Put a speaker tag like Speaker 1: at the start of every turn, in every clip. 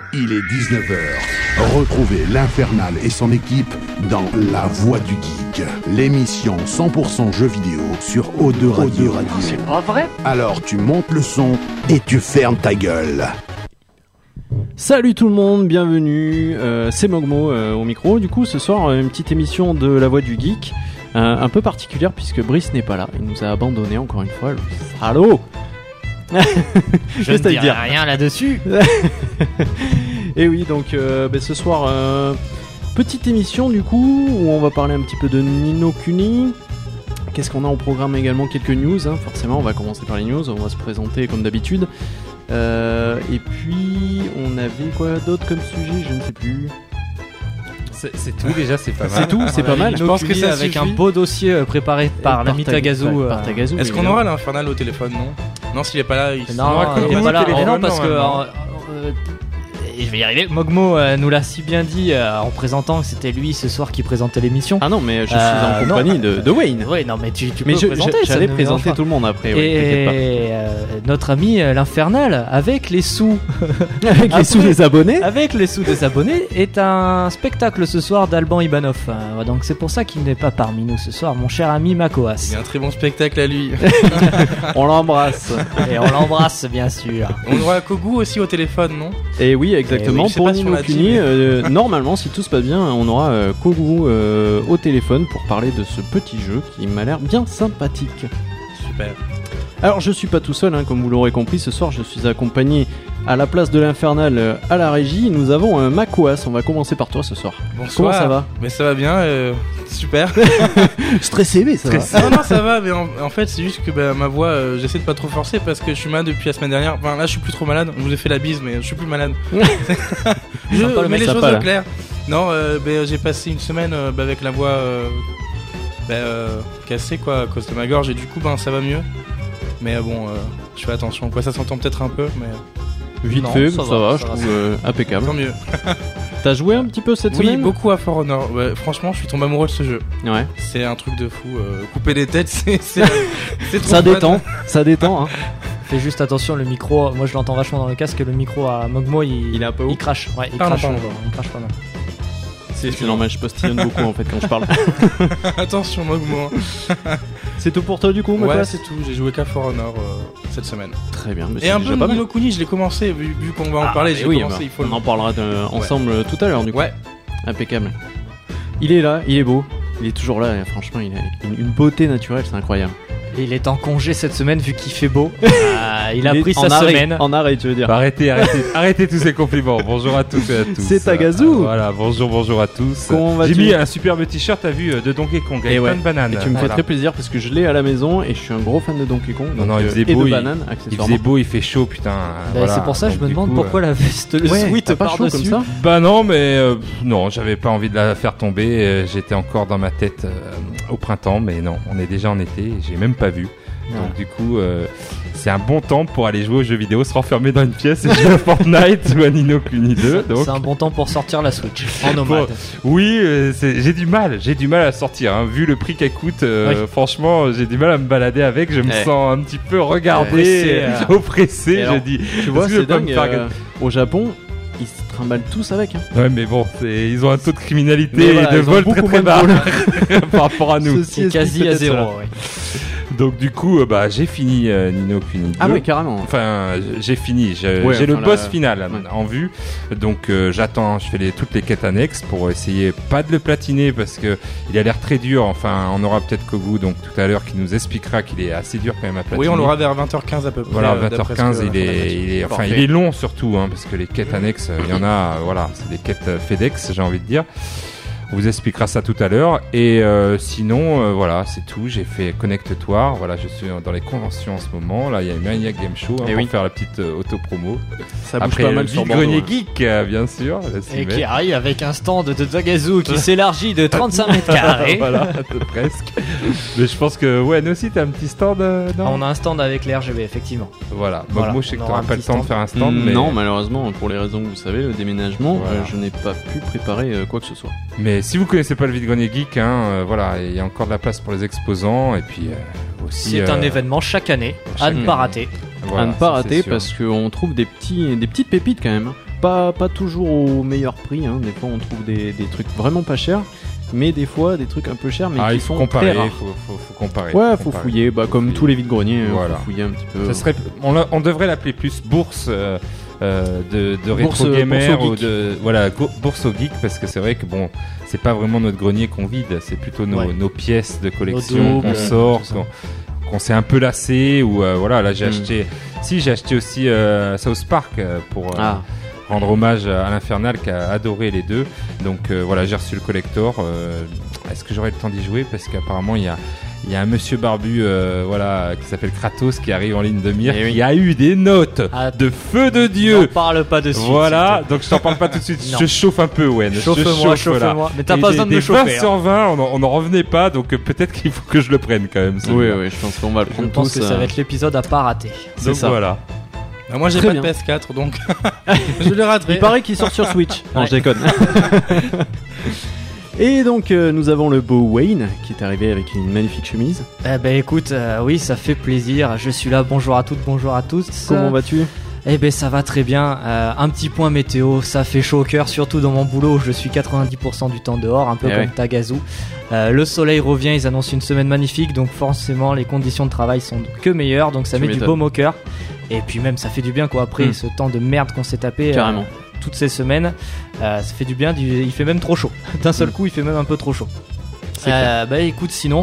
Speaker 1: Il est 19h. Retrouvez l'Infernal et son équipe dans La Voix du Geek, l'émission 100% jeux vidéo sur O2 Radio.
Speaker 2: C'est pas vrai?
Speaker 1: Alors tu montes le son et tu fermes ta gueule.
Speaker 3: Salut tout le monde, bienvenue, c'est Mogmo au micro. Du coup ce soir une petite émission de La Voix du Geek, un peu particulière puisque Brice n'est pas là, il nous a abandonné encore une fois. Allô.
Speaker 2: Je ne dirai rien là-dessus.
Speaker 3: Et oui, donc ce soir, petite émission du coup, où on va parler un petit peu de Ni no Kuni. Qu'est-ce qu'on a au programme également? Quelques news, hein, forcément, on va commencer par les news, on va se présenter comme d'habitude. Et puis, on avait quoi d'autre comme sujet? Je ne sais plus.
Speaker 4: C'est tout déjà, c'est pas mal.
Speaker 3: C'est tout, c'est pas mal.
Speaker 2: Je pense que ça avec un beau dossier préparé par l'ami Tagazu.
Speaker 4: Est-ce qu'on aura l'Infernal au téléphone? Non, s'il est pas là, il
Speaker 2: n'est pas là. Non, parce que et je vais y arriver. Mogmo nous l'a si bien dit en présentant que c'était lui ce soir qui présentait l'émission.
Speaker 3: Ah non, mais je suis en compagnie de Wayne.
Speaker 2: Oui, non, mais tu
Speaker 3: mais
Speaker 2: peux présenter.
Speaker 3: J'allais présenter tout le monde après.
Speaker 2: Et notre ami l'Infernal avec les sous,
Speaker 3: avec les sous des abonnés.
Speaker 2: Avec les sous des abonnés est un spectacle ce soir d'Alban Ivanov. Donc c'est pour ça qu'il n'est pas parmi nous ce soir, mon cher ami Makoas.
Speaker 4: Il y a un très bon spectacle à lui.
Speaker 3: On l'embrasse.
Speaker 2: Et on l'embrasse bien sûr.
Speaker 4: On aura Kogu aussi au téléphone, non?
Speaker 3: Et oui, exactement.
Speaker 4: Oui,
Speaker 3: pour Ni no Kuni, normalement, si tout se passe bien, on aura Kogu au téléphone pour parler de ce petit jeu qui m'a l'air bien sympathique.
Speaker 4: Super.
Speaker 3: Alors, je suis pas tout seul, hein, comme vous l'aurez compris. Ce soir, je suis accompagné à la place de l'Infernal à la régie. Nous avons Makoas. On va commencer par toi ce soir.
Speaker 4: Bonsoir.
Speaker 3: Comment ça va?
Speaker 4: Mais ça va bien, super.
Speaker 3: Stressé, mais ça va.
Speaker 4: Non, ça va, mais en fait, c'est juste que ma voix, j'essaie de pas trop forcer parce que je suis malade depuis la semaine dernière. Enfin, là, je suis plus trop malade. Je vous ai fait la bise, mais je suis plus malade. Je mets les choses au clair. Non, j'ai passé une semaine avec la voix cassée, quoi, à cause de ma gorge, et du coup, ça va mieux. Mais bon, je fais attention, quoi. Ça s'entend peut-être un peu, mais.
Speaker 3: Vite fait, ça va, je trouve impeccable.
Speaker 4: Tant mieux.
Speaker 3: T'as joué un petit peu cette semaine?
Speaker 4: Oui, beaucoup à For Honor. Ouais, franchement, je suis tombé amoureux de ce jeu.
Speaker 3: Ouais.
Speaker 4: C'est un truc de fou. Couper des têtes, c'est trop
Speaker 3: ça détend, ça détend. Hein.
Speaker 2: Fais juste attention, le micro, moi je l'entends vachement dans le casque, le micro à Mogmo, il est un peu haut. Il crache, ouais, il crache pas mal.
Speaker 3: C'est normal, je postillonne beaucoup en fait quand je parle.
Speaker 4: Attention Mogmo.
Speaker 3: C'est tout pour toi du coup, Makoas?
Speaker 4: Ouais, c'est tout. J'ai joué qu'à For Honor cette semaine.
Speaker 3: Très bien.
Speaker 4: Et un peu de Ni no Kuni, je l'ai commencé, vu qu'on va en parler. J'ai commencé,
Speaker 3: on en parlera ensemble tout à l'heure du coup.
Speaker 4: Ouais.
Speaker 3: Impeccable. Il est là, il est beau. Il est toujours là, et franchement, il a une beauté naturelle, c'est incroyable.
Speaker 2: Et il est en congé cette semaine vu qu'il fait beau. Il a pris sa semaine.
Speaker 3: En arrêt, tu veux dire.
Speaker 5: Arrêtez tous ces compliments. Bonjour à toutes et à tous.
Speaker 3: C'est Tagazu.
Speaker 5: Voilà, bonjour à tous. J'ai mis un superbe t-shirt, t'as vu, de Donkey Kong avec plein de bananes.
Speaker 3: Et tu me fais très plaisir parce que je l'ai à la maison et je suis un gros fan de Donkey Kong.
Speaker 5: Non, il faisait beau. Il faisait beau, il fait chaud, putain.
Speaker 2: C'est pour ça que je me demande pourquoi la veste, le sweat par-dessus.
Speaker 3: Comme ça.
Speaker 5: Bah non, mais non, j'avais pas envie de la faire tomber. J'étais encore dans ma tête au printemps, mais non, on est déjà en été. J'ai même pas vu. Donc du coup, c'est un bon temps pour aller jouer aux jeux vidéo, se renfermer dans une pièce et jouer à Fortnite ou à Ni no Kuni 2. Donc.
Speaker 2: C'est un bon temps pour sortir la Switch en nomade.
Speaker 5: Oui, j'ai du mal à sortir. Hein. Vu le prix qu'elle coûte, franchement, j'ai du mal à me balader avec. Je me sens un petit peu regardé, oppressé.
Speaker 3: Alors,
Speaker 5: je dis.
Speaker 3: Tu vois, c'est dingue. Au Japon, ils se trimballent tous avec. Hein.
Speaker 5: Ouais, mais bon, ils ont un taux de criminalité et de vol très très bas par rapport à nous.
Speaker 2: C'est quasi à zéro. Ouais.
Speaker 5: Donc du coup, j'ai fini Ni no Kuni 2.
Speaker 3: Ah ouais, carrément.
Speaker 5: Enfin, j'ai fini. J'ai le boss final en vue. Donc j'attends, je fais toutes les quêtes annexes pour essayer pas de le platiner parce que il a l'air très dur. Enfin, on aura peut-être Kogu donc tout à l'heure qui nous expliquera qu'il est assez dur quand même à platiner.
Speaker 4: Oui, on l'aura vers 20h15 à peu près.
Speaker 5: Voilà, 20h15, il est long surtout parce que les quêtes annexes, il y en a. Voilà, c'est des quêtes FedEx, j'ai envie de dire. On vous expliquera ça tout à l'heure. Et sinon, voilà, c'est tout. J'ai fait Connect-Toi. Voilà, je suis dans les conventions en ce moment. Là, il y a Maniac Game Show pour faire la petite auto-promo.
Speaker 3: Ça bouge pas mal sur Bordeaux.
Speaker 5: Grenier Geek, bien sûr.
Speaker 2: Et qui arrive avec un stand de Tagazu qui s'élargit de 35 mètres carrés.
Speaker 5: Voilà, presque. Mais je pense que, nous aussi, t'as un petit stand, non?
Speaker 2: On a un stand avec les RGB, effectivement.
Speaker 5: Voilà. Moi, je sais que t'auras pas le temps de faire un stand. Mais...
Speaker 3: Non, malheureusement, pour les raisons que vous savez, le déménagement, je n'ai pas pu préparer quoi que ce soit.
Speaker 5: Mais si vous connaissez pas le Vide-Grenier Geek, voilà, il y a encore de la place pour les exposants et puis aussi.
Speaker 2: C'est un événement chaque année à ne pas rater.
Speaker 3: Voilà, à ne pas rater parce qu'on trouve des petites pépites quand même. pas toujours au meilleur prix, hein. Des fois on trouve des trucs vraiment pas chers, mais des fois des trucs un peu chers mais qui sont très rares.
Speaker 5: Faut comparer.
Speaker 3: Ouais, faut fouiller, comme tous les vides-greniers,
Speaker 5: voilà.
Speaker 3: Faut fouiller un petit peu.
Speaker 5: On devrait l'appeler plus bourse de rétro gamer ou de bourse au geek, parce que c'est vrai que bon, c'est pas vraiment notre grenier qu'on vide, c'est plutôt nos pièces de collection qu'on sort, qu'on s'est un peu lassé, ou voilà, là j'ai acheté aussi South Park pour rendre hommage à l'Infernal qui a adoré les deux, donc voilà, j'ai reçu le collector. Est-ce que j'aurai le temps d'y jouer, parce qu'apparemment il y a un monsieur barbu qui s'appelle Kratos qui arrive en ligne de mire, qui a eu des notes de feu de Dieu.
Speaker 2: N'en parle pas de suite.
Speaker 5: Voilà, donc je t'en parle pas tout de suite. Je chauffe un peu, Wen.
Speaker 2: Chauffe-moi. Mais t'as pas besoin de me chauffer.
Speaker 5: 20 sur 20, on n'en revenait pas, donc peut-être qu'il faut que je le prenne quand même.
Speaker 3: Oui, je pense qu'on va le prendre.
Speaker 2: Je pense que ça va être l'épisode à pas rater.
Speaker 5: C'est ça. Voilà.
Speaker 4: Moi j'ai pas de PS4, donc je le raterai.
Speaker 3: Il paraît qu'il sort sur Switch. Non, je déconne. Et donc nous avons le beau Wayne qui est arrivé avec une magnifique chemise.
Speaker 2: Écoute, oui, ça fait plaisir. Je suis là, bonjour à toutes, bonjour à tous.
Speaker 3: Comment vas-tu ?
Speaker 2: Ça va très bien. Un petit point météo, ça fait chaud au cœur, surtout dans mon boulot où je suis 90% du temps dehors, un peu comme Tagazu. Le soleil revient, ils annoncent une semaine magnifique, donc forcément les conditions de travail sont que meilleures, donc ça met du baume au cœur. Et puis même ça fait du bien quoi, après ce temps de merde qu'on s'est tapé.
Speaker 3: Carrément.
Speaker 2: Toutes ces semaines, ça fait du bien, il fait même trop chaud. D'un seul coup, il fait même un peu trop chaud. Écoute, sinon,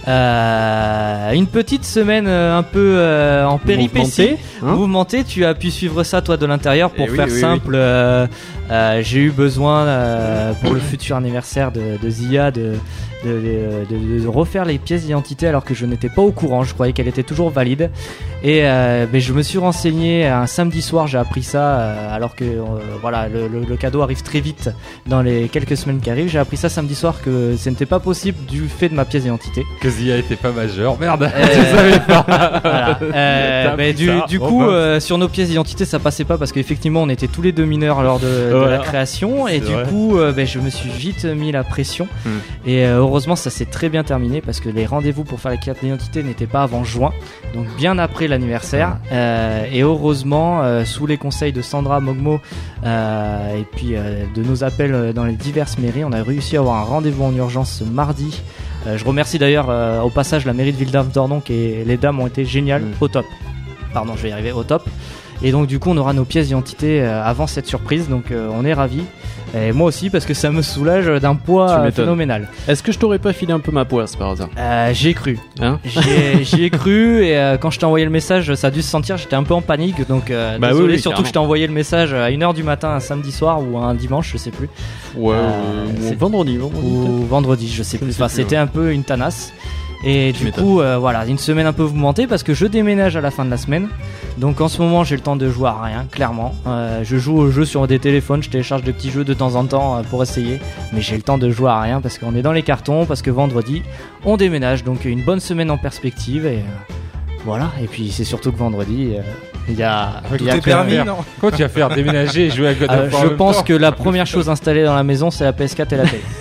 Speaker 2: une petite semaine un peu en péripétie, mouvementée. Tu as pu suivre ça toi de l'intérieur. Pour faire simple, j'ai eu besoin pour le futur anniversaire de Zia de refaire les pièces d'identité alors que je n'étais pas au courant. Je croyais qu'elle était toujours valide. Et je me suis renseigné un samedi soir. J'ai appris ça alors que le cadeau arrive très vite dans les quelques semaines qui arrivent. J'ai appris ça samedi soir que ce n'était pas possible du fait de ma pièce d'identité.
Speaker 5: Que Zia était pas majeure. Merde. Je savais pas.
Speaker 2: Voilà. Du coup, sur nos pièces d'identité, ça passait pas parce qu'effectivement, on était tous les deux mineurs lors de la création. Et du coup, je me suis vite mis la pression. Et heureusement, ça s'est très bien terminé parce que les rendez-vous pour faire les cartes d'identité n'étaient pas avant juin, donc bien après l'anniversaire. Et heureusement, sous les conseils de Sandra Mogmo et puis de nos appels dans les diverses mairies, on a réussi à avoir un rendez-vous en urgence ce mardi. Je remercie d'ailleurs au passage la mairie de Villeneuve-d'Ordonc et les dames ont été géniales, au top. Pardon, je vais y arriver, au top. Et donc du coup on aura nos pièces d'identité avant cette surprise, donc on est ravis. Et moi aussi parce que ça me soulage d'un poids phénoménal.
Speaker 3: Est-ce que je t'aurais pas filé un peu ma poisse par hasard ?
Speaker 2: J'y ai cru. J'y ai cru et quand je t'ai envoyé le message, ça a dû se sentir, j'étais un peu en panique, donc désolé, surtout carrément. Que je t'ai envoyé le message à 1h du matin un samedi soir ou un dimanche, je sais plus.
Speaker 3: Ou vendredi.
Speaker 2: Ou vendredi, je sais plus. C'était un peu une tanasse. Et du coup, une semaine un peu mouvementée parce que je déménage à la fin de la semaine. Donc en ce moment, j'ai le temps de jouer à rien, clairement. Je joue aux jeux sur des téléphones, je télécharge des petits jeux de temps en temps pour essayer. Mais j'ai le temps de jouer à rien parce qu'on est dans les cartons, parce que vendredi, on déménage. Donc une bonne semaine en perspective et voilà. Et puis c'est surtout que vendredi, il y a
Speaker 5: permis, non ? Quand tu vas faire déménager et jouer à God of War,
Speaker 2: je pense que la première chose installée dans la maison, c'est la PS4 et la télé.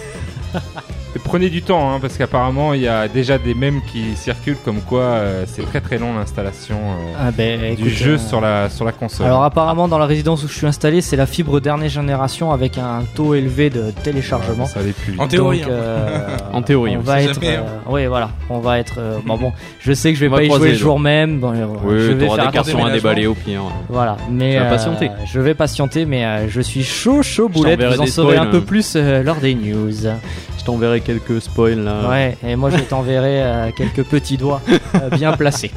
Speaker 5: Prenez du temps parce qu'apparemment il y a déjà des mèmes qui circulent comme quoi c'est très très long l'installation du jeu sur la console.
Speaker 2: Alors apparemment dans la résidence où je suis installé, c'est la fibre dernière génération avec un taux élevé de téléchargement.
Speaker 5: Ça allait plus vite.
Speaker 4: En théorie.
Speaker 2: Donc,
Speaker 3: en théorie.
Speaker 2: On va être on va être bon, je sais que je vais pas y jouer le jour même.
Speaker 3: Je vais faire des cartons à déballer au pire.
Speaker 2: Voilà, mais je vais patienter mais je suis chaud boulette, vous en saurez un peu plus lors des news.
Speaker 3: Je t'enverrai quelques spoils là.
Speaker 2: Ouais, et moi je t'enverrai quelques petits doigts bien placés.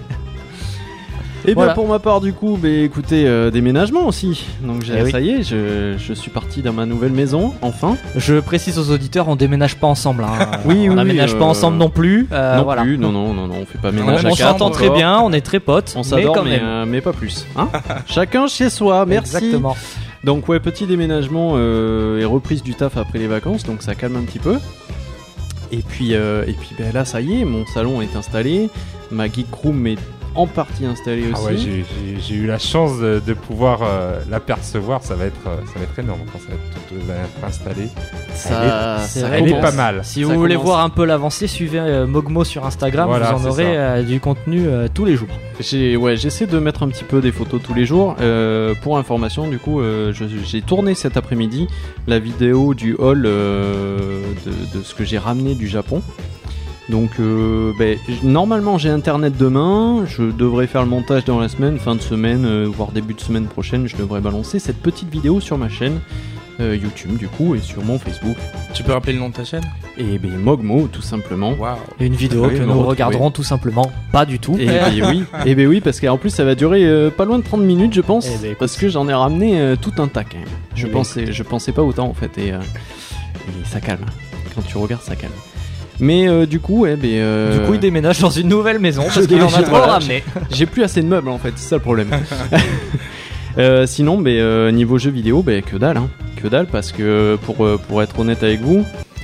Speaker 3: Et bien pour ma part du coup, écoutez, déménagement aussi. Donc ça y est, je suis parti dans ma nouvelle maison, enfin.
Speaker 2: Je précise aux auditeurs, on déménage pas ensemble.
Speaker 3: On
Speaker 2: n'aménage pas ensemble non plus.
Speaker 3: Non, on fait pas ménage à 4.
Speaker 2: On s'entend très bien, on est très potes.
Speaker 3: On s'adore, mais pas plus. Chacun chez soi, merci.
Speaker 2: Exactement.
Speaker 3: Donc petit déménagement et reprise du taf après les vacances, donc ça calme un petit peu. Et puis là ça y est, mon salon est installé, ma geek room est en partie installée aussi.
Speaker 5: Ouais, j'ai eu la chance de pouvoir l'apercevoir. Ça va être énorme quand ça va être installé. Elle est pas mal.
Speaker 2: Si vous voulez voir un peu l'avancée, suivez Mogmo sur Instagram. Voilà, vous en aurez du contenu tous les jours.
Speaker 3: J'essaie de mettre un petit peu des photos tous les jours. Pour information, du coup, j'ai tourné cet après-midi la vidéo du haul de ce que j'ai ramené du Japon. Donc normalement j'ai internet demain, je devrais faire le montage dans la semaine, fin de semaine, voire début de semaine prochaine, je devrais balancer cette petite vidéo sur ma chaîne YouTube du coup et sur mon Facebook.
Speaker 4: Tu peux rappeler le nom de ta chaîne ?
Speaker 3: Et Mogmo tout simplement.
Speaker 4: Wow.
Speaker 2: Une vidéo que nous regarderons tout simplement pas du tout.
Speaker 3: Et oui parce qu'en plus ça va durer pas loin de 30 minutes je pense, parce que j'en ai ramené tout un tas quand même. Je pensais pas autant en fait et ça calme. Quand tu regardes ça calme. Mais du coup,
Speaker 2: il déménage dans une nouvelle maison parce qu'il en a trop ramené.
Speaker 3: J'ai plus assez de meubles en fait, c'est ça le problème. Sinon, niveau jeux vidéo, que dalle, hein. Que dalle parce que pour être honnête avec vous,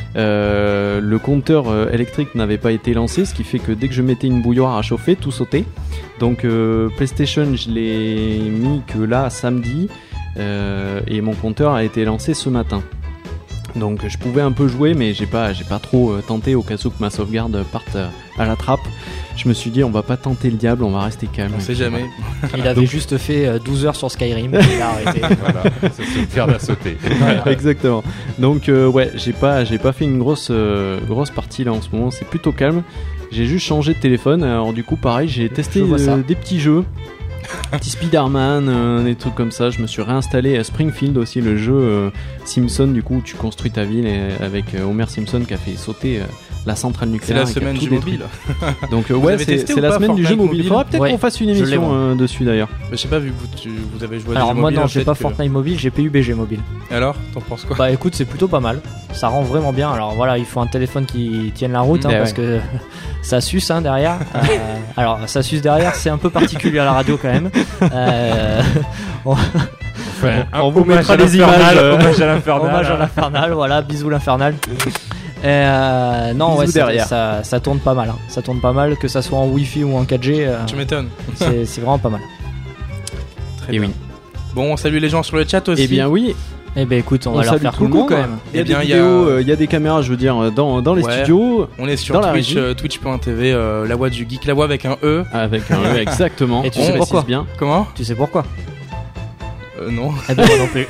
Speaker 3: le compteur électrique n'avait pas été lancé, ce qui fait que dès que je mettais une bouilloire à chauffer, tout sautait. Donc PlayStation, je l'ai mis que là samedi et mon compteur a été lancé ce matin. Donc je pouvais un peu jouer mais j'ai pas trop tenté au cas où que ma sauvegarde parte à la trappe. Je me suis dit on va pas tenter le diable, on va rester calme.
Speaker 4: On sait jamais.
Speaker 2: Il avait juste fait 12 heures sur Skyrim et il a arrêté.
Speaker 5: Voilà, ça se faire à sauter.
Speaker 3: Voilà. Exactement. Donc j'ai pas fait une grosse partie là en ce moment, c'est plutôt calme. J'ai juste changé de téléphone. Alors du coup pareil, j'ai testé des petits jeux. Petit Spider-Man, des trucs comme ça. Je me suis réinstallé Springfield aussi, le jeu Simpson, du coup, où tu construis ta ville avec Homer Simpson qui a fait sauter la centrale nucléaire.
Speaker 4: C'est la semaine du mobile.
Speaker 3: Donc c'est la semaine du jeu mobile. Il faudra peut-être qu'on fasse une émission dessus d'ailleurs.
Speaker 4: Je sais pas, vu que vous avez joué à
Speaker 2: alors moi non, j'ai pas Fortnite mobile, j'ai PUBG mobile.
Speaker 4: Alors, t'en penses quoi ?
Speaker 2: Bah écoute, c'est plutôt pas mal. Ça rend vraiment bien. Alors voilà, il faut un téléphone qui tienne la route parce que ça suce derrière. Alors ça suce derrière, c'est un peu particulier à la radio quand même.
Speaker 3: On vous mettra des images.
Speaker 2: Hommage à l'Infernal, voilà, bisous l'Infernal. Non, ça tourne pas mal. Ça tourne pas mal, que ça soit en Wi-Fi ou en 4G.
Speaker 4: Tu m'étonnes.
Speaker 2: C'est vraiment pas mal.
Speaker 4: Très bien. Oui. Bon, on salue les gens sur le chat aussi.
Speaker 3: Eh bien oui.
Speaker 2: Eh ben écoute, on va leur faire coucou quand même.
Speaker 3: Il y a des vidéos, il y a des caméras, je veux dire, dans les studios.
Speaker 4: On est sur Twitch, twitch.tv, la voix du geek, la voix avec un E.
Speaker 3: Avec un E, exactement.
Speaker 2: Et tu sais pourquoi
Speaker 3: bien.
Speaker 4: Comment ?
Speaker 2: Tu sais pourquoi ?
Speaker 4: Non.
Speaker 2: Eh ben moi non plus.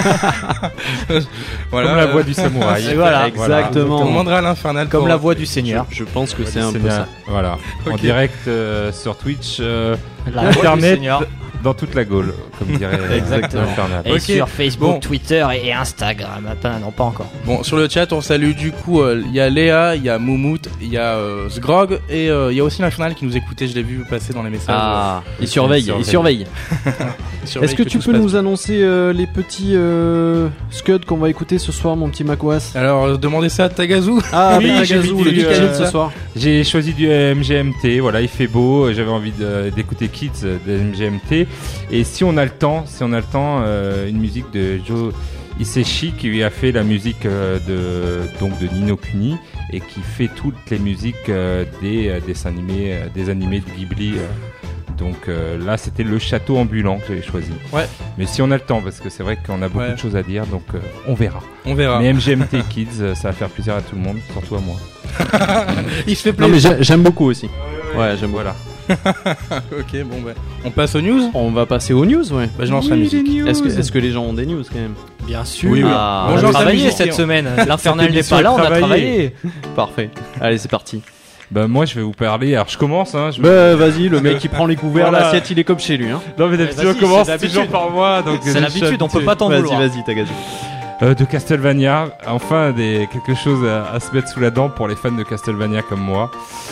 Speaker 5: Voilà, comme la voix du samouraï.
Speaker 2: Voilà,
Speaker 3: exactement.
Speaker 4: On demandera à l'Infernal.
Speaker 2: Comme la voix du Seigneur.
Speaker 3: Je pense que c'est un peu ça.
Speaker 5: Voilà. Okay. En direct sur Twitch,
Speaker 2: la voix du Seigneur.
Speaker 5: Dans toute la Gaule, comme dirait
Speaker 2: exactement. Et sur Facebook, Twitter et Instagram. Non, pas encore.
Speaker 4: Bon, sur le chat, on salue du coup, il y a Léa, il y a Moumout, il y a Sgrog et il y a aussi l'Infernal qui nous écoutait, je l'ai vu passer dans les messages.
Speaker 3: Ah, il surveille. Est-ce que tu peux nous annoncer les petits scuds qu'on va écouter ce soir, mon petit Makoas ?
Speaker 4: Alors, demandez ça à Tagazu.
Speaker 3: Ah, oui, Tagazu, le Kids ce soir.
Speaker 5: J'ai choisi du MGMT, voilà, il fait beau, j'avais envie d'écouter Kids de MGMT. Et si on a le temps, une musique de Joe Hisaishi qui lui a fait la musique de Ni no Kuni et qui fait toutes les musiques des animés de Ghibli. Donc là, c'était le château ambulant que j'avais choisi.
Speaker 4: Ouais.
Speaker 5: Mais si on a le temps, parce que c'est vrai qu'on a beaucoup de choses à dire, donc on verra. Mais MGMT Kids, ça va faire plaisir à tout le monde, surtout à moi.
Speaker 4: Il se fait plaisir.
Speaker 3: Non, mais j'aime beaucoup aussi. Ouais, j'aime.
Speaker 5: Voilà.
Speaker 4: Ok, bon on passe aux news.
Speaker 3: On va passer aux news, ouais.
Speaker 4: Bah je lance la musique.
Speaker 3: Est-ce que les gens ont des news quand même ?
Speaker 2: Bien sûr.
Speaker 3: Oui.
Speaker 2: On a travaillé cette semaine. L'Infernal n'est pas là, on a travaillé.
Speaker 3: Parfait. Allez, c'est parti.
Speaker 5: Bah moi je vais vous parler, alors je commence
Speaker 3: vas-y, le mec qui prend les couverts, l'assiette il est comme chez lui hein.
Speaker 5: Non mais d'habitude on commence toujours par moi, donc
Speaker 2: c'est l'habitude, on peut pas t'en vouloir.
Speaker 3: Vas-y Tagazu.
Speaker 5: De Castlevania, enfin quelque chose à se mettre sous la dent pour les fans de Castlevania comme moi.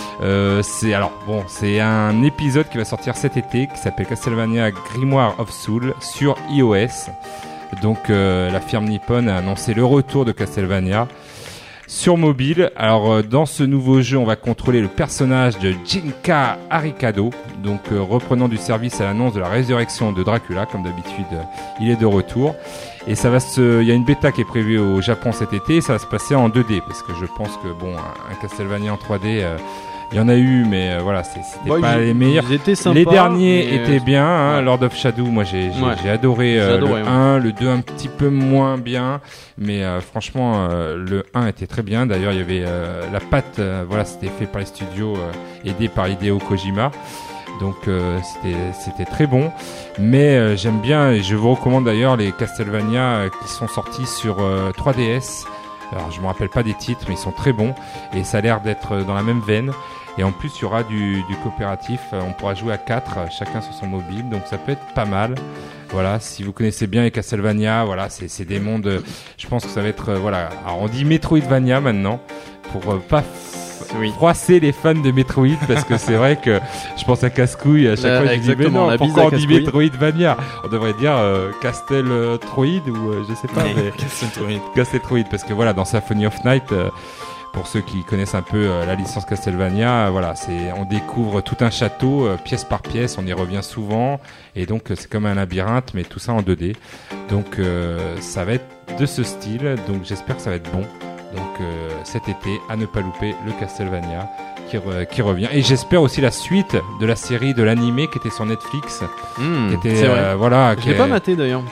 Speaker 5: C'est un épisode qui va sortir cet été qui s'appelle Castlevania Grimoire of Soul sur iOS. Donc la firme Nippon a annoncé le retour de Castlevania sur mobile. Alors dans ce nouveau jeu, on va contrôler le personnage de Jinka Arikado, donc reprenant du service à l'annonce de la résurrection de Dracula, comme d'habitude, il est de retour. Et il y a une bêta qui est prévue au Japon cet été, et ça va se passer en 2D, parce que je pense que un Castlevania en 3D, Il y en a eu, mais voilà, c'était pas les meilleurs.
Speaker 3: Sympas,
Speaker 5: les derniers étaient bien. Hein, Lord of Shadow, moi j'ai adoré, le 1, le 2 un petit peu moins bien, mais franchement le 1 était très bien. D'ailleurs, il y avait la patte, voilà, c'était fait par les studios aidé par Hideo Kojima. Donc c'était très bon, mais j'aime bien et je vous recommande d'ailleurs les Castlevania qui sont sortis sur 3DS. Alors je me rappelle pas des titres, mais ils sont très bons et ça a l'air d'être dans la même veine. Et en plus il y aura du coopératif, on pourra jouer à 4, chacun sur son mobile, donc ça peut être pas mal. Voilà, si vous connaissez bien les Castlevania, voilà, c'est des mondes. Je pense que ça va être voilà. Alors on dit Metroidvania maintenant pour pas froisser les fans de Metroid, parce que c'est vrai que je pense à Casse-Couille à chaque fois. Je dis mais non, pourquoi on dit Metroidvania? On devrait dire Castle-Troid ou je sais pas. Castle-Troid, parce que voilà, dans Symphony of Night. Pour ceux qui connaissent un peu la licence Castlevania, voilà, on découvre tout un château, pièce par pièce, on y revient souvent, et donc c'est comme un labyrinthe, mais tout ça en 2D. Donc ça va être de ce style, donc j'espère que ça va être bon. Donc cet été, à ne pas louper, le Castlevania qui revient. Et j'espère aussi la suite de la série de l'animé qui était sur Netflix. Qui était,
Speaker 3: c'est vrai.
Speaker 5: Voilà.
Speaker 3: Je l'ai pas maté d'ailleurs.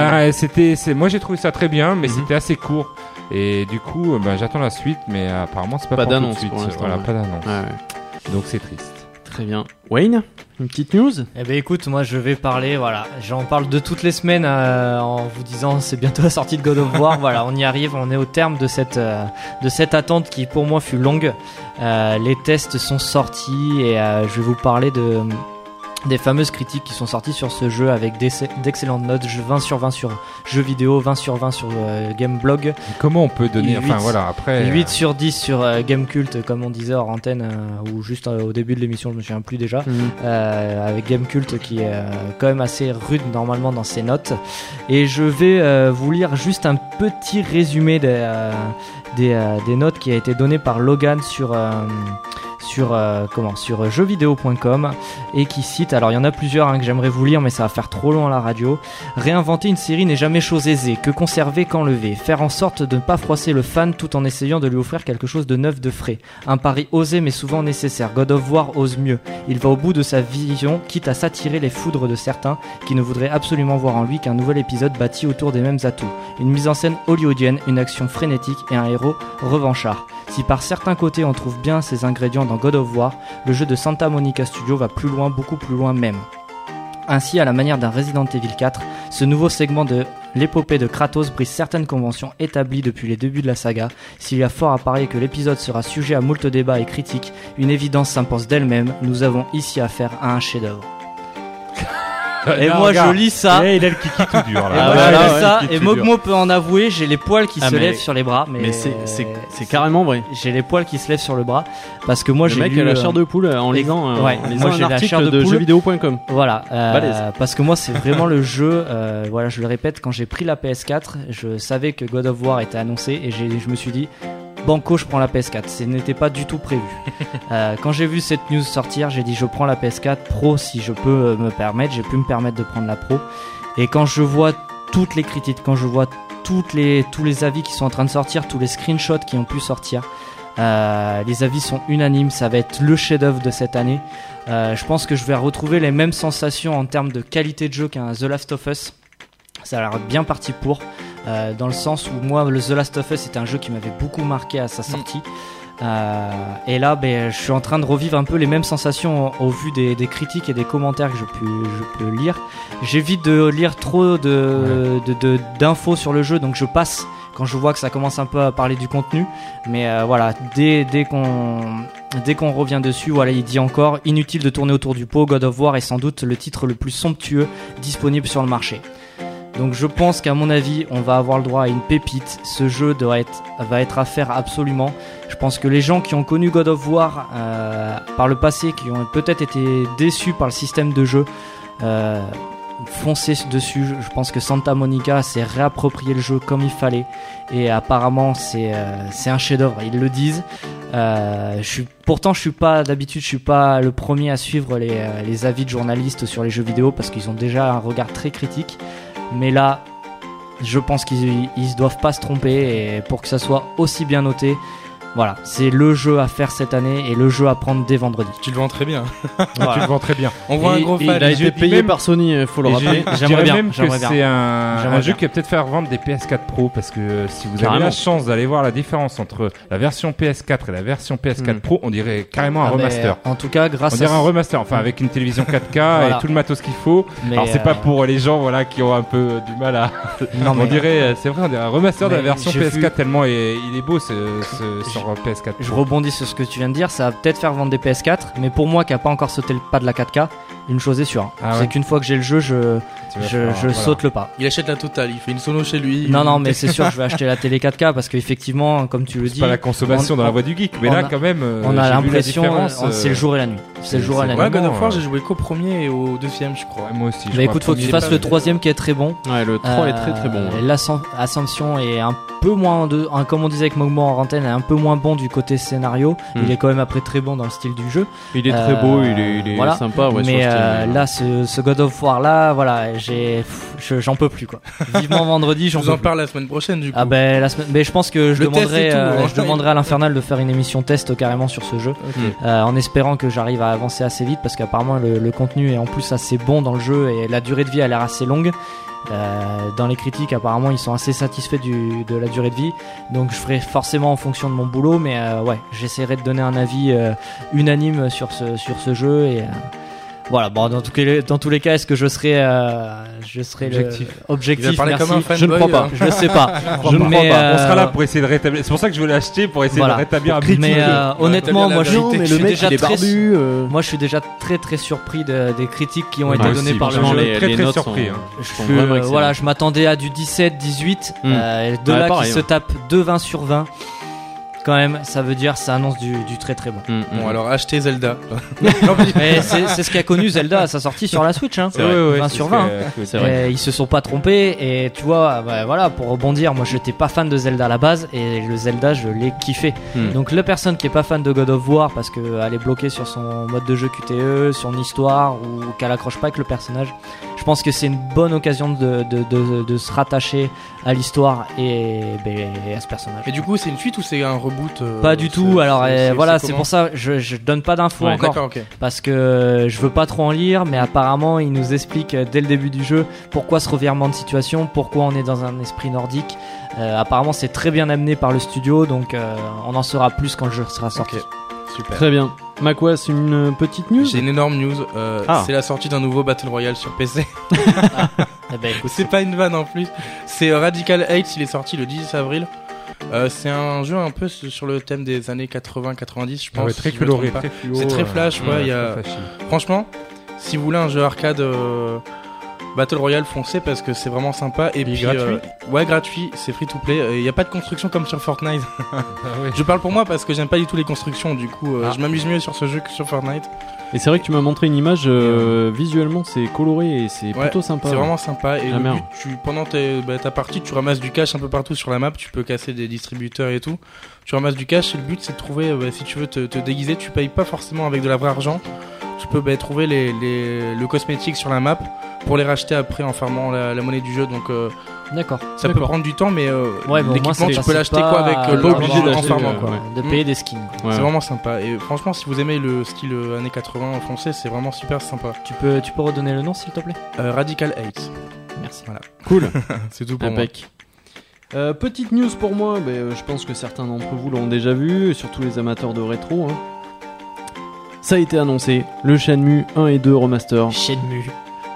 Speaker 5: Moi j'ai trouvé ça très bien, mais c'était assez court. Et du coup, j'attends la suite, mais apparemment c'est pas
Speaker 3: d'annonce
Speaker 5: tout de suite.
Speaker 3: Voilà,
Speaker 5: pas d'annonce.
Speaker 3: Ah ouais.
Speaker 5: Donc c'est triste.
Speaker 3: Très bien. Wayne, une petite news?
Speaker 2: Eh ben écoute, moi je vais parler, voilà, j'en parle de toutes les semaines en vous disant c'est bientôt la sortie de God of War. Voilà, on y arrive, on est au terme de cette attente qui pour moi fut longue. Les tests sont sortis et je vais vous parler des fameuses critiques qui sont sorties sur ce jeu avec d'excellentes notes, 20 sur 20 sur jeux vidéo, 20 sur 20 sur Gameblog.
Speaker 5: Comment on peut donner, 8, après
Speaker 2: 8 sur 10 sur Gamecult, comme on disait hors antenne, ou juste au début de l'émission, je me souviens plus déjà, avec Gamecult qui est quand même assez rude normalement dans ses notes. Et je vais vous lire juste un petit résumé des notes qui a été donné par Logan sur jeuxvideo.com et qui cite, alors il y en a plusieurs que j'aimerais vous lire mais ça va faire trop long à la radio. Réinventer une série n'est jamais chose aisée, que conserver qu'enlever, faire en sorte de ne pas froisser le fan tout en essayant de lui offrir quelque chose de neuf, de frais. Un pari osé mais souvent nécessaire. God of War ose mieux, il va au bout de sa vision, quitte à s'attirer les foudres de certains qui ne voudraient absolument voir en lui qu'un nouvel épisode bâti autour des mêmes atouts. Une mise en scène hollywoodienne, une action frénétique et un héros revanchard. Si par certains côtés on trouve bien ces ingrédients dans God of War, le jeu de Santa Monica Studio va plus loin, beaucoup plus loin même. Ainsi, à la manière d'un Resident Evil 4, ce nouveau segment de l'épopée de Kratos brise certaines conventions établies depuis les débuts de la saga. S'il y a fort à parier que l'épisode sera sujet à moult débats et critiques, une évidence s'impose d'elle-même, nous avons ici affaire à un chef-d'œuvre. Et là, moi regarde, je lis ça.
Speaker 5: Et il a le kiki tout dur là.
Speaker 2: Et moi je lis ça et Mogmo peut en avouer, j'ai les poils qui se lèvent sur les bras. Mais
Speaker 3: c'est carrément vrai.
Speaker 2: J'ai les poils qui se lèvent sur le bras parce que moi j'ai lu.
Speaker 3: Le mec a la chair de poule en lisant un article de jeuxvideo.com.
Speaker 2: Voilà. Parce que moi c'est vraiment le jeu. Voilà, je le répète, quand j'ai pris la PS4, je savais que God of War était annoncé et je me suis dit. Banco, je prends la PS4. Ce n'était pas du tout prévu. Quand j'ai vu cette news sortir, j'ai dit je prends la PS4 Pro si je peux me permettre. J'ai pu me permettre de prendre la Pro. Et quand je vois toutes les critiques, quand je vois tous les avis qui sont en train de sortir, tous les screenshots qui ont pu sortir, les avis sont unanimes. Ça va être le chef-d'œuvre de cette année. Je pense que je vais retrouver les mêmes sensations en termes de qualité de jeu qu'un The Last of Us. Ça a l'air bien parti pour. Dans le sens où moi le The Last of Us c'était un jeu qui m'avait beaucoup marqué à sa sortie et là je suis en train de revivre un peu les mêmes sensations au vu des critiques et des commentaires que je peux lire. J'évite de lire trop d'infos sur le jeu, donc je passe quand je vois que ça commence un peu à parler du contenu, mais voilà, dès qu'on revient dessus, voilà, il dit encore inutile de tourner autour du pot, God of War est sans doute le titre le plus somptueux disponible sur le marché. Donc je pense qu'à mon avis, on va avoir le droit à une pépite. Ce jeu va être à faire absolument. Je pense que les gens qui ont connu God of War par le passé, qui ont peut-être été déçus par le système de jeu, foncez dessus. Je pense que Santa Monica s'est réapproprié le jeu comme il fallait. Et apparemment, c'est un chef-d'œuvre. Ils le disent. Pourtant, je suis pas le premier à suivre les avis de journalistes sur les jeux vidéo parce qu'ils ont déjà un regard très critique. Mais là, je pense qu'ils ne doivent pas se tromper et pour que ça soit aussi bien noté, Voilà, c'est le jeu à faire cette année et le jeu à prendre dès vendredi.
Speaker 4: Tu le vends très bien.
Speaker 5: Voilà. Tu le vends très bien.
Speaker 4: On voit un gros fan.
Speaker 3: Il a été payé par Sony, il faut le rappeler.
Speaker 5: J'aimerais bien que c'est un jeu qui va peut-être faire vendre des PS4 Pro, parce que si vous avez la chance d'aller voir la différence entre la version PS4 et la version PS4 Pro, on dirait carrément un remaster.
Speaker 2: En tout cas,
Speaker 5: on dirait un remaster, enfin avec une télévision 4K et tout le matos qu'il faut. Mais alors c'est pas pour les gens qui ont un peu du mal à. Non, on dirait, c'est vrai, on dirait un remaster de la version PS4 tellement il est beau sur PS4 Pro.
Speaker 2: Je rebondis sur ce que tu viens de dire, ça va peut-être faire vendre des PS4, mais pour moi qui a pas encore sauté le pas de la 4K, une chose est sûre, c'est qu'une fois que j'ai le jeu, je saute le pas.
Speaker 4: Il achète la totale, il fait une sono chez lui.
Speaker 2: Non, mais c'est sûr, je vais acheter la télé 4K parce qu'effectivement, comme tu le dis,
Speaker 5: c'est pas la consommation dans la voie du geek, mais là quand même,
Speaker 2: on a l'impression, c'est le jour et la nuit. C'est le jour et la nuit.
Speaker 4: Ouais, God of War, j'ai joué qu'au premier et au deuxième, je crois.
Speaker 5: Moi aussi.
Speaker 2: Bah écoute, faut que tu fasses le troisième qui est très bon.
Speaker 3: Ouais, le 3 est très très bon.
Speaker 2: L'Ascension est un peu moins comme on disait avec Mogmo en antenne, est un peu moins bon du côté scénario. Il est quand même après très bon dans le style du jeu.
Speaker 3: Il est très beau, il est voilà. Sympa. Ouais,
Speaker 2: mais là, ce God of War là, voilà, j'en peux plus quoi. Vivement vendredi, j'en peux plus.
Speaker 4: Vous en parle la semaine prochaine du coup.
Speaker 2: Ah ben la semaine, mais je pense que je demanderai à l'Infernal de faire une émission test carrément sur ce jeu, en espérant que j'arrive à avancer assez vite parce qu'apparemment le contenu est en plus assez bon dans le jeu et la durée de vie a l'air assez longue. Dans les critiques apparemment ils sont assez satisfaits de la durée de vie, donc je ferai forcément en fonction de mon boulot, mais j'essaierai de donner un avis unanime sur ce jeu et voilà. Bon, dans tous les cas, est-ce que je serai objectif?
Speaker 4: Merci. Comme un fanboy,
Speaker 3: je ne crois pas.
Speaker 2: Je ne sais pas.
Speaker 5: On sera là pour essayer de rétablir. C'est pour ça que je voulais l'acheter, pour essayer de rétablir un petit peu.
Speaker 2: Mais honnêtement, moi,
Speaker 3: je suis déjà
Speaker 2: barbu. Moi, je suis déjà très très surpris des critiques qui ont été données par le jeu.
Speaker 3: Les
Speaker 5: très surpris.
Speaker 2: Voilà, je m'attendais à du 17, 18. De là qui se tape 2,20 sur 20. Quand même, ça veut dire ça annonce du très très bon.
Speaker 4: Bon, alors achetez Zelda.
Speaker 2: Mais c'est ce qu'a connu Zelda à sa sortie sur la Switch, hein. 20 sur 20. C'est vrai. Ils se sont pas trompés et tu vois, voilà, pour rebondir, moi j'étais pas fan de Zelda à la base et le Zelda je l'ai kiffé. Donc la personne qui est pas fan de God of War parce qu'elle est bloquée sur son mode de jeu QTE, son histoire ou qu'elle accroche pas avec le personnage, je pense que c'est une bonne occasion de se rattacher à l'histoire et à ce personnage.
Speaker 4: Et du coup, c'est une suite ou c'est un reboot
Speaker 2: Pas du tout. Alors voilà, c'est pour ça je donne pas d'infos encore parce que je veux pas trop en lire, mais apparemment il nous explique dès le début du jeu pourquoi ce revirement de situation, pourquoi on est dans un esprit nordique. Apparemment c'est très bien amené par le studio, donc on en saura plus quand le jeu sera sorti.
Speaker 3: Super. Très bien. Macwas, une petite news?
Speaker 4: J'ai une énorme news. C'est la sortie d'un nouveau Battle Royale sur PC. Écoute, c'est pas une vanne en plus. C'est Radical 8, il est sorti le 10 avril. C'est un jeu un peu sur le thème des années 80-90, je pense.
Speaker 5: Très coloré, très fluo.
Speaker 4: C'est très flash, franchement, si vous voulez un jeu arcade Battle Royale, foncez parce que c'est vraiment sympa. Et puis
Speaker 5: gratuit.
Speaker 4: Gratuit, c'est free to play. Il n'y a pas de construction comme sur Fortnite. Je parle pour moi parce que j'aime pas du tout les constructions. Du coup, je m'amuse mieux sur ce jeu que sur Fortnite.
Speaker 3: Et c'est vrai que tu m'as montré une image, visuellement c'est coloré et c'est plutôt sympa.
Speaker 4: C'est vraiment sympa. Et le but, pendant ta partie, tu ramasses du cash un peu partout sur la map. Tu peux casser des distributeurs et tout. Tu ramasses du cash et le but c'est de trouver, si tu veux te déguiser, tu payes pas forcément avec de la vraie argent. Tu peux trouver le cosmétique sur la map pour les racheter après en farmant la monnaie du jeu. Donc
Speaker 2: d'accord.
Speaker 4: Ça peut prendre du temps, mais l'équipement tu peux l'acheter
Speaker 2: avec
Speaker 4: en farmant
Speaker 2: de payer des skins.
Speaker 4: C'est vraiment sympa. Et franchement, si vous aimez le style années 80 français, c'est vraiment super sympa.
Speaker 2: Tu peux redonner le nom s'il te plaît?
Speaker 4: Radical 8.
Speaker 2: Merci.
Speaker 4: Voilà.
Speaker 3: Cool.
Speaker 4: C'est tout pour moi.
Speaker 3: Petite news pour moi, je pense que certains d'entre vous l'ont déjà vu, surtout les amateurs de rétro. Ça a été annoncé, le Shenmue 1 et 2 remaster.
Speaker 2: Shenmue.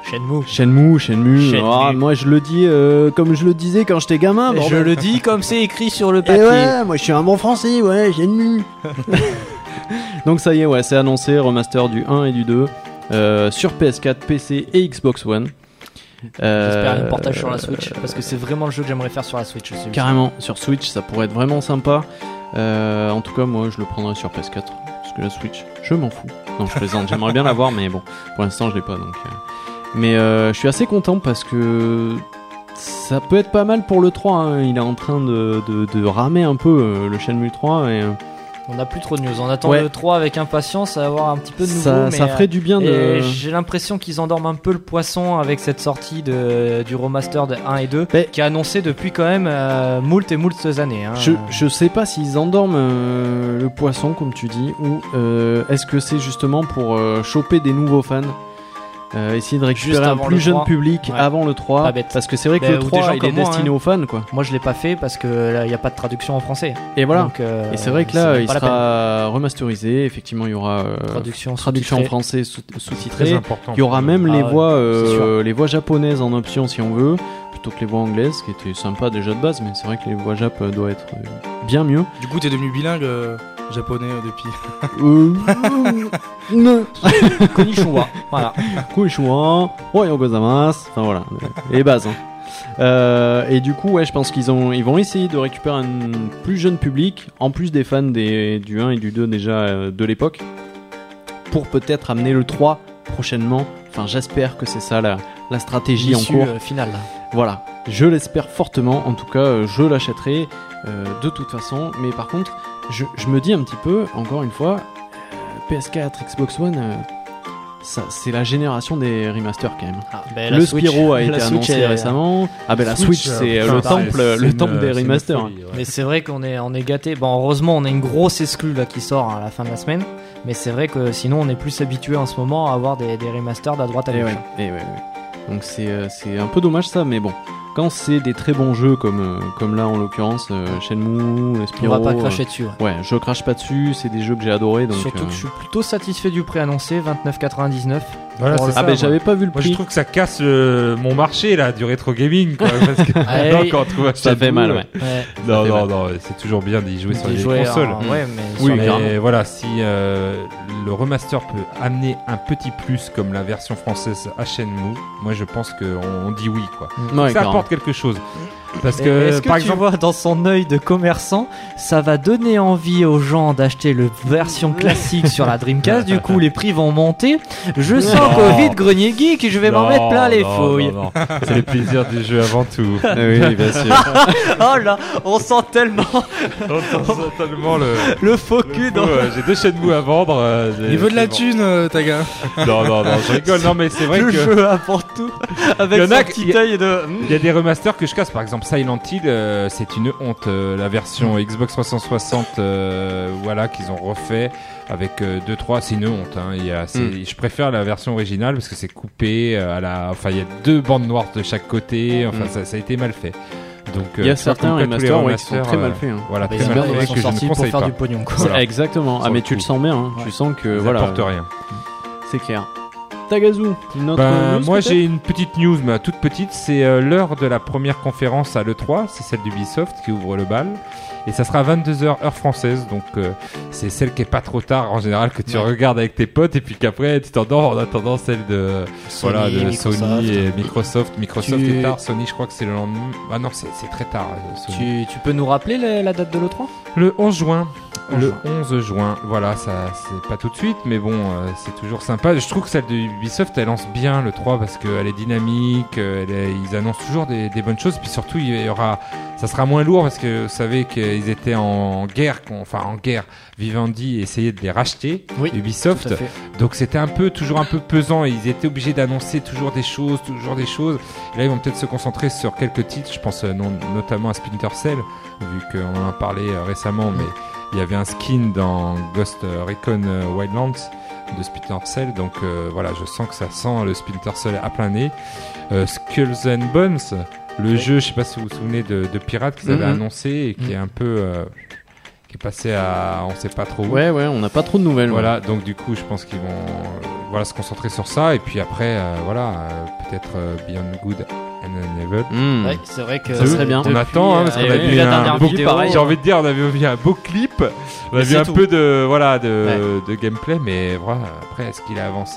Speaker 3: Moi je le dis comme je le disais quand j'étais gamin.
Speaker 2: Je le dis comme c'est écrit sur le papier.
Speaker 3: Et ouais, moi je suis un bon français, Shenmue. Donc ça y est, c'est annoncé, remaster du 1 et du 2 sur PS4, PC et Xbox One.
Speaker 2: J'espère un portage sur la Switch parce que c'est vraiment le jeu que j'aimerais faire sur la Switch.
Speaker 3: Carrément, sur Switch ça pourrait être vraiment sympa. En tout cas, moi je le prendrais sur PS4 parce que la Switch, je m'en fous. Non, je plaisante, j'aimerais bien l'avoir, mais bon, pour l'instant je l'ai pas donc. Mais je suis assez content parce que ça peut être pas mal pour le 3. Il est en train de ramer un peu le Shenmue 3 et
Speaker 2: On n'a plus trop de news. On attend le 3 avec impatience à avoir un petit peu de nouveau.
Speaker 3: Ça ferait du bien de.
Speaker 2: J'ai l'impression qu'ils endorment un peu le poisson avec cette sortie du remaster de 1 et 2 qui est annoncé depuis quand même moult années. Hein.
Speaker 3: Je sais pas s'ils endorment le poisson comme tu dis ou est-ce que c'est justement pour choper des nouveaux fans. Essayer de récupérer un plus jeune public avant le 3 parce que c'est vrai que le 3 il est destiné aux fans quoi.
Speaker 2: Moi je l'ai pas fait parce que là il n'y a pas de traduction en français
Speaker 3: et voilà. Donc, et c'est vrai que là il sera remasterisé, effectivement il y aura traduction en français sous-titré, il y aura même les voix japonaises en option si on veut plutôt que les voix anglaises, ce qui était sympa déjà de base, mais c'est vrai que les voix jap doivent être bien mieux.
Speaker 4: Du coup t'es devenu bilingue japonais depuis.
Speaker 2: Konnichiwa. Voilà.
Speaker 3: Konnichiwa. Ohayou gozaimasu. Enfin voilà. Les bases. Et du coup, je pense qu'ils vont essayer de récupérer un plus jeune public, en plus des fans du 1 et du 2 déjà de l'époque, pour peut-être amener le 3 prochainement. Enfin, j'espère que c'est ça la stratégie en cours.
Speaker 2: Finale.
Speaker 3: Voilà. Je l'espère fortement. En tout cas, je l'achèterai de toute façon. Mais par contre, je me dis un petit peu, encore une fois, PS4, Xbox One, c'est la génération des remasters quand même. Le Spyro a été annoncé récemment. La Switch, c'est le temple des remasters.
Speaker 2: Folie, ouais. Mais c'est vrai qu'on est gâté. Bon, heureusement, on a une grosse exclue là qui sort à la fin de la semaine. Mais c'est vrai que sinon, on est plus habitué en ce moment à avoir des remasters à droite à gauche.
Speaker 3: Donc c'est un peu dommage ça, mais bon. Quand c'est des très bons jeux comme là en l'occurrence Shenmue, Spyro,
Speaker 2: on va pas cracher dessus.
Speaker 3: Ouais, je crache pas dessus, c'est des jeux que j'ai adorés. Donc,
Speaker 2: surtout que je suis plutôt satisfait du prix annoncé, 29,99.
Speaker 5: Voilà,
Speaker 3: j'avais pas vu le prix.
Speaker 5: Moi je trouve que ça casse mon marché là du rétro gaming quoi, parce que quand on trouve
Speaker 3: ça fait mal
Speaker 5: Non, c'est toujours bien d'y jouer sur les consoles. Mais voilà, si le remaster peut amener un petit plus comme la version française à Shenmue, moi je pense qu'on dit oui quoi. Ça apporte quelque chose. Parce que,
Speaker 2: est-ce que par exemple, tu vois dans son œil de commerçant, ça va donner envie aux gens d'acheter la version classique sur la Dreamcast. Du coup, les prix vont monter. Je sens qu'au vide-grenier geek, je vais m'en mettre plein les fouilles.
Speaker 5: Non. C'est le plaisir du jeu avant tout.
Speaker 3: Oui, bien sûr.
Speaker 2: Oh là, on sent tellement le faux cul.
Speaker 5: J'ai 2 Shenmue à vendre.
Speaker 4: Il veut de la thune, Taga.
Speaker 5: Non, je rigole. Non, mais c'est vrai
Speaker 2: le jeu avant tout. Avec son petit œil de.
Speaker 5: Il y a des remasters que je casse. Par exemple, Silent Hill, c'est une honte. La version Xbox 360, voilà, qu'ils ont refait avec 2-3, c'est une honte. Hein. Je préfère la version originale parce que c'est coupé enfin, il y a 2 bandes noires de chaque côté. Enfin, ça a été mal fait. Donc,
Speaker 3: il y a certains remasters qui sont très mal faits.
Speaker 5: Voilà, très mal faits que je ne conseille pas.
Speaker 2: Du pognon, quoi.
Speaker 3: Voilà. Exactement. Mais tu le sens bien. Hein. Ouais. Tu sens que
Speaker 5: ça apporte rien.
Speaker 3: C'est clair. Tagazu, une autre news
Speaker 5: moi j'ai une petite news, mais toute petite, c'est l'heure de la première conférence à l'E3, c'est celle d'Ubisoft qui ouvre le bal, et ça sera à 22h heure française, donc c'est celle qui est pas trop tard en général, que tu regardes avec tes potes, et puis qu'après tu t'endors en attendant celle de Sony et Microsoft est tard, Sony je crois que c'est le lendemain, ah non c'est très tard.
Speaker 2: Tu peux nous rappeler la date de l'E3 ?
Speaker 5: Le 11 juin. Le 11 juin, voilà, ça c'est pas tout de suite, mais bon, c'est toujours sympa. Je trouve que celle de Ubisoft, elle lance bien le 3 parce qu'elle est dynamique, ils annoncent toujours des bonnes choses, puis surtout ça sera moins lourd parce que vous savez qu'ils étaient en guerre, Vivendi essayait de les racheter, Ubisoft, donc c'était toujours un peu pesant, et ils étaient obligés d'annoncer toujours des choses, et là ils vont peut-être se concentrer sur quelques titres, je pense notamment à Splinter Cell, vu qu'on en a parlé récemment, mais il y avait un skin dans Ghost Recon Wildlands de Splinter Cell, donc voilà, je sens que ça sent le Splinter Cell à plein nez. Skulls and Bones, le jeu, je sais pas si vous vous souvenez de Pirates qu'ils avaient annoncé et qui est un peu qui est passé à on sait pas trop où.
Speaker 3: Ouais, on n'a pas trop de nouvelles.
Speaker 5: Voilà, donc du coup, je pense qu'ils vont se concentrer sur ça, et puis après peut-être Beyond Good and Evil.
Speaker 2: Ouais, c'est vrai que
Speaker 3: ça serait bien.
Speaker 5: On attend parce qu'on a vu un beau pareil. J'ai envie de dire, on avait vu un beau clip, on a vu un peu de gameplay, mais voilà, après est-ce qu'il a avancé?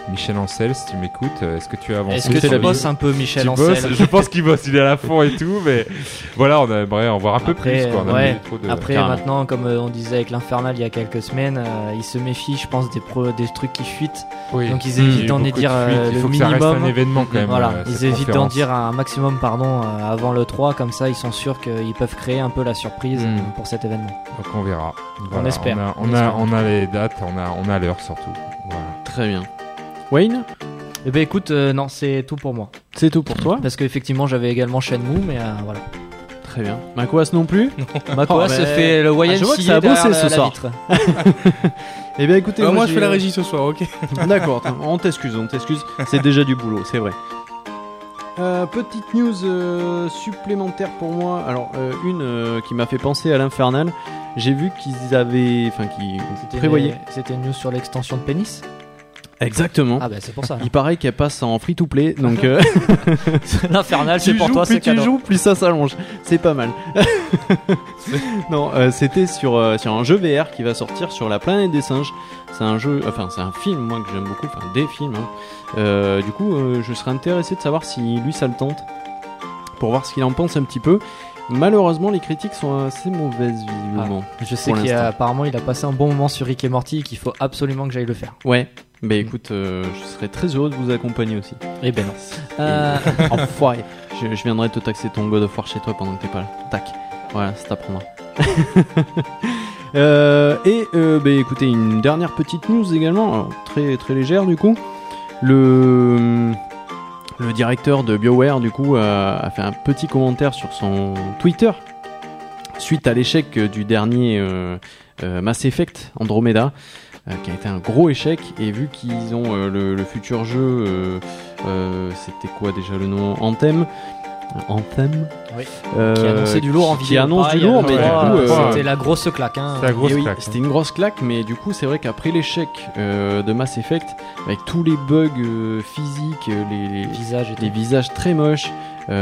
Speaker 5: Michel Ancel, si tu m'écoutes, est-ce que tu as avancé?
Speaker 2: Est-ce que tu bosses un peu Michel Ancel?
Speaker 5: Je pense qu'il bosse, il est à la fond et tout, mais voilà, on aimerait en voir un peu plus. Quoi.
Speaker 2: Après, maintenant, comme on disait avec l'Infernal il y a quelques semaines, ils se méfient, je pense, des trucs qui fuitent.
Speaker 5: Oui.
Speaker 2: Donc ils évitent d'en dire
Speaker 5: il faut
Speaker 2: le
Speaker 5: que ça
Speaker 2: minimum.
Speaker 5: reste un événement quand même.
Speaker 2: Voilà, ils évitent d'en dire un maximum, avant le 3, comme ça ils sont sûrs qu'ils peuvent créer un peu la surprise pour cet événement.
Speaker 5: Donc on verra.
Speaker 2: Voilà, on espère.
Speaker 5: On a les dates, on a l'heure surtout. Voilà.
Speaker 3: Très bien. Wayne?
Speaker 2: Eh ben écoute, non, c'est tout pour moi.
Speaker 3: C'est tout pour toi?
Speaker 2: Parce qu'effectivement j'avais également Shenmue, mais voilà.
Speaker 3: Très bien. Makoas non plus?
Speaker 2: Makoas se fait le YMCA
Speaker 3: je vois que ça a bossé ce soir. Eh bien écoutez,
Speaker 4: moi je fais la régie ce soir, ok.
Speaker 3: D'accord, on t'excuse. C'est déjà du boulot, c'est vrai. Petite news supplémentaire pour moi. Alors une qui m'a fait penser à l'Infernal. J'ai vu qu'ils avaient, qu'ils prévoyaient.
Speaker 2: C'était une news sur l'extension de pénis.
Speaker 3: Exactement.
Speaker 2: Ah bah c'est pour ça.
Speaker 3: Il paraît qu'elle passe en free to play, donc
Speaker 2: l'Infernal c'est pour toi, c'est cadeau.
Speaker 3: Plus tu joues, plus ça s'allonge. C'est pas mal. Non, c'était sur un jeu VR qui va sortir sur la planète des singes. C'est un jeu, c'est un film moi que j'aime beaucoup, des films. Du coup, je serais intéressé de savoir si lui ça le tente, pour voir ce qu'il en pense un petit peu. Malheureusement, les critiques sont assez mauvaises visiblement.
Speaker 2: Je sais qu'apparemment il a passé un bon moment sur Rick et Morty et qu'il faut absolument que j'aille le faire.
Speaker 3: Ouais. Bah écoute, je serais très heureux de vous accompagner aussi.
Speaker 2: Eh ben non.
Speaker 3: Enfoiré. Je viendrai te taxer ton God of War chez toi pendant que t'es pas là. Tac. Voilà, ça t'apprendra. Écoutez, une dernière petite news également, alors, très très légère du coup. Le directeur de BioWare du coup a fait un petit commentaire sur son Twitter suite à l'échec du dernier Mass Effect Andromeda. Qui a été un gros échec, et vu qu'ils ont le futur jeu, c'était quoi déjà le nom? Anthem.
Speaker 2: Oui. Qui annonçait du lourd en vidéo.
Speaker 3: Qui annonce du lourd, mais du coup,
Speaker 2: c'était la grosse claque.
Speaker 3: C'était une grosse claque, mais du coup, c'est vrai qu'après l'échec de Mass Effect, avec tous les bugs physiques, les visages très moches.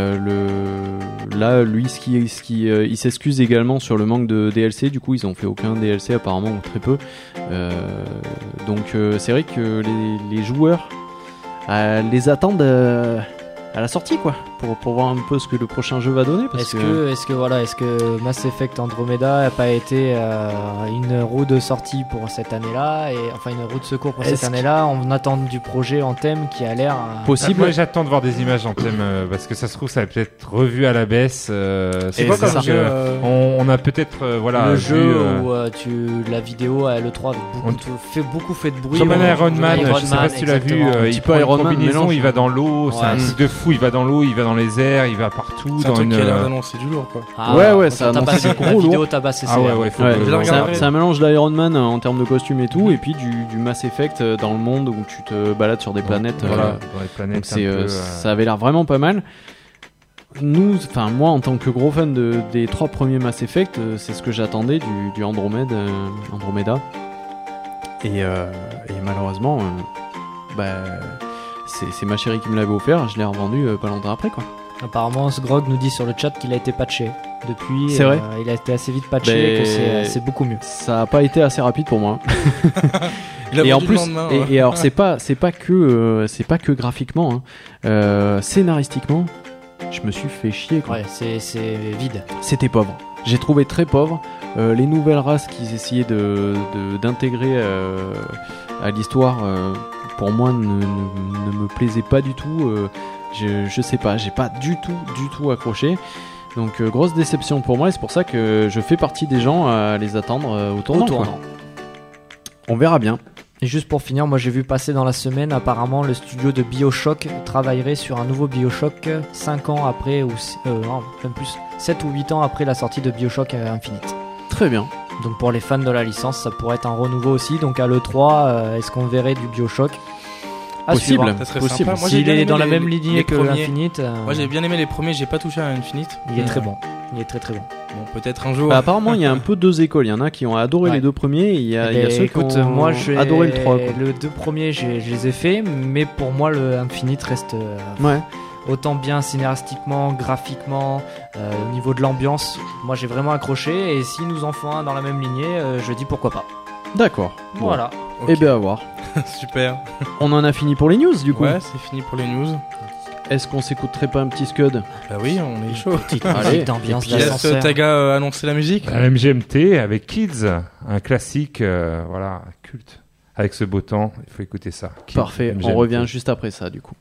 Speaker 3: Là, lui, il s'excuse également sur le manque de DLC. Du coup, ils ont fait aucun DLC apparemment, ou très peu. Donc, c'est vrai que les joueurs les attendent à la sortie, quoi, pour voir un peu ce que le prochain jeu va donner.
Speaker 2: Est-ce que Mass Effect Andromeda n'a pas été une roue de sortie pour cette année-là, une roue de secours pour cette année-là, on attend du projet Anthem qui a l'air
Speaker 3: possible.
Speaker 5: Moi j'attends de voir des images Anthem parce que ça se trouve ça va peut-être revu à la baisse.
Speaker 4: C'est quoi comme jeu
Speaker 5: on a peut-être
Speaker 2: le jeu où la vidéo à l'E3 fait de bruit.
Speaker 5: Comme un Iron Man, je sais pas si tu l'as vu, il prend une combinaison, il va dans l'eau, c'est un truc de fou, il va dans l'eau, il va dans les airs, il va partout.
Speaker 4: C'est un truc qui a l'air d'annoncer du lourd, quoi.
Speaker 3: Ouais, ça annonce du gros lourd. C'est un mélange d'Iron Man en termes de costume et tout, et puis du Mass Effect dans le monde où tu te balades sur des planètes.
Speaker 5: Voilà, dans les planètes.
Speaker 3: Donc ça avait l'air vraiment pas mal. Moi en tant que gros fan des 3 premiers Mass Effect, c'est ce que j'attendais du Andromeda. Et malheureusement, c'est ma chérie qui me l'avait offert, je l'ai revendu pas longtemps après, quoi.
Speaker 2: Apparemment, ce Grog nous dit sur le chat qu'il a été patché depuis.
Speaker 3: C'est vrai.
Speaker 2: Il a été assez vite patché, que c'est beaucoup mieux.
Speaker 3: Ça a pas été assez rapide pour moi. Et en plus, et alors c'est pas que graphiquement, scénaristiquement, je me suis fait chier, quoi.
Speaker 2: Ouais, c'est vide.
Speaker 3: C'était pauvre. J'ai trouvé très pauvre. Les nouvelles races qu'ils essayaient d'intégrer à l'histoire, pour moi, ne me plaisaient pas du tout. Je sais pas, j'ai pas du tout accroché. Donc grosse déception pour moi, et c'est pour ça que je fais partie des gens à les attendre au tournant. On verra bien.
Speaker 2: Et juste pour finir, moi j'ai vu passer dans la semaine, apparemment le studio de BioShock travaillerait sur un nouveau BioShock 5 ans après, ou même plus, 7 ou 8 ans après la sortie de BioShock Infinite.
Speaker 3: Très bien.
Speaker 2: Donc pour les fans de la licence, ça pourrait être un renouveau aussi. Donc à l'E3, est-ce qu'on verrait du BioShock ?
Speaker 3: Possible.
Speaker 4: Ça serait sympa. Moi,
Speaker 2: s'il est dans la même lignée que Infinite.
Speaker 4: Moi j'ai bien aimé les premiers, j'ai pas touché à Infinite.
Speaker 2: Il est très bon. Il est très très bon.
Speaker 4: Bon, peut-être un jour.
Speaker 3: Apparemment, il y a un peu 2 écoles. Il y en a qui ont adoré les 2 premiers, et il y a ceux qui ont adoré le 3. Quoi.
Speaker 2: Le 2 premiers, je les ai faits, mais pour moi, le Infinite reste autant bien scénaristiquement, graphiquement, au niveau de l'ambiance. Moi, j'ai vraiment accroché, et s'ils nous en font un dans la même lignée, je dis pourquoi pas.
Speaker 3: D'accord.
Speaker 2: Voilà.
Speaker 3: Et bien à voir.
Speaker 4: Super.
Speaker 3: On en a fini pour les news du coup.
Speaker 4: Ouais, c'est fini pour les news.
Speaker 3: Est-ce qu'on s'écouterait pas un petit Scud?
Speaker 4: Bah oui, on est chaud.
Speaker 2: Allez, d'ambiance d'ascenseur.
Speaker 4: Est-ce que Taga annoncer la musique?
Speaker 5: MGMT avec Kids, un classique, voilà, culte. Avec ce beau temps, il faut écouter ça. Kids,
Speaker 3: parfait,
Speaker 5: MGMT.
Speaker 3: on revient juste après ça du coup.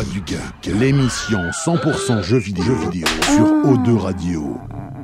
Speaker 1: du geek, l'émission 100% jeux vidéo sur O2 Radio.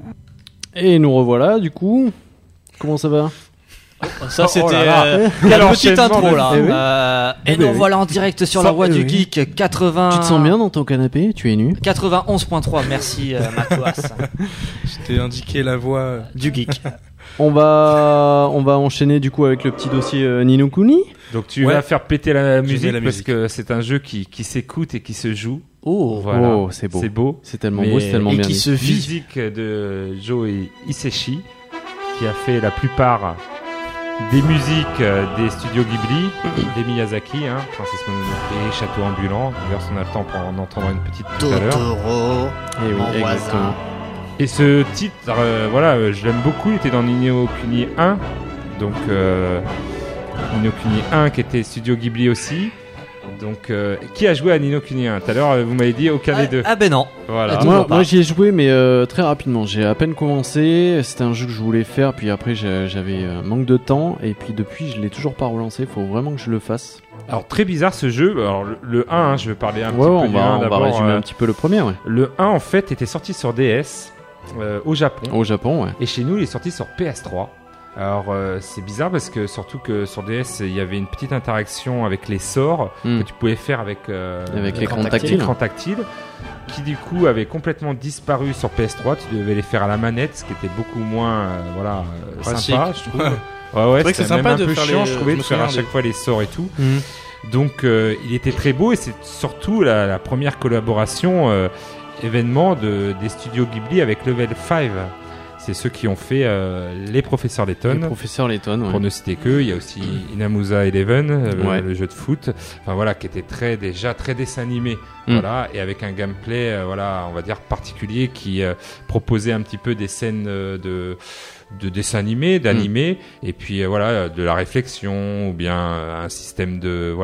Speaker 3: Et nous revoilà, du coup. Comment ça va ?
Speaker 2: Ça c'était la petite intro là. Et nous voilà en direct sur la voie du geek 80.
Speaker 3: Tu te sens bien dans ton canapé ? Tu es nu ?
Speaker 2: 91.3. Merci Matouas.
Speaker 4: Je t'ai indiqué la voie
Speaker 2: du geek.
Speaker 3: On va enchaîner du coup avec le petit dossier Ni no Kuni.
Speaker 5: Donc tu vas faire péter la musique parce que c'est un jeu qui s'écoute et qui se joue.
Speaker 3: Oh, voilà. Oh, c'est beau.
Speaker 5: C'est beau.
Speaker 3: C'est tellement beau, c'est tellement
Speaker 2: et
Speaker 3: bien.
Speaker 2: Qui se vit.
Speaker 5: Musique de Joe Hisaishi qui a fait la plupart des musiques des studios Ghibli, des Miyazaki, Princesse Mononoke, Château Ambulant. D'ailleurs, si on a le temps pour en entendre une petite tout à l'heure.
Speaker 2: Totoro.
Speaker 3: Et oui, exactement.
Speaker 5: Et ce titre, je l'aime beaucoup. Il était dans Ni no Kuni 1, donc Ni no Kuni 1 qui était studio Ghibli aussi. Donc, qui a joué à Ni no Kuni 1 ? Tout à l'heure, vous m'avez dit aucun des deux.
Speaker 2: Ah ben non.
Speaker 5: Voilà.
Speaker 3: Moi j'y ai joué, mais très rapidement. J'ai à peine commencé. C'était un jeu que je voulais faire, puis après j'avais manque de temps, et puis depuis je l'ai toujours pas relancé. Faut vraiment que je le fasse.
Speaker 5: Alors très bizarre ce jeu. Alors le 1, je vais parler un petit peu du 1 d'abord.
Speaker 3: On va résumer un petit peu le premier. Ouais.
Speaker 5: Le 1 en fait était sorti sur DS au Japon.
Speaker 3: Au Japon, ouais.
Speaker 5: Et chez nous, il est sorti sur PS3. Alors c'est bizarre parce que surtout que sur DS il y avait une petite interaction avec les sorts que tu pouvais faire avec
Speaker 3: l'écran
Speaker 5: tactile qui du coup avait complètement disparu sur PS3. Tu devais les faire à la manette, ce qui était beaucoup moins sympa, je trouve. Ouais,
Speaker 4: c'est vrai que c'est sympa de faire
Speaker 5: chiant, je trouvais de faire à chaque fois les sorts et tout. Donc il était très beau et c'est surtout la première collaboration événement des studios Ghibli avec Level 5. C'est ceux qui ont fait les Professeurs Layton.
Speaker 3: Les Professeurs Layton, ouais.
Speaker 5: Pour ne citer qu'eux, il y a aussi Inamusa Eleven, le jeu de foot. Enfin voilà, qui était déjà très dessin animé. Voilà, et avec un gameplay, on va dire particulier, qui proposait un petit peu des scènes de dessin animé, d'animé, et puis de la réflexion ou bien un système de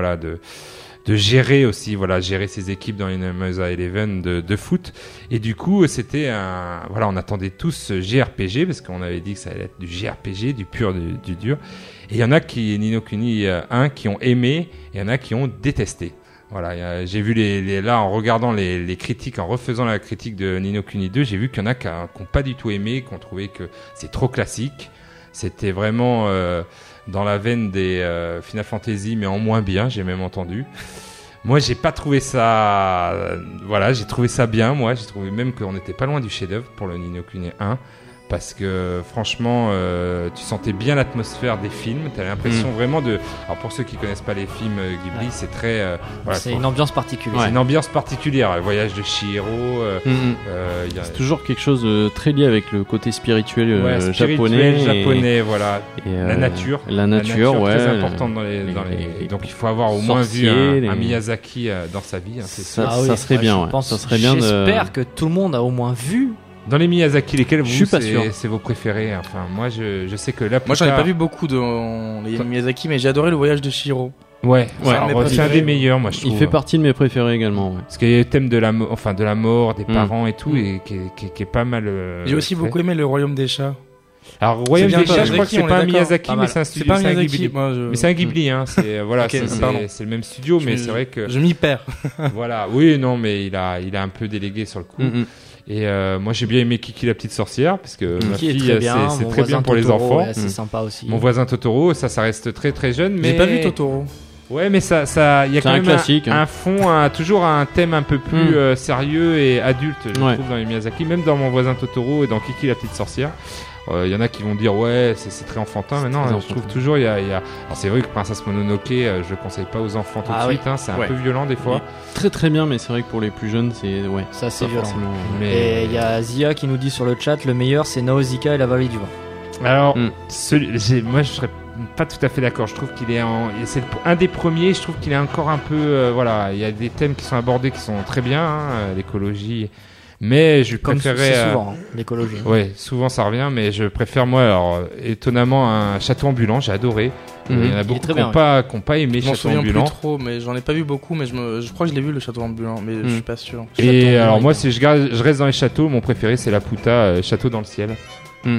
Speaker 5: gérer aussi, gérer ses équipes dans Inamusa Eleven de foot. Et du coup, c'était on attendait tous ce JRPG parce qu'on avait dit que ça allait être du JRPG, du pur, du dur. Et il y en a qui, Ni no Kuni 1, qui ont aimé, et il y en a qui ont détesté. Voilà, j'ai vu là, en regardant les critiques, en refaisant la critique de Ni no Kuni 2, j'ai vu qu'il y en a qui n'ont pas du tout aimé, qui ont trouvé que c'est trop classique. C'était vraiment dans la veine des Final Fantasy, mais en moins bien, j'ai même entendu. Moi, j'ai pas trouvé ça... j'ai trouvé ça bien, moi. J'ai trouvé même qu'on n'était pas loin du chef-d'œuvre pour le Ni no Kuni 1. Parce que, franchement, tu sentais bien l'atmosphère des films. T'avais l'impression vraiment de... Alors, pour ceux qui connaissent pas les films Ghibli, c'est très...
Speaker 2: c'est une ambiance particulière.
Speaker 5: C'est une ambiance particulière. Le voyage de Chihiro...
Speaker 3: c'est toujours quelque chose de très lié avec le côté spirituel japonais.
Speaker 5: Voilà. Et la nature.
Speaker 3: La nature,
Speaker 5: très importante dans les... Donc, il faut avoir au moins vu un Miyazaki dans sa vie.
Speaker 3: Ça serait bien,
Speaker 2: J'espère que tout le monde a au moins vu.
Speaker 5: Dans les Miyazaki, lesquels
Speaker 2: c'est
Speaker 5: vos préférés? Enfin, moi, je sais que là...
Speaker 4: Moi, j'en ai pas vu beaucoup dans les Miyazaki, mais j'ai adoré le voyage de Chihiro.
Speaker 5: Ouais, c'est un des meilleurs, moi, je trouve.
Speaker 3: Il fait partie de mes préférés également. Ouais.
Speaker 5: Parce qu'il y a le thème de la mort, des parents et tout, et qui est pas mal.
Speaker 4: J'ai aussi beaucoup aimé le Royaume des chats.
Speaker 5: Alors, Royaume des chats, je crois que c'est pas un Miyazaki, mais c'est un studio.
Speaker 4: C'est pas un Ghibli.
Speaker 5: Mais c'est un Ghibli, c'est le même studio, mais c'est vrai que.
Speaker 4: Je m'y perds.
Speaker 5: Voilà, oui, non, mais il a un peu délégué sur le coup. Et moi j'ai bien aimé Kiki la petite sorcière parce que ma fille c'est très bien pour les enfants.
Speaker 2: C'est sympa aussi.
Speaker 5: Mon voisin Totoro, ça reste très très jeune. Mais
Speaker 4: j'ai pas vu Totoro.
Speaker 5: Ouais, mais ça il y a quand même un fond, toujours un thème un peu plus sérieux et adulte, je trouve, dans les Miyazaki, même dans Mon voisin Totoro et dans Kiki la petite sorcière. Il y en a qui vont dire c'est très enfantin, mais non, je trouve toujours il y a... Alors c'est vrai que Princesse Mononoke, je conseille pas aux enfants tout de suite, c'est un peu violent des fois.
Speaker 3: Très très bien, mais c'est vrai que pour les plus jeunes
Speaker 2: ça c'est violent. Et il y a Zia qui nous dit sur le chat, le meilleur c'est Nausicaa et la vallée du vent.
Speaker 5: Alors moi je serais pas tout à fait d'accord. Je trouve qu'il c'est un des premiers. Je trouve qu'il est encore un peu il y a des thèmes qui sont abordés qui sont très bien, l'écologie. Mais je préférais...
Speaker 2: C'est souvent, l'écologie.
Speaker 5: Ouais, souvent ça revient, mais je préfère, moi, étonnamment, un château ambulant, j'ai adoré. Il y en a beaucoup qui n'ont pas aimé Château ambulant. Je m'en souviens
Speaker 4: plus trop, mais j'en ai pas vu beaucoup, mais je crois que je l'ai vu, le château ambulant, mais je suis pas sûr.
Speaker 5: Et alors moi, si je reste dans les châteaux, mon préféré, c'est Laputa, Château dans le ciel.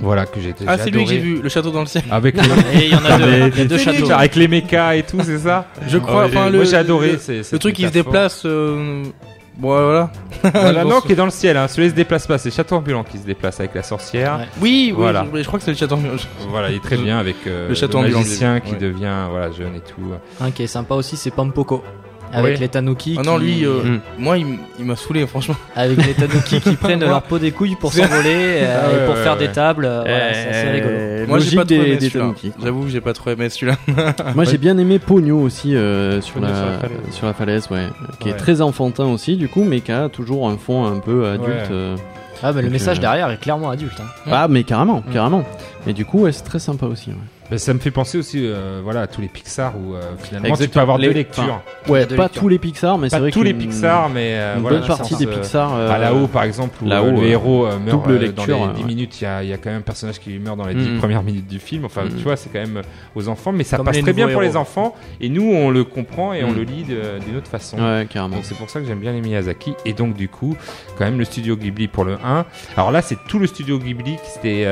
Speaker 5: Voilà, que j'ai
Speaker 4: c'est lui que j'ai vu, le château dans le ciel.
Speaker 5: Avec
Speaker 2: et il y en a deux, il y a deux châteaux.
Speaker 5: Avec les mechas et tout, c'est ça?
Speaker 4: Je crois,
Speaker 5: moi j'ai adoré.
Speaker 4: Le truc qui se déplace. Voilà.
Speaker 5: Non, qui est dans le ciel. Celui-là se déplace pas. C'est le château ambulant qui se déplace avec la sorcière.
Speaker 4: Ouais. Oui, voilà. Je crois que c'est le château ambulant.
Speaker 5: Voilà, il est très bien avec le château magicien qui devient jeune et tout.
Speaker 2: Un qui est sympa aussi, c'est Pampoko. Avec les tanuki.
Speaker 4: Ah non, lui, moi, il m'a saoulé, franchement.
Speaker 2: Avec les tanuki qui prennent leur peau des couilles pour s'envoler et pour faire des tables. Voilà, c'est assez rigolo.
Speaker 4: Moi, j'ai pas trop aimé celui-là. J'avoue que j'ai pas trop aimé celui-là.
Speaker 3: Moi, j'ai bien aimé Pogno aussi sur la falaise, qui est très enfantin aussi, du coup, mais qui a toujours un fond un peu adulte.
Speaker 2: Ah, mais le message derrière est clairement adulte.
Speaker 3: Ah, mais carrément. Et du coup, c'est très sympa aussi.
Speaker 5: Ça me fait penser aussi à tous les Pixar où finalement tu peux avoir deux lectures.
Speaker 3: Pas tous les Pixar, mais c'est vrai que
Speaker 5: tous les Pixar, mais
Speaker 3: une bonne partie des Pixar.
Speaker 5: À là-haut par exemple, où le héros meurt dans les 10 minutes, il y a quand même un personnage qui meurt dans les 10 premières minutes du film. Enfin, tu vois, c'est quand même aux enfants, mais ça passe très bien pour les enfants. Et nous, on le comprend et on le lit d'une autre façon.
Speaker 3: Ouais, carrément.
Speaker 5: Donc c'est pour ça que j'aime bien les Miyazaki. Et donc du coup, quand même le studio Ghibli pour le 1. Alors là, c'est tout le studio Ghibli qui s'était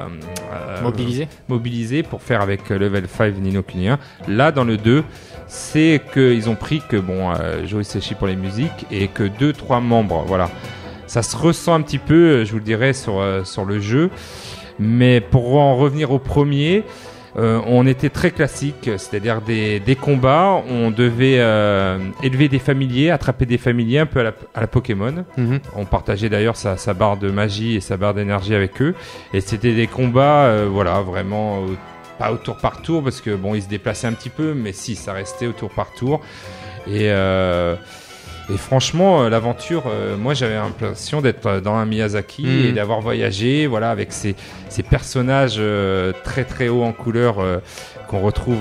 Speaker 5: mobilisé pour faire avec Level 5 Ni no Kuni 1. Là dans le 2, c'est qu'ils ont pris que Joe Hisaishi pour les musiques et que 2-3 membres, voilà. Ça se ressent un petit peu, je vous le dirai, sur le jeu. Mais pour en revenir au premier, on était très classique, c'est-à-dire des combats, on devait élever des familiers, attraper des familiers un peu à la Pokémon. On partageait d'ailleurs sa barre de magie et sa barre d'énergie avec eux. Et c'était des combats, vraiment pas au tour par tour, parce que ils se déplaçaient un petit peu, mais si, ça restait au tour par tour. Et franchement, l'aventure, moi j'avais l'impression d'être dans un Miyazaki et d'avoir voyagé, avec ces personnages très très hauts en couleur qu'on retrouve,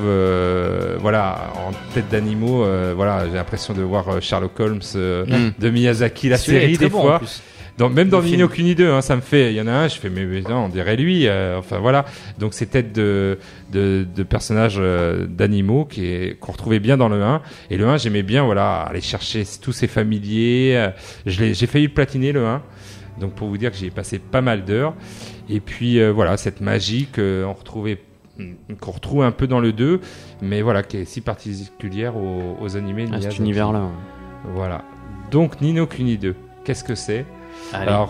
Speaker 5: en tête d'animaux. J'ai l'impression de voir Sherlock Holmes de Miyazaki, la série des fois. Même dans Ni no Kuni 2, ça me fait. Il y en a un, je fais, mais non, on dirait lui. Donc ces têtes de personnages d'animaux qu'on retrouvait bien dans le 1. Et le 1, j'aimais bien, aller chercher tous ces familiers. J'ai failli platiner le 1. Donc pour vous dire que j'y ai passé pas mal d'heures. Et puis cette magie qu'on retrouve un peu dans le 2, mais qui est si particulière aux animés de Miyazaki.
Speaker 3: Cet univers-là.
Speaker 5: Voilà. Donc Ni no Kuni 2, qu'est-ce que c'est?
Speaker 3: Allez,
Speaker 5: alors,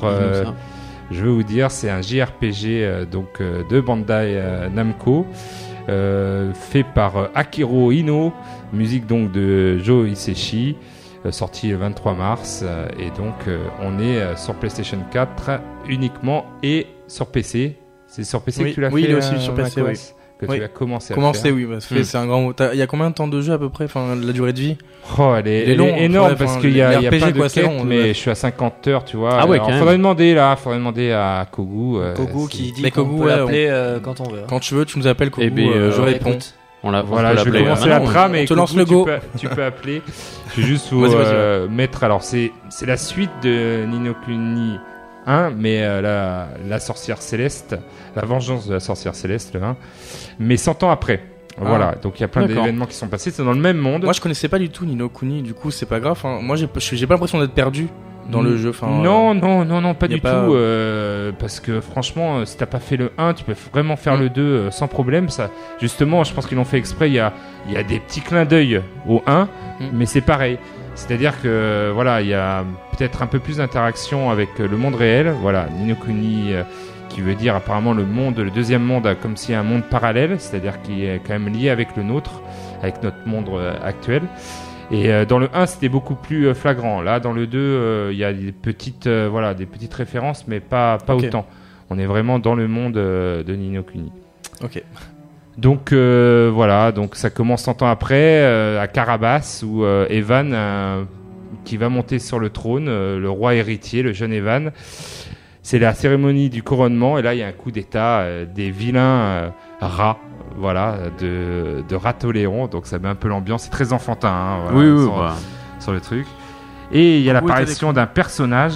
Speaker 5: je vais vous dire, c'est un JRPG de Bandai Namco, fait par Akiro Ino, musique donc de Joe Hisaishi, sorti le 23 mars, et donc on est sur PlayStation 4 uniquement et sur PC. C'est sur PC que tu l'as fait?
Speaker 4: Oui, il est aussi sur PC, oui.
Speaker 5: Que tu as commencé à faire.
Speaker 4: Oui, c'est un grand mot. Il y a combien de temps de jeu à peu près, la durée de vie?
Speaker 5: Elle est énorme parce qu'il y a plein de quêtes, mais je suis à 50 heures, tu vois.
Speaker 3: Ah ouais,
Speaker 5: faudrait demander à Kogu.
Speaker 2: Kogu qui dit qu'on peut l'appeler quand on veut.
Speaker 4: Quand tu veux, tu nous appelles Kogu, je réponds.
Speaker 5: Je vais commencer la trame et
Speaker 4: te lance le go.
Speaker 5: Tu peux appeler. Je vais juste vous mettre. Alors c'est la suite de Ni no Kuni 1, mais la sorcière céleste, la vengeance de la sorcière céleste, le 1, mais 100 ans après. Voilà, donc il y a plein d'événements qui sont passés, c'est dans le même monde.
Speaker 4: Moi je connaissais pas du tout Ni no Kuni, du coup c'est pas grave. Moi j'ai pas l'impression d'être perdu dans le jeu.
Speaker 5: Non, pas du tout. Parce que franchement, si t'as pas fait le 1, tu peux vraiment faire le 2 sans problème. Ça, justement, je pense qu'ils l'ont fait exprès. Il y a des petits clins d'œil au 1, mais c'est pareil. C'est-à-dire que il y a peut-être un peu plus d'interaction avec le monde réel. Ni no Kuni, qui veut dire apparemment le deuxième monde, comme s'il y a un monde parallèle, c'est-à-dire qui est quand même lié avec le nôtre, avec notre monde actuel. Et dans le 1, c'était beaucoup plus flagrant. Là, dans le 2, il y a des petites références, mais pas autant. On est vraiment dans le monde de Ni no Kuni.
Speaker 4: Ok.
Speaker 5: Donc donc ça commence 100 ans après à Carabas où Evan qui va monter sur le trône, le roi héritier, le jeune Evan. C'est la cérémonie du couronnement et là il y a un coup d'état des vilains rats, de Ratoléon, donc ça met un peu l'ambiance, c'est très enfantin sur le truc. Et il y a l'apparition d'un personnage.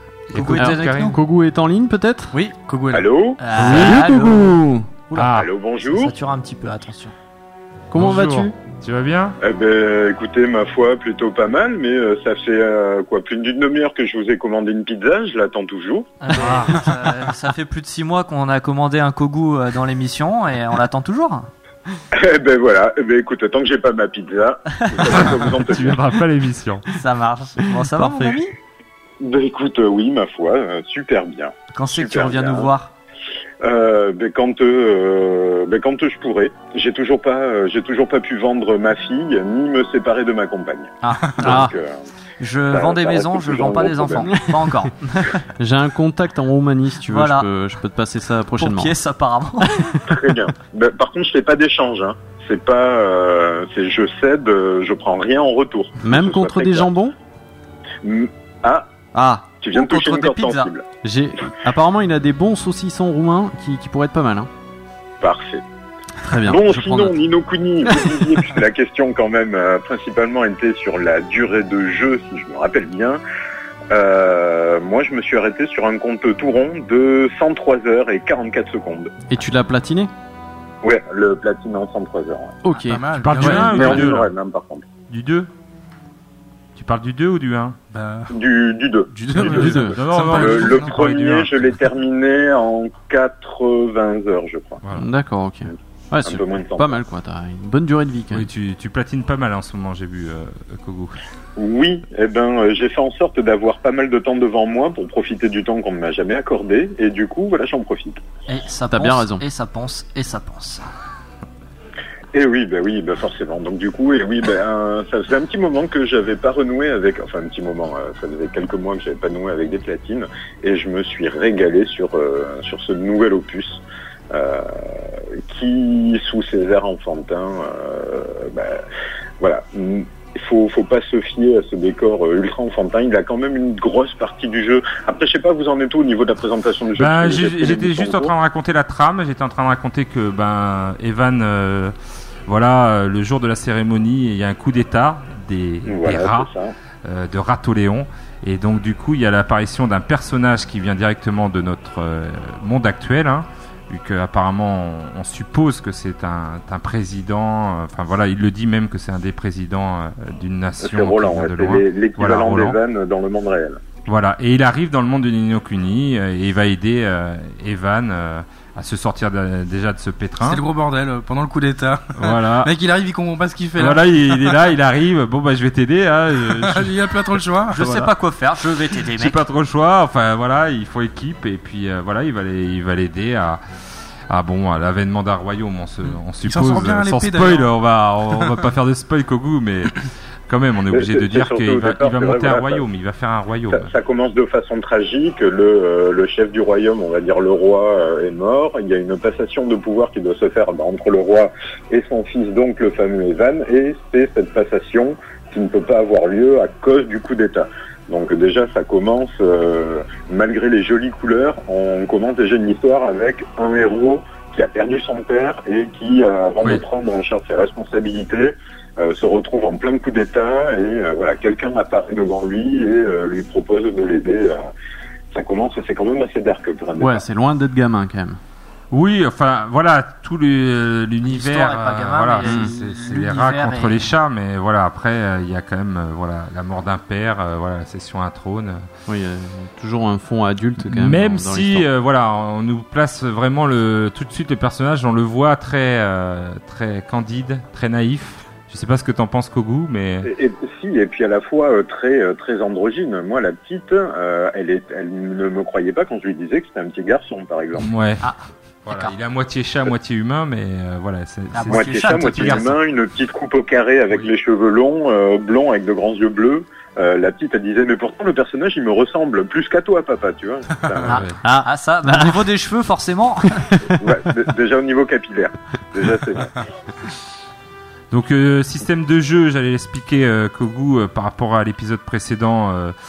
Speaker 3: Kogu est en ligne peut-être?
Speaker 6: Oui, Kogu est là.
Speaker 7: Allô?
Speaker 3: Salut Kogu.
Speaker 7: Allô, bonjour.
Speaker 2: Ça sature un petit peu, attention.
Speaker 3: Comment vas-tu?
Speaker 5: Tu vas bien?
Speaker 6: Eh ben, écoutez, ma foi, plutôt pas mal, mais ça fait plus d'une demi-heure que je vous ai commandé une pizza, je l'attends toujours.
Speaker 2: Ça fait plus de 6 mois qu'on a commandé un Kogu dans l'émission et on l'attend toujours.
Speaker 6: Eh ben voilà, écoute, tant que j'ai pas ma pizza, vous en
Speaker 5: tu viendras pas à l'émission.
Speaker 2: Ça marche. Bon, ça va, mon ami?
Speaker 6: Ben écoute, oui, ma foi, super bien.
Speaker 2: Quand c'est que tu reviens nous voir?
Speaker 6: Quand je pourrai. J'ai toujours pas pu vendre ma fille ni me séparer de ma compagne.
Speaker 2: Je vends des maisons, je vends pas des enfants. Pas encore.
Speaker 3: J'ai un contact en Roumanie, si tu veux, voilà. je peux te passer ça prochainement.
Speaker 2: Pour pièce, apparemment.
Speaker 6: Très bien. Par contre, je fais pas d'échange. Hein. C'est pas, je cède, je prends rien en retour.
Speaker 3: Même contre des jambons?
Speaker 6: Tu viens de toucher une corde sensible.
Speaker 3: Apparemment, il a des bons saucissons roumains qui pourraient être pas mal. Hein.
Speaker 6: Parfait.
Speaker 3: Très bien.
Speaker 6: Bon, sinon, Ni no Kuni, vous disiez que la question quand même principalement était sur la durée de jeu, si je me rappelle bien. Moi, je me suis arrêté sur un compte tout rond de 103 heures et 44 secondes.
Speaker 3: Et tu l'as platiné?
Speaker 6: Ouais, le platine en 103 heures. Ouais.
Speaker 3: Ok.
Speaker 5: Tu parles du 1
Speaker 6: ou du 2 même, par contre.
Speaker 5: Du 2? Tu parles du 2 ou du 1?
Speaker 6: Du 2.
Speaker 5: Du 2.
Speaker 6: Non, le premier, je l'ai terminé en 80 heures, je crois.
Speaker 3: Voilà. D'accord, ok. Ouais, c'est pas mal, quoi. T'as une bonne durée de vie, quand même.
Speaker 5: Oui, tu platines pas mal en ce moment, j'ai vu, Kogu.
Speaker 6: Oui, j'ai fait en sorte d'avoir pas mal de temps devant moi pour profiter du temps qu'on ne m'a jamais accordé. Et du coup, voilà, j'en profite.
Speaker 2: Et ça
Speaker 3: T'as bien raison.
Speaker 2: Et ça pense, et ça pense.
Speaker 6: Et oui, forcément. Donc du coup, ça faisait un petit moment que j'avais pas renoué avec, enfin un petit moment, ça faisait quelques mois que j'avais pas noué avec des platines, et je me suis régalé sur ce nouvel opus, qui, sous ses airs enfantins, voilà. Il faut pas se fier à ce décor ultra enfantin. Il a quand même une grosse partie du jeu. Après, je sais pas, vous en êtes où au niveau de la présentation du jeu?
Speaker 5: J'étais juste en train de raconter la trame. J'étais en train de raconter que Evan, le jour de la cérémonie, il y a un coup d'état des rats, de Ratoléon. Et donc du coup, il y a l'apparition d'un personnage qui vient directement de notre monde actuel. Vu qu'apparemment on suppose que c'est un président, il le dit même que c'est un des présidents d'une nation.
Speaker 6: C'est Roland, c'est l'équivalent d'Evan dans le monde réel.
Speaker 5: Voilà, et il arrive dans le monde de Ni no Kuni et il va aider Evan à se sortir déjà de ce pétrin.
Speaker 4: C'est le gros bordel pendant le coup d'état.
Speaker 5: Voilà.
Speaker 4: Le mec il arrive, il comprend pas ce qu'il fait là.
Speaker 5: Voilà, il est là, il arrive. Bon je vais t'aider.
Speaker 4: Il a pas trop le choix.
Speaker 2: Je sais pas quoi faire, je vais t'aider, mec.
Speaker 5: J'ai pas trop le choix. Enfin voilà, il faut équipe et puis il va l'aider à l'avènement d'un royaume. On suppose. Sans spoil, on va pas faire de spoil Kogu, mais quand même, on est obligé de dire qu'il va monter un royaume, il va faire un royaume.
Speaker 6: Ça commence de façon tragique, le chef du royaume, on va dire le roi, est mort, il y a une passation de pouvoir qui doit se faire entre le roi et son fils, donc le fameux Evan, et c'est cette passation qui ne peut pas avoir lieu à cause du coup d'état. Donc déjà ça commence, malgré les jolies couleurs, on commence déjà une histoire avec un héros qui a perdu son père et qui, avant de prendre en charge ses responsabilités, se retrouve en plein coup d'état et quelqu'un apparaît devant lui et lui propose de l'aider. Ça commence, c'est quand même assez dark.
Speaker 3: Ouais, c'est loin d'être gamin quand même.
Speaker 5: Oui, tout l'univers, c'est les rats contre les chats, mais après il y a quand même la mort d'un père, la cession à un trône.
Speaker 3: Oui, toujours un fond adulte quand même.
Speaker 5: Même
Speaker 3: dans
Speaker 5: si on nous place vraiment tout de suite le personnage, on le voit très très candide, très naïf. Je sais pas ce que t'en penses, Kogu, mais
Speaker 6: et puis à la fois très très androgyne. Moi, la petite, elle ne me croyait pas quand je lui disais que c'était un petit garçon, par exemple.
Speaker 5: Ouais. Voilà, il est à moitié chat, moitié humain, mais c'est
Speaker 6: moitié chat, moitié humain, une petite coupe au carré avec les cheveux longs, blonds avec de grands yeux bleus. La petite, elle disait, mais pourtant le personnage, il me ressemble plus qu'à toi, papa, tu vois.
Speaker 2: Ça, au niveau des cheveux, forcément.
Speaker 6: Déjà au niveau capillaire. Déjà, c'est vrai.
Speaker 5: Donc, système de jeu, j'allais l'expliquer, Kogu, par rapport à l'épisode précédent.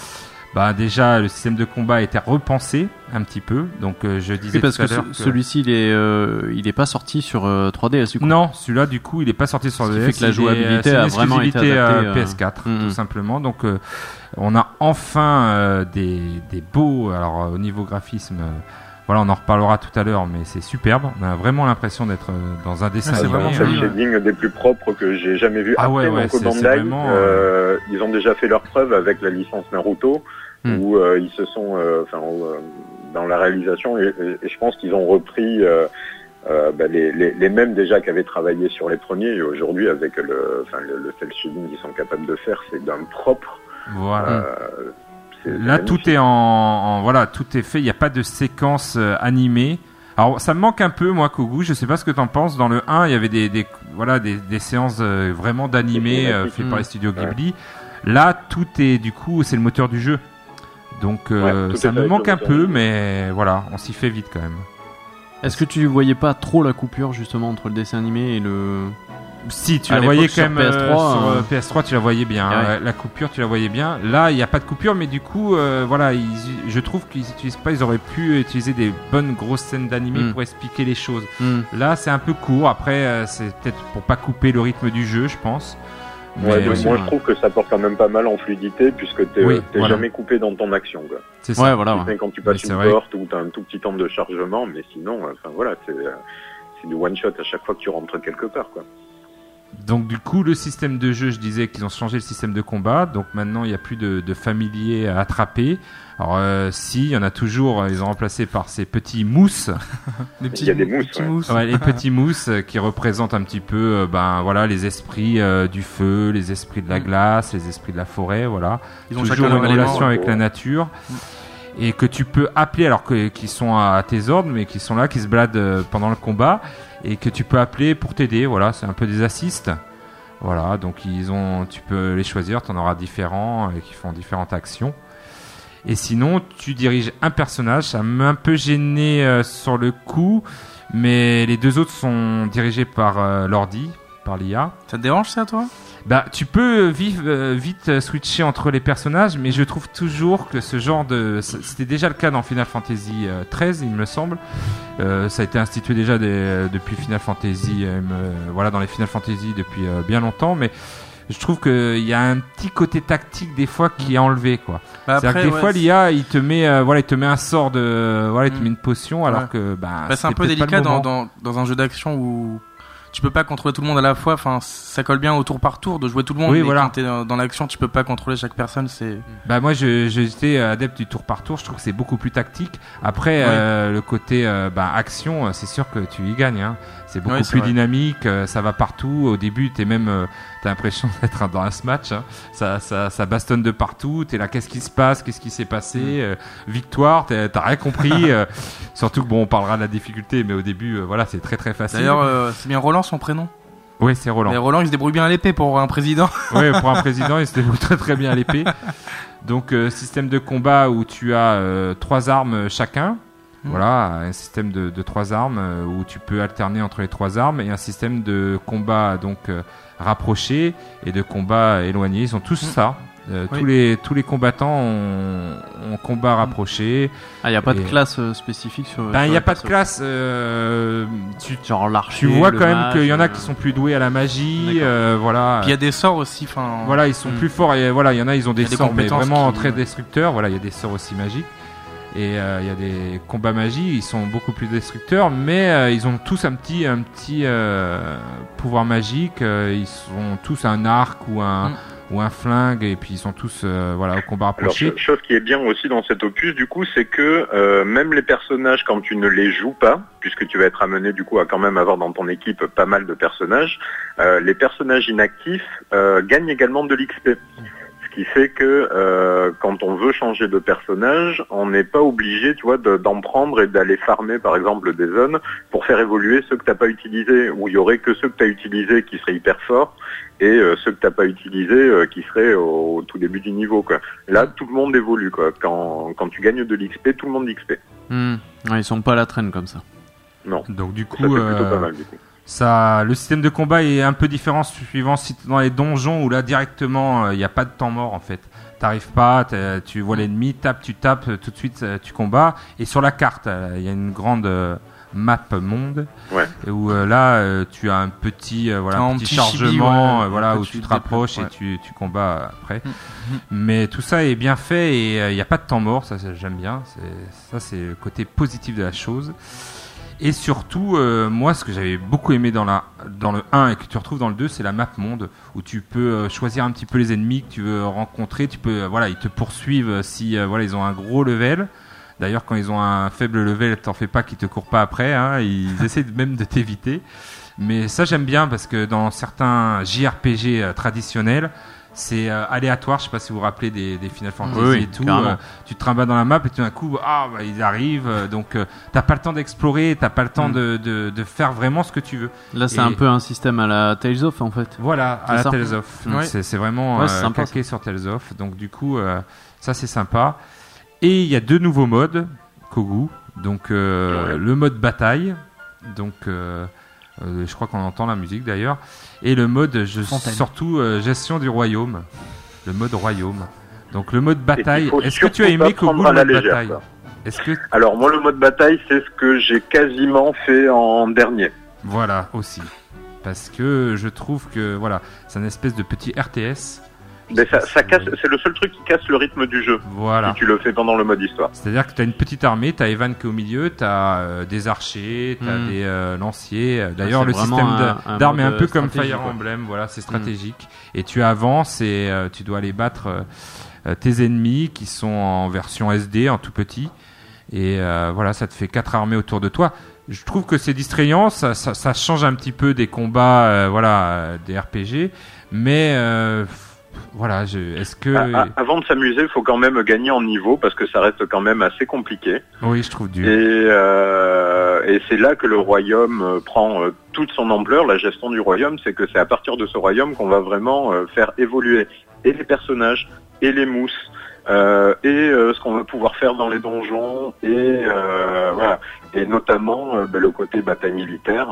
Speaker 5: Déjà, le système de combat a été repensé un petit peu. Donc, je disais
Speaker 3: parce tout à l'heure que celui-ci, il est pas sorti sur 3DS. Du coup.
Speaker 5: Non, celui-là, du coup, il est pas sorti sur 3DS.
Speaker 3: Ce qui fait que la jouabilité a vraiment été adaptée
Speaker 5: PS4, tout simplement. Donc, on a enfin des beaux. Alors, au niveau graphisme, Voilà, on en reparlera tout à l'heure, mais c'est superbe. On a vraiment l'impression d'être dans un dessin animé.
Speaker 6: C'est vraiment le shading des plus propres que j'ai jamais vu. Après, Namco Bandai, ils ont déjà fait leur preuve avec la licence Naruto, où ils se sont, dans la réalisation, et je pense qu'ils ont repris les mêmes déjà qui avaient travaillé sur les premiers, et aujourd'hui avec le cel shading qu'ils sont capables de faire, c'est d'un propre.
Speaker 5: Voilà. Là, tout est voilà, tout est fait. Il n'y a pas de séquence animée. Alors, ça me manque un peu, moi, Kogu. Je sais pas ce que t'en penses. Dans le 1, il y avait des séances vraiment d'animé faites par les studios Ghibli. Là, tout est, du coup, c'est le moteur du jeu. Donc, ça me manque un peu, mais voilà, on s'y fait vite quand même.
Speaker 3: Est-ce que tu voyais pas trop la coupure, justement, entre le dessin animé et le...
Speaker 5: Si, tu la voyais quand même sur PS3, tu la voyais bien. Ouais. La coupure, tu la voyais bien. Là, il n'y a pas de coupure, mais du coup, je trouve qu'ils n'utilisent pas. Ils auraient pu utiliser des bonnes grosses scènes d'animé pour expliquer les choses. Là, c'est un peu court. Après, c'est peut-être pour pas couper le rythme du jeu, je pense.
Speaker 6: Moi, je trouve que ça porte quand même pas mal en fluidité, puisque t'es jamais coupé dans ton action, quoi.
Speaker 5: C'est ça.
Speaker 6: Quand tu passes une porte ou t'as un tout petit temps de chargement, mais sinon, c'est du one shot à chaque fois que tu rentres quelque part, quoi.
Speaker 5: Donc du coup, le système de jeu, je disais qu'ils ont changé le système de combat. Donc maintenant, il n'y a plus de familiers à attraper. Alors il y en a toujours. Ils ont remplacé par ces petits mousses.
Speaker 6: Il y a des mousses.
Speaker 5: Ouais, les petits mousses qui représentent un petit peu, les esprits du feu, les esprits de la glace, les esprits de la forêt. Voilà.
Speaker 4: Ils ont
Speaker 5: toujours une relation avec la nature. Et que tu peux appeler, alors qu'ils sont à tes ordres, mais qui sont là, qui se baladent pendant le combat, et que tu peux appeler pour t'aider. Voilà, c'est un peu des assists. Voilà, donc tu peux les choisir, tu en auras différents qui font différentes actions. Et sinon, tu diriges un personnage. Ça m'a un peu gêné sur le coup, mais les deux autres sont dirigés par l'ordi, par l'IA.
Speaker 4: Ça te dérange ça, toi ?
Speaker 5: Tu peux vite switcher entre les personnages, mais je trouve toujours que ce genre c'était déjà le cas dans Final Fantasy XIII, il me semble. Ça a été institué déjà depuis Final Fantasy, dans les Final Fantasy depuis bien longtemps, mais je trouve qu'il y a un petit côté tactique des fois qui est enlevé, quoi. C'est-à-dire que des fois l'IA il te met un sort il te met une potion, alors que
Speaker 4: c'est un peu délicat dans un jeu d'action où tu peux pas contrôler tout le monde à la fois. Enfin, ça colle bien au tour par tour de jouer tout le monde.
Speaker 5: Oui,
Speaker 4: mais quand t'es dans l'action, tu peux pas contrôler chaque personne. C'est.
Speaker 5: Moi, j'étais adepte du tour par tour. Je trouve que c'est beaucoup plus tactique. Après, le côté action, c'est sûr que tu y gagnes. Hein. C'est beaucoup plus dynamique. Ça va partout. Au début, t'as l'impression d'être dans un Smash. Hein. Ça bastonne de partout. T'es là, qu'est-ce qui se passe ? Qu'est-ce qui s'est passé ? Victoire, t'as rien compris. Surtout que on parlera de la difficulté, mais au début, c'est très très facile.
Speaker 4: D'ailleurs, c'est bien Roland son prénom.
Speaker 5: Oui, c'est Roland.
Speaker 4: Et Roland, il se débrouille bien à l'épée pour un président.
Speaker 5: Oui, pour un président, il se débrouille très très bien à l'épée. Donc, système de combat où tu as 3 armes chacun. Voilà, un système de 3 armes où tu peux alterner entre les 3 armes, et un système de combat rapproché et de combat éloigné. Ils ont tous ça. Tous les combattants ont combat rapproché.
Speaker 3: Il n'y a pas de classe spécifique sur.
Speaker 5: Il n'y a pas de classe.
Speaker 3: Genre l'archer.
Speaker 5: Tu vois quand même qu'il y en a qui sont plus doués à la magie. Voilà.
Speaker 4: Puis il y a des sorts aussi.
Speaker 5: Voilà, ils sont plus forts. Et voilà, il y en a, ils ont des sorts mais vraiment très destructeurs. Voilà, il y a des sorts aussi magiques. Et il y a des combats magiques, ils sont beaucoup plus destructeurs, mais ils ont tous un petit pouvoir magique. Ils ont tous un arc ou un flingue, et puis ils sont tous au combat rapproché.
Speaker 6: Alors, chose qui est bien aussi dans cet opus, du coup, c'est que même les personnages, quand tu ne les joues pas, puisque tu vas être amené du coup à quand même avoir dans ton équipe pas mal de personnages, les personnages inactifs gagnent également de l'XP. Ce qui fait que quand on veut changer de personnage, on n'est pas obligé, tu vois, d'en prendre et d'aller farmer par exemple des zones pour faire évoluer ceux que t'as pas utilisés, où il y aurait que ceux que t'as utilisés qui seraient hyper forts et ceux que t'as pas utilisés qui seraient au tout début du niveau, quoi. Là, tout le monde évolue, quoi. Quand tu gagnes de l'XP, tout le monde d'XP.
Speaker 3: Ils sont pas à la traîne comme ça.
Speaker 6: Non.
Speaker 5: Donc du coup,
Speaker 6: ça fait plutôt pas mal, du coup.
Speaker 5: Le système de combat est un peu différent suivant si t'es dans les donjons où là directement il n'y a pas de temps mort en fait. T'arrives pas, tu vois l'ennemi, tu tapes, tout de suite tu combats. Et sur la carte, il y a une grande map monde, où tu as un petit chargement, où tu te rapproches et tu combats après. Mais tout ça est bien fait et il n'y a pas de temps mort, ça j'aime bien. C'est le côté positif de la chose. Et surtout, moi, ce que j'avais beaucoup aimé dans le 1 et que tu retrouves dans le 2, c'est la map monde, où tu peux choisir un petit peu les ennemis que tu veux rencontrer. Tu peux, ils te poursuivent si ils ont un gros level. D'ailleurs, quand ils ont un faible level, t'en fais pas qu'ils te courent pas après. Hein, ils essaient même de t'éviter. Mais ça, j'aime bien parce que dans certains JRPG traditionnels, c'est aléatoire. Je sais pas si vous vous rappelez des Final Fantasy et tout. Tu te trimbales dans la map et tout d'un coup, ils arrivent. Donc, t'as pas le temps d'explorer, t'as pas le temps de faire vraiment ce que tu veux.
Speaker 3: Là, c'est un peu un système à la Tales of en fait.
Speaker 5: Voilà, à la Tales of. Donc, c'est vraiment calqué sur Tales of. Donc, du coup, ça c'est sympa. Et il y a 2 nouveaux modes, Kogu. Donc, le mode bataille. Donc, je crois qu'on entend la musique d'ailleurs. Et le mode surtout gestion du royaume. Le mode royaume. Donc le mode bataille. Est-ce que tu as aimé Kogu le mode bataille?
Speaker 6: Alors moi le mode bataille c'est ce que j'ai quasiment fait en dernier.
Speaker 5: Voilà aussi. Parce que je trouve que c'est une espèce de petit RTS.
Speaker 6: Mais ça casse, c'est le seul truc qui casse le rythme du jeu.
Speaker 5: Voilà.
Speaker 6: Si tu le fais pendant le mode histoire.
Speaker 5: C'est-à-dire que tu as une petite armée, tu as Evan qui est au milieu, tu as des archers, tu as des lanciers. D'ailleurs, le système d'armes est un peu comme Fire Emblem, c'est stratégique. Et tu avances et tu dois aller battre tes ennemis qui sont en version SD, en tout petit. Et ça te fait 4 armées autour de toi. Je trouve que c'est distrayant, ça change un petit peu des combats, des RPG, mais est-ce que...
Speaker 6: Avant de s'amuser, il faut quand même gagner en niveau parce que ça reste quand même assez compliqué.
Speaker 5: Oui, je trouve dur.
Speaker 6: Et c'est là que le royaume prend toute son ampleur. La gestion du royaume, c'est que c'est à partir de ce royaume qu'on va vraiment faire évoluer et les personnages et les mousses. Ce qu'on va pouvoir faire dans les donjons et notamment le côté bataille militaire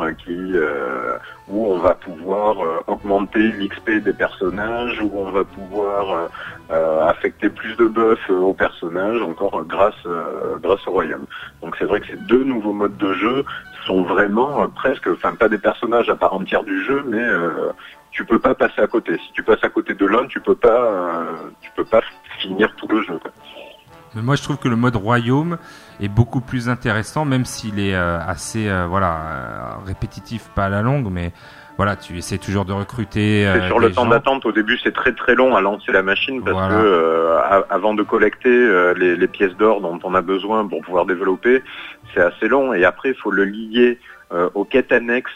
Speaker 6: où on va pouvoir augmenter l'XP des personnages, où on va pouvoir affecter plus de buffs aux personnages encore grâce au royaume. Donc c'est vrai que ces 2 nouveaux modes de jeu sont vraiment pas des personnages à part entière du jeu, mais tu peux pas passer à côté. Si tu passes à côté de l'un, tu peux pas finir tout le jeu.
Speaker 5: Mais moi, je trouve que le mode royaume est beaucoup plus intéressant, même s'il est assez répétitif, pas à la longue, mais tu essaies toujours de recruter.
Speaker 6: C'est sur le temps d'attente. Au début, c'est très très long à lancer la machine parce que avant de collecter les pièces d'or dont on a besoin pour pouvoir développer, c'est assez long. Et après, il faut le lier aux quêtes annexes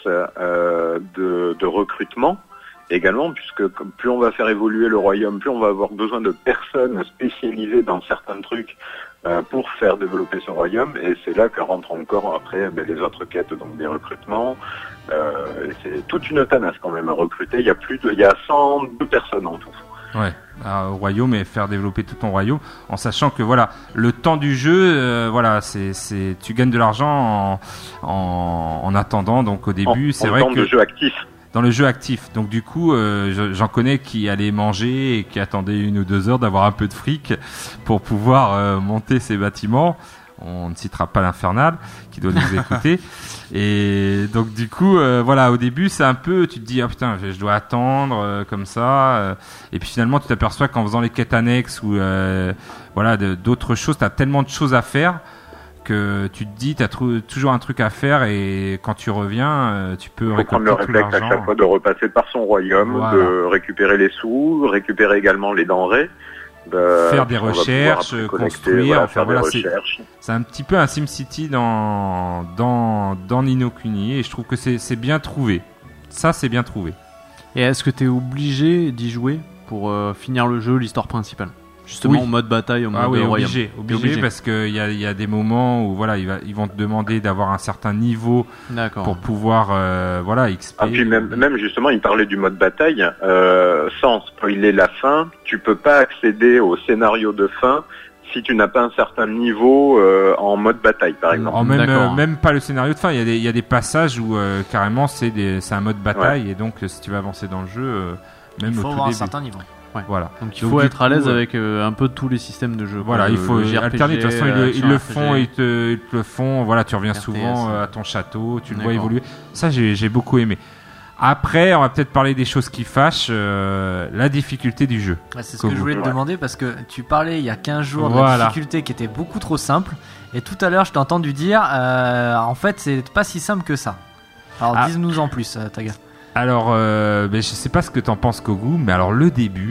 Speaker 6: de recrutement. Également, puisque plus on va faire évoluer le royaume, plus on va avoir besoin de personnes spécialisées dans certains trucs pour faire développer ce royaume, et c'est là que rentrent encore après les autres quêtes, donc des recrutements. C'est toute une tanasse quand même à recruter. Il y a 102 personnes en tout.
Speaker 5: Ouais, au royaume et faire développer tout ton royaume, en sachant que le temps du jeu, tu gagnes de l'argent en attendant. Donc au début, c'est vrai que
Speaker 6: temps de jeu actif.
Speaker 5: Dans le jeu actif. Donc du coup, j'en connais qui allaient manger et qui attendaient 1 ou 2 heures d'avoir un peu de fric pour pouvoir monter ces bâtiments. On ne citera pas l'Infernal qui doit nous écouter. Et donc du coup, au début, c'est un peu, tu te dis, je dois attendre comme ça. Et puis finalement, tu t'aperçois qu'en faisant les quêtes annexes ou d'autres choses, tu as tellement de choses à faire que tu te dis, tu as toujours un truc à faire, et quand tu reviens, tu peux
Speaker 6: prendre le réflexe à chaque fois de repasser par son royaume, de récupérer les sous, récupérer également les denrées,
Speaker 5: faire des recherches, construire, faire des recherches. C'est un petit peu un SimCity dans Ni no Kuni, et je trouve que c'est bien trouvé. Ça, c'est bien trouvé.
Speaker 3: Et est-ce que tu es obligé d'y jouer pour finir le jeu, l'histoire principale? Justement, en mode bataille, au mode royaume.
Speaker 5: Obligé, parce qu'il y a des moments où ils vont te demander d'avoir un certain niveau pour pouvoir XP.
Speaker 6: Ah, puis même justement, il parlait du mode bataille. Sans spoiler la fin, tu peux pas accéder au scénario de fin si tu n'as pas un certain niveau en mode bataille, par exemple.
Speaker 5: Même pas le scénario de fin. Il y a des passages où carrément c'est un mode bataille, et donc si tu veux avancer dans le jeu, même
Speaker 2: il faut
Speaker 5: au tout
Speaker 2: avoir
Speaker 5: début.
Speaker 2: un certain niveau.
Speaker 3: Ouais.
Speaker 5: Voilà.
Speaker 3: Donc il faut être à l'aise avec un peu tous les systèmes de jeu.
Speaker 5: Voilà, il faut alterner. De toute façon, ils le font, ils te le font. Voilà, tu reviens RTS, souvent à ton château, tu le vois évoluer. Ça, j'ai beaucoup aimé. Après, on va peut-être parler des choses qui fâchent, la difficulté du jeu.
Speaker 2: Ouais, c'est ce que je voulais te demander parce que tu parlais il y a 15 jours de la difficulté qui était beaucoup trop simple. Et tout à l'heure, je t'ai entendu dire, en fait, c'est pas si simple que ça. Alors, dis-nous en plus, Taga.
Speaker 5: Alors, je sais pas ce que t'en penses, Kogu, mais alors le début,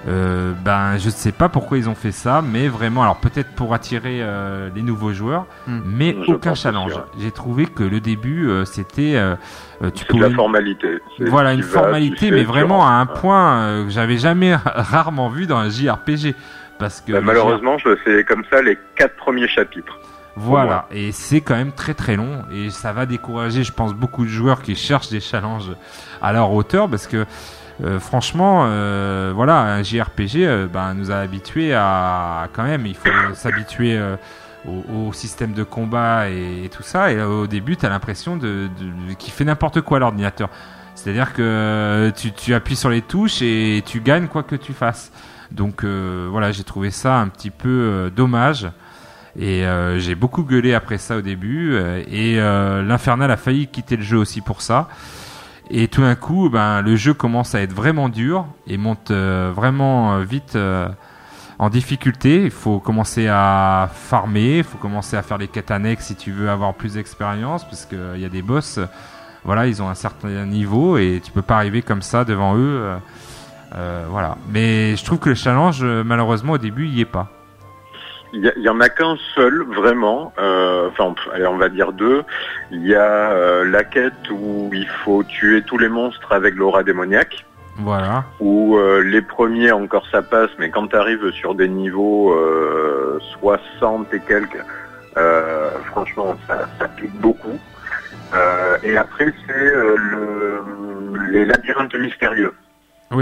Speaker 5: je sais pas pourquoi ils ont fait ça, mais vraiment, alors peut-être pour attirer les nouveaux joueurs, mais aucun challenge. J'ai trouvé que le début, c'était
Speaker 6: c'est de la formalité.
Speaker 5: Voilà, une formalité, mais vraiment à un point que j'avais jamais rarement vu dans un JRPG. Parce que
Speaker 6: malheureusement, je fais comme ça les 4 premiers chapitres.
Speaker 5: Voilà, et c'est quand même très très long et ça va décourager, je pense, beaucoup de joueurs qui cherchent des challenges à leur hauteur parce que franchement, un JRPG nous a habitués à quand même, il faut s'habituer au système de combat et tout ça. Et au début, tu as l'impression qu'il fait n'importe quoi l'ordinateur. C'est-à-dire que tu appuies sur les touches et tu gagnes quoi que tu fasses. Donc j'ai trouvé ça un petit peu dommage. Et j'ai beaucoup gueulé après ça au début et l'Infernal a failli quitter le jeu aussi pour ça. Et tout d'un coup, le jeu commence à être vraiment dur et monte vraiment vite en difficulté. Il faut commencer à farmer, il faut commencer à faire les quêtes annexes si tu veux avoir plus d'expérience parce qu'il y a des boss, ils ont un certain niveau et tu peux pas arriver comme ça devant eux. Mais je trouve que le challenge, malheureusement, au début, il y est pas.
Speaker 6: Il y en a qu'un seul vraiment, on va dire 2. Il y a la quête où il faut tuer tous les monstres avec l'aura démoniaque.
Speaker 5: Voilà.
Speaker 6: Où les premiers encore ça passe, mais quand tu arrives sur des niveaux 60 et quelques, franchement ça pique beaucoup. Et après c'est les labyrinthes mystérieux.
Speaker 5: Oui.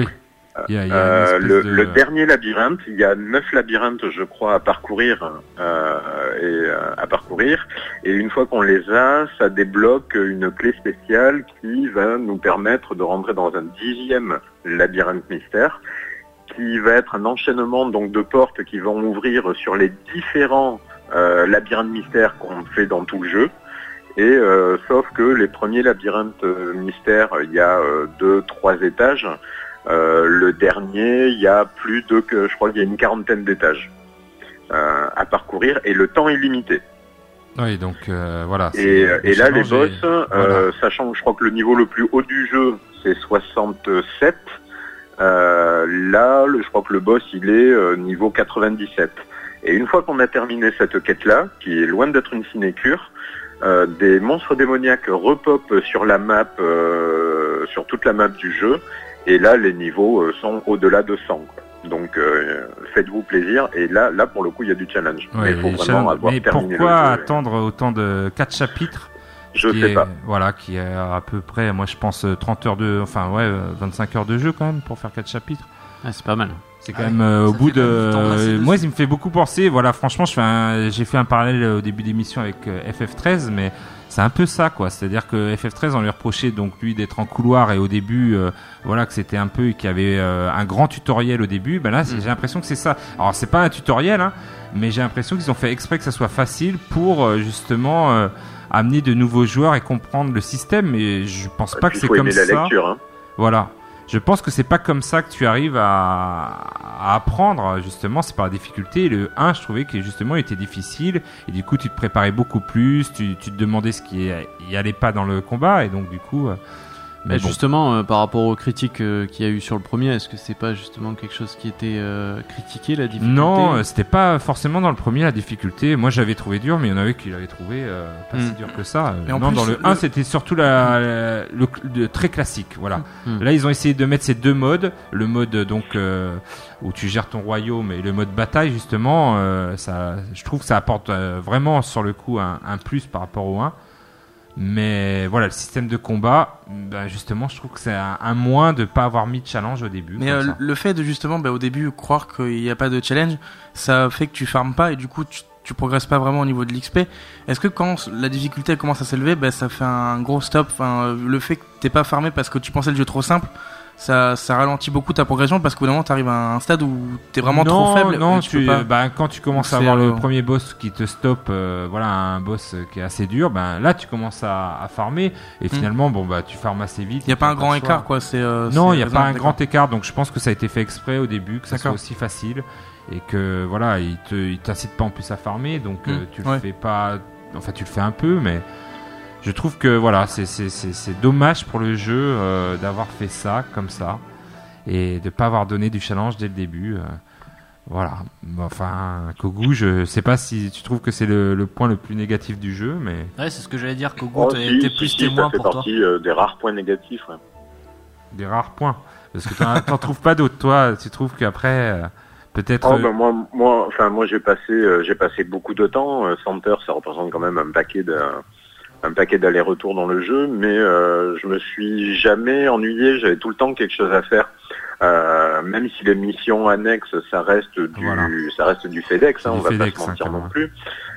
Speaker 6: Le dernier labyrinthe, il y a 9 labyrinthes, je crois, à parcourir, et une fois qu'on les a, ça débloque une clé spéciale qui va nous permettre de rentrer dans un 10e labyrinthe mystère, qui va être un enchaînement donc de portes qui vont ouvrir sur les différents labyrinthes mystères qu'on fait dans tout le jeu. Et sauf que les premiers labyrinthes mystères, il y a 2-3 étages. Le dernier, il y a je crois qu'il y a une 40aine d'étages à parcourir et le temps est limité.
Speaker 5: Oui, donc voilà.
Speaker 6: Et là, les boss, sachant que je crois que le niveau le plus haut du jeu, c'est 67, je crois que le boss, il est niveau 97. Et une fois qu'on a terminé cette quête-là, qui est loin d'être une sinécure, des monstres démoniaques repopent sur la map, sur toute la map du jeu. Et là, les niveaux sont au-delà de 100. Quoi. Donc, faites-vous plaisir. Et là, pour le coup, il y a du challenge.
Speaker 5: Ouais, mais il faut vraiment avoir terminé le jeu. Pourquoi attendre autant de 4 chapitres ?
Speaker 6: Je sais pas.
Speaker 5: Voilà, qui est à peu près, moi je pense, 25 heures de jeu quand même pour faire 4 chapitres.
Speaker 3: Ah, c'est pas mal.
Speaker 5: C'est quand même au bout de... Moi, il me fait beaucoup penser. Voilà, franchement, j'ai fait un parallèle au début d'émission avec FF13, mais... C'est un peu ça, quoi. C'est-à-dire que FF13, on lui reprochait donc lui d'être en couloir et au début, que c'était un peu, qu'il y avait un grand tutoriel au début. Là, j'ai l'impression que c'est ça. Alors, c'est pas un tutoriel, mais j'ai l'impression qu'ils ont fait exprès que ça soit facile pour justement amener de nouveaux joueurs et comprendre le système. Mais je pense pas que c'est comme ça.
Speaker 6: La lecture,
Speaker 5: Voilà. Je pense que c'est pas comme ça que tu arrives à apprendre, justement, c'est par la difficulté. Le 1, je trouvais que justement il était difficile, et du coup tu te préparais beaucoup plus, tu te demandais ce qui y allait pas dans le combat, et donc du coup...
Speaker 3: Mais justement, par rapport aux critiques qu'il y a eu sur le premier, est-ce que c'est pas justement quelque chose qui était critiqué, la difficulté ?
Speaker 5: Non, c'était pas forcément dans le premier la difficulté. Moi, j'avais trouvé dur, mais il y en avait qui l'avaient trouvé pas si dur que ça. Non, dans le 1, c'était surtout le très classique. Voilà. Là, ils ont essayé de mettre ces deux modes, le mode donc où tu gères ton royaume et le mode bataille justement. Je trouve que ça apporte vraiment sur le coup un plus par rapport au 1. Mais voilà, le système de combat, justement, je trouve que c'est un moins de pas avoir mis de challenge au début.
Speaker 4: Mais le fait de justement, au début, croire qu'il n'y a pas de challenge, ça fait que tu farmes pas et du coup, tu progresses pas vraiment au niveau de l'XP. Est-ce que quand la difficulté commence à s'élever, ça fait un gros stop, le fait que t'aies pas farmé parce que tu pensais le jeu trop simple, ça ralentit beaucoup ta progression parce qu'au bout d'un moment t'arrives à un stade où t'es vraiment trop faible.
Speaker 5: Non, quand tu commences à avoir le premier boss qui te stoppe, un boss qui est assez dur, là tu commences à farmer et finalement tu farmes assez vite.
Speaker 4: Il y a pas un grand écart quoi.
Speaker 5: Non, il y a pas un grand écart, donc je pense que ça a été fait exprès au début que ça soit aussi facile et que voilà il t'incite pas en plus à farmer, donc tu le fais pas. Enfin, tu le fais un peu, mais je trouve que voilà, c'est dommage pour le jeu d'avoir fait ça comme ça et de pas avoir donné du challenge dès le début. Voilà. Enfin, Kogu, je sais pas si tu trouves que c'est le point le plus négatif du jeu, mais
Speaker 2: ouais, c'est ce que j'allais dire. Kogu, t'es plus témoin pour toi.
Speaker 6: Ça fait partie des rares points négatifs. Ouais.
Speaker 5: Des rares points, parce que t'en trouves pas d'autres. Toi, tu trouves qu'après. Peut-être.
Speaker 6: Moi, j'ai passé beaucoup de temps. 100 heures, ça représente quand même un paquet d'allers-retours dans le jeu, mais je me suis jamais ennuyé. J'avais tout le temps quelque chose à faire. Même si les missions annexes, ça reste du FedEx, on va pas se mentir non plus.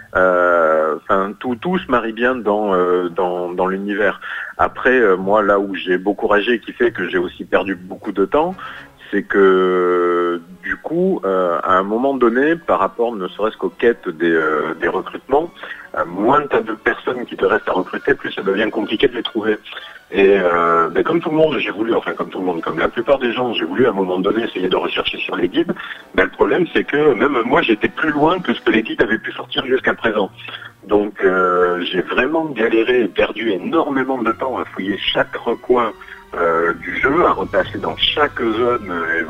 Speaker 6: Tout se marie bien dans l'univers. Après, moi, là où j'ai beaucoup ragé, qui fait que j'ai aussi perdu beaucoup de temps, c'est que du coup, à un moment donné, par rapport ne serait-ce qu'aux quêtes des recrutements, moins t'as de personnes qui te restent à recruter, plus ça devient compliqué de les trouver. Et comme tout le monde, comme la plupart des gens, j'ai voulu à un moment donné essayer de rechercher sur les guides. Le problème, c'est que même moi, j'étais plus loin que ce que les guides avaient pu sortir jusqu'à présent. Donc, j'ai vraiment galéré et perdu énormément de temps à fouiller chaque recoin du jeu, à repasser dans chaque zone et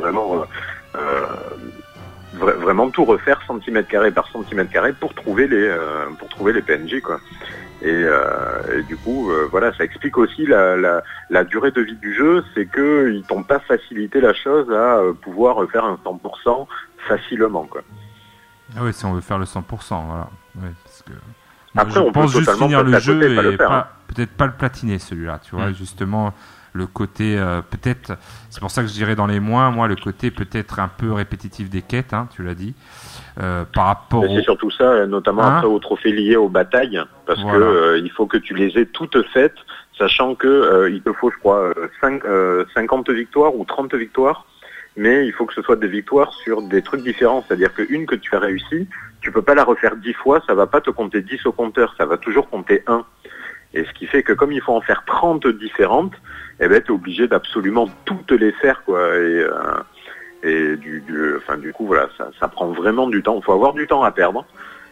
Speaker 6: vraiment tout refaire centimètre carré par centimètre carré pour trouver les PNJ quoi. Et du coup ça explique aussi la durée de vie du jeu, c'est que ils t'ont pas facilité la chose à pouvoir faire un 100% facilement quoi.
Speaker 5: Ah oui, si on veut faire le 100%, voilà. Ouais, parce que
Speaker 6: après on
Speaker 5: pense
Speaker 6: peut
Speaker 5: juste finir le jeu et
Speaker 6: faire,
Speaker 5: peut-être pas le platiner celui-là, tu vois, justement. Le côté peut-être, c'est pour ça que je dirais dans les moins, moi le côté peut-être un peu répétitif des quêtes, tu l'as dit, par rapport.
Speaker 6: C'est surtout ça, notamment après aux trophées liés aux batailles, parce que il faut que tu les aies toutes faites, sachant que il te faut, je crois, 50 victoires ou 30 victoires, mais il faut que ce soit des victoires sur des trucs différents, c'est-à-dire qu'une que tu as réussi, tu peux pas la refaire 10 fois, ça va pas te compter 10 au compteur, ça va toujours compter 1. Et ce qui fait que comme il faut en faire 30 différentes, t'es obligé d'absolument toutes les faire, quoi. Et du coup, voilà, ça prend vraiment du temps. Il faut avoir du temps à perdre.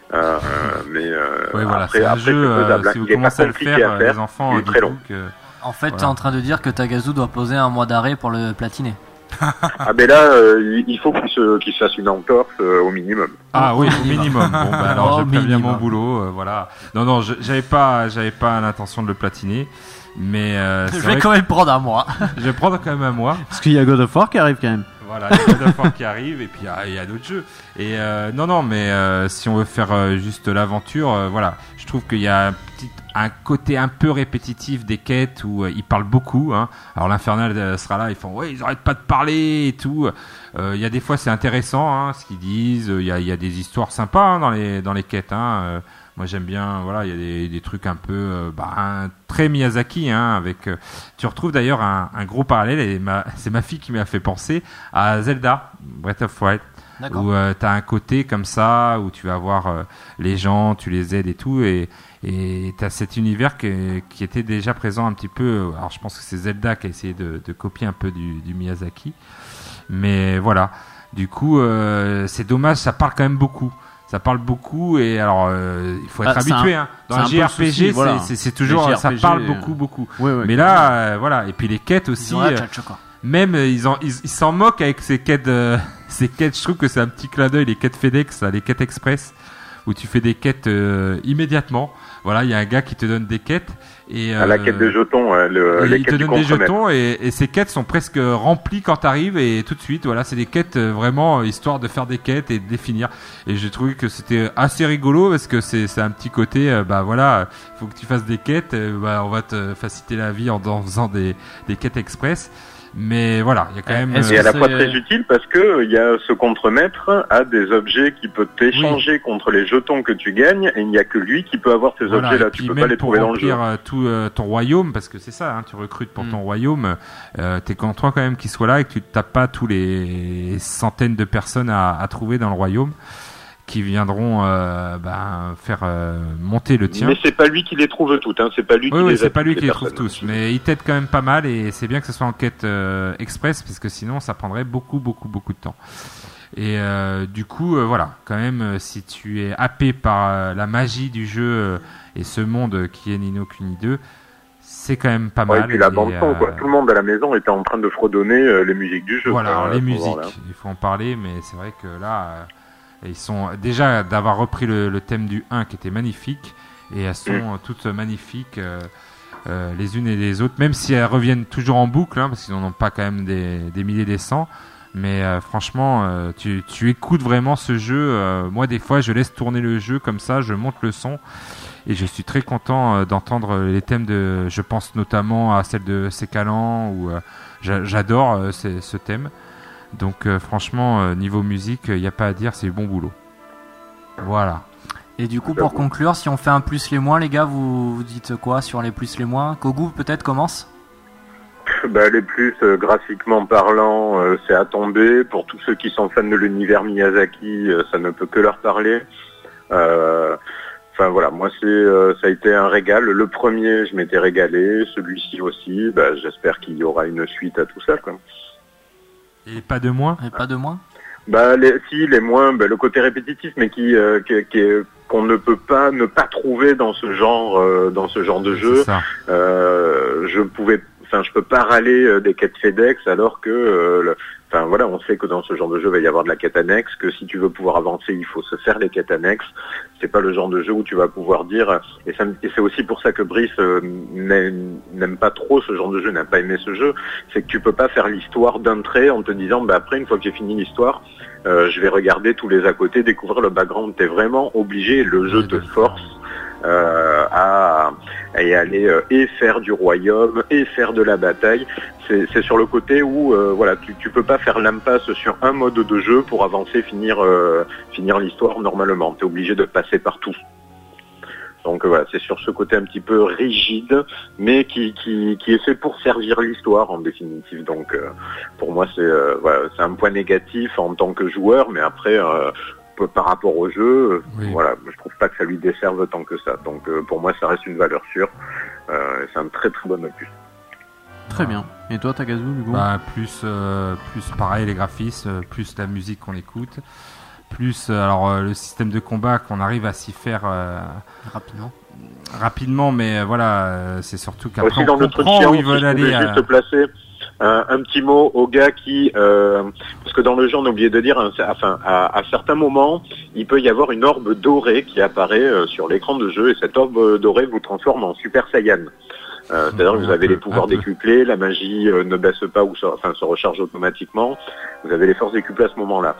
Speaker 5: Après, si vous commencez à le faire, les enfants,
Speaker 6: il est très long.
Speaker 2: En fait, t'es en train de dire que Tagazu doit poser un mois d'arrêt pour le platiner.
Speaker 6: Il faut qu'il se fasse une entorse au minimum.
Speaker 5: Ah oui, au minimum. Bon, alors je fais bien mon boulot, voilà. Non, j'avais pas l'intention de le platiner, mais
Speaker 2: je vais quand même prendre un mois.
Speaker 5: Je vais prendre quand même un mois.
Speaker 3: Parce qu'il y a God of War qui arrive quand même.
Speaker 5: Voilà, il y a God of War qui arrive et puis il y a d'autres jeux. Et mais si on veut faire juste l'aventure, je trouve qu'il y a un côté un peu répétitif des quêtes où ils parlent beaucoup. Alors l'Infernal sera là, ils font ils arrêtent pas de parler et tout. Il y a des fois c'est intéressant ce qu'ils disent. Il y a des histoires sympas dans les quêtes. Moi j'aime bien. Voilà, il y a des trucs un peu très Miyazaki. Avec tu retrouves d'ailleurs un gros parallèle et c'est ma fille qui m'a fait penser à Zelda Breath of Wild.
Speaker 2: D'accord.
Speaker 5: Où t'as un côté comme ça où tu vas voir les gens, tu les aides et tout et t'as cet univers qui était déjà présent un petit peu. Alors je pense que c'est Zelda qui a essayé de copier un peu du Miyazaki, mais voilà. Du coup, c'est dommage, ça parle quand même beaucoup. Ça parle beaucoup et alors il faut être habitué. Dans un JRPG, c'est toujours ça parle beaucoup.
Speaker 3: Ouais,
Speaker 5: mais là, et puis les quêtes aussi. Même ils s'en moquent avec ces quêtes. Ces quêtes, je trouve que c'est un petit clin d'œil, les quêtes FedEx, les quêtes express, où tu fais des quêtes immédiatement. Voilà, il y a un gars qui te donne des quêtes et
Speaker 6: à la quête de jetons,
Speaker 5: il te donne des jetons et ces quêtes sont presque remplies quand t'arrives et tout de suite. Voilà, c'est des quêtes vraiment histoire de faire des quêtes et de les finir. Et j'ai trouvé que c'était assez rigolo parce que c'est un petit côté, il faut que tu fasses des quêtes, on va te faciliter la vie en faisant des quêtes express. Mais voilà, il y a quand même.
Speaker 6: Et à la fois très utile parce que il y a ce contremaître a des objets qui peut t'échanger contre les jetons que tu gagnes et il n'y a que lui qui peut avoir ces objets-là. Tu peux pas les trouver dans le jeu.
Speaker 5: Tous tout ton royaume, parce que c'est ça, hein, tu recrutes pour ton royaume, t'es content quand même qu'il soit là et que tu tapes pas tous les centaines de personnes à trouver dans le royaume qui viendront faire monter le tien.
Speaker 6: Mais c'est pas lui qui les trouve toutes, hein. C'est pas lui qui les trouve tous,
Speaker 5: mais il t'aide quand même pas mal et c'est bien que ce soit en quête express parce que sinon ça prendrait beaucoup de temps. Et du coup, voilà, quand même, si tu es happé par la magie du jeu et ce monde qui est Ni no Kuni 2, c'est quand même pas mal.
Speaker 6: Et puis la bande-son, quoi. Tout le monde à la maison était en train de fredonner les musiques du jeu.
Speaker 5: Voilà, alors, les musiques, il faut en parler, mais c'est vrai que là, ils sont déjà d'avoir repris le thème du 1 qui était magnifique, et elles sont toutes magnifiques. Les unes et les autres, même si elles reviennent toujours en boucle, hein, parce qu'ils n'en ont pas quand même des milliers, des cents. Mais franchement, tu écoutes vraiment ce jeu. Moi, des fois, je laisse tourner le jeu comme ça, je monte le son et je suis très content d'entendre les thèmes de. Je pense notamment à celle de Sekalan où j'adore ce thème. Donc, franchement, niveau musique, il n'y a pas à dire, c'est du bon boulot. Voilà.
Speaker 2: Et du coup, pour conclure, si on fait un plus les moins, les gars, vous dites quoi sur les plus les moins? Kogu, peut-être, commence.
Speaker 6: Les plus, graphiquement parlant, c'est à tomber. Pour tous ceux qui sont fans de l'univers Miyazaki, ça ne peut que leur parler. Enfin voilà, moi ça a été un régal. Le premier, je m'étais régalé. Celui-ci aussi. J'espère qu'il y aura une suite à tout ça, quoi.
Speaker 5: Et pas de moins.
Speaker 6: Les moins, le côté répétitif, mais qu'on ne peut pas ne pas trouver dans ce genre de jeu. Je peux pas râler des quêtes FedEx alors que, on sait que dans ce genre de jeu, il va y avoir de la quête annexe, que si tu veux pouvoir avancer, il faut se faire les quêtes annexes. C'est pas le genre de jeu où tu vas pouvoir dire, et c'est aussi pour ça que Brice n'aime pas trop ce genre de jeu, n'a pas aimé ce jeu, c'est que tu peux pas faire l'histoire d'un trait en te disant, après, une fois que j'ai fini l'histoire, je vais regarder tous les à côté, découvrir le background. T'es vraiment obligé, le jeu te force à y aller et faire du royaume et faire de la bataille. C'est sur le côté où tu peux pas faire l'impasse sur un mode de jeu pour avancer, finir l'histoire normalement. T'es obligé de passer partout. Donc c'est sur ce côté un petit peu rigide, mais qui est fait pour servir l'histoire en définitive. Donc pour moi c'est un point négatif en tant que joueur, mais après par rapport au jeu, je trouve pas que ça lui desserve tant que ça. Donc pour moi, ça reste une valeur sûre. C'est un très très bon opus.
Speaker 3: Très bien. Et toi, Tagazu, du coup
Speaker 5: plus pareil, les graphismes, plus la musique qu'on écoute, plus le système de combat qu'on arrive à s'y faire rapidement, mais c'est surtout qu'après on comprend où ils veulent aller.
Speaker 6: Juste placer un petit mot aux gars qui, parce que dans le jeu on a oublié de dire, à certains moments, il peut y avoir une orbe dorée qui apparaît sur l'écran de jeu, et cette orbe dorée vous transforme en Super Saiyan. C'est-à-dire que vous avez les pouvoirs décuplés, la magie ne baisse pas ou se recharge automatiquement. Vous avez les forces décuplées à ce moment-là.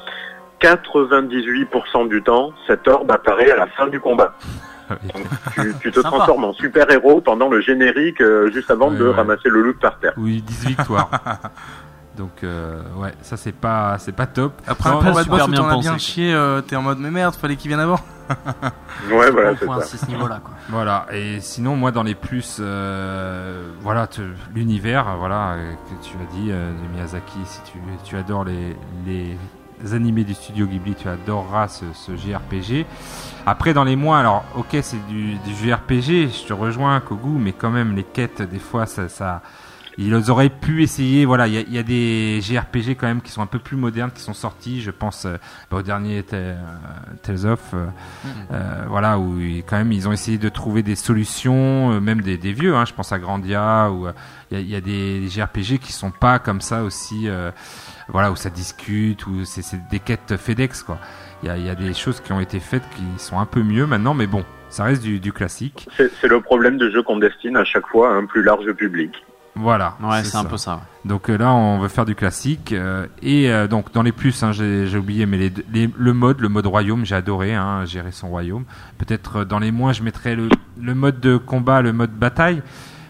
Speaker 6: 98% du temps, cette orbe apparaît à la fin du combat. Donc, tu te transformes en super-héros pendant le générique juste avant de ramasser le loot par terre.
Speaker 5: Oui, 10 victoires. Donc ça c'est pas top.
Speaker 4: Après un combat de boss où t'en as bien chié, t'es en mode mais merde, fallait qu'il vienne avant.
Speaker 6: C'est ça.
Speaker 2: C'est ce niveau-là, quoi.
Speaker 5: Voilà, et sinon moi dans les plus l'univers que tu as dit de Miyazaki, si tu adores les animés du studio Ghibli, tu adoreras ce JRPG. Après dans les mois, alors ok, c'est du JRPG, je te rejoins Kogu, mais quand même les quêtes des fois ça ils auraient pu essayer, il y a des JRPG quand même qui sont un peu plus modernes qui sont sortis, je pense au dernier Tales of où quand même ils ont essayé de trouver des solutions, même des vieux, je pense à Grandia, où il y a des JRPG qui sont pas comme ça aussi où ça discute, où c'est des quêtes FedEx, quoi. Il y a des choses qui ont été faites qui sont un peu mieux maintenant, mais bon, ça reste du classique.
Speaker 6: C'est le problème de jeux qu'on destine à chaque fois à un plus large public.
Speaker 5: Voilà.
Speaker 3: Ouais, c'est un peu ça.
Speaker 5: Donc là, on veut faire du classique. Donc dans les plus, j'ai oublié, mais le mode royaume, j'ai adoré, gérer son royaume. Peut-être dans les moins, je mettrais le mode de combat, le mode bataille.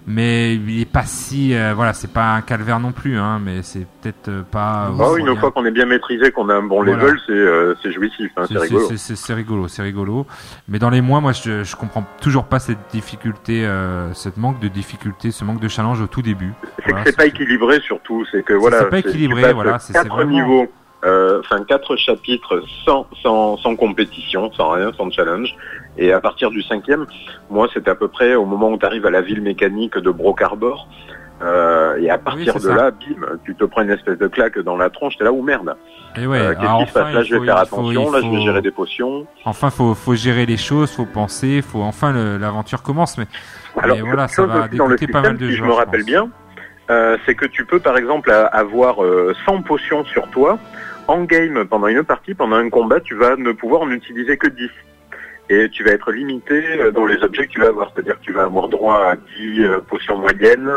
Speaker 5: mais il est pas si voilà, c'est pas un calvaire non plus, hein, mais c'est peut-être pas.
Speaker 6: Une fois qu'on est bien maîtrisé, qu'on a un bon level, c'est jouissif, hein, c'est rigolo.
Speaker 5: C'est rigolo. Mais dans les mois, moi, je comprends toujours pas cette difficulté, ce manque de challenge au tout début.
Speaker 6: C'est que c'est pas équilibré surtout, c'est que voilà.
Speaker 5: C'est pas équilibré, voilà.
Speaker 6: C'est 4 niveaux. 4 chapitres sans compétition, sans rien, sans challenge. Et à partir du 5e, moi c'était à peu près au moment où tu arrives à la ville mécanique de Broke Harbor. Et à partir de là, bim, tu te prends une espèce de claque dans la tronche, t'es là où merde.
Speaker 5: Et ouais,
Speaker 6: qu'est-ce qui se passe? Là je vais faire attention, là je vais gérer des potions.
Speaker 5: Enfin faut gérer les choses, faut penser, l'aventure commence. Mais voilà, ça va dégoûter pas mal de gens.
Speaker 6: Si je me rappelle bien, c'est que tu peux par exemple avoir 100 potions sur toi. En game, pendant une partie, pendant un combat, tu vas ne pouvoir en utiliser que 10. Et tu vas être limité dans les objets que tu vas avoir. C'est-à-dire que tu vas avoir droit à 10 potions moyennes,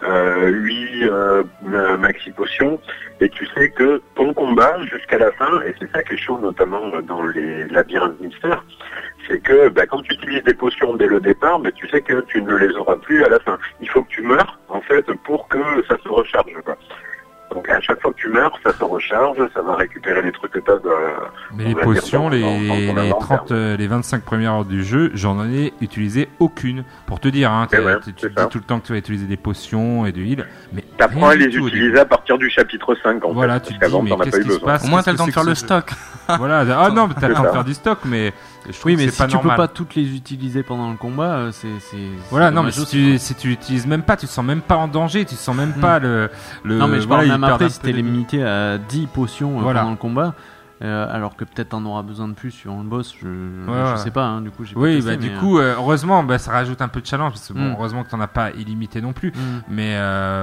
Speaker 6: 8 maxi potions. Et tu sais que ton combat, jusqu'à la fin, et c'est ça qui est chaud notamment dans les labyrinthes mystères, c'est que quand tu utilises des potions dès le départ, tu sais que tu ne les auras plus à la fin. Il faut que tu meurs, en fait, pour que ça se recharge, quoi. Donc à chaque fois que tu meurs, ça se recharge, ça va récupérer les trucs que t'as de...
Speaker 5: Mais les potions, les 25 premières heures du jeu, j'en ai utilisé aucune. Pour te dire, hein, tu dis tout le temps que tu vas utiliser des potions et de heal, mais
Speaker 6: t'apprends à les utiliser à partir du chapitre 5, en
Speaker 5: fait.
Speaker 6: Tu te dis, mais qu'est-ce qui se passe?
Speaker 4: Au moins t'as le temps de faire le stock.
Speaker 5: Voilà, non, mais t'as le temps de faire du stock, mais...
Speaker 3: Oui, mais si tu peux pas toutes les utiliser pendant le combat,
Speaker 5: voilà, non, mais si tu l'utilises même pas, tu te sens même pas en danger, tu te sens même pas le.
Speaker 3: Non, mais je parle même après, si t'es limité à 10 potions pendant le combat, alors que peut-être t'en auras besoin de plus sur le boss, je sais pas, hein, du coup j'ai pas testé,
Speaker 5: du coup, heureusement, ça rajoute un peu de challenge, parce que heureusement que t'en as pas illimité non plus, mais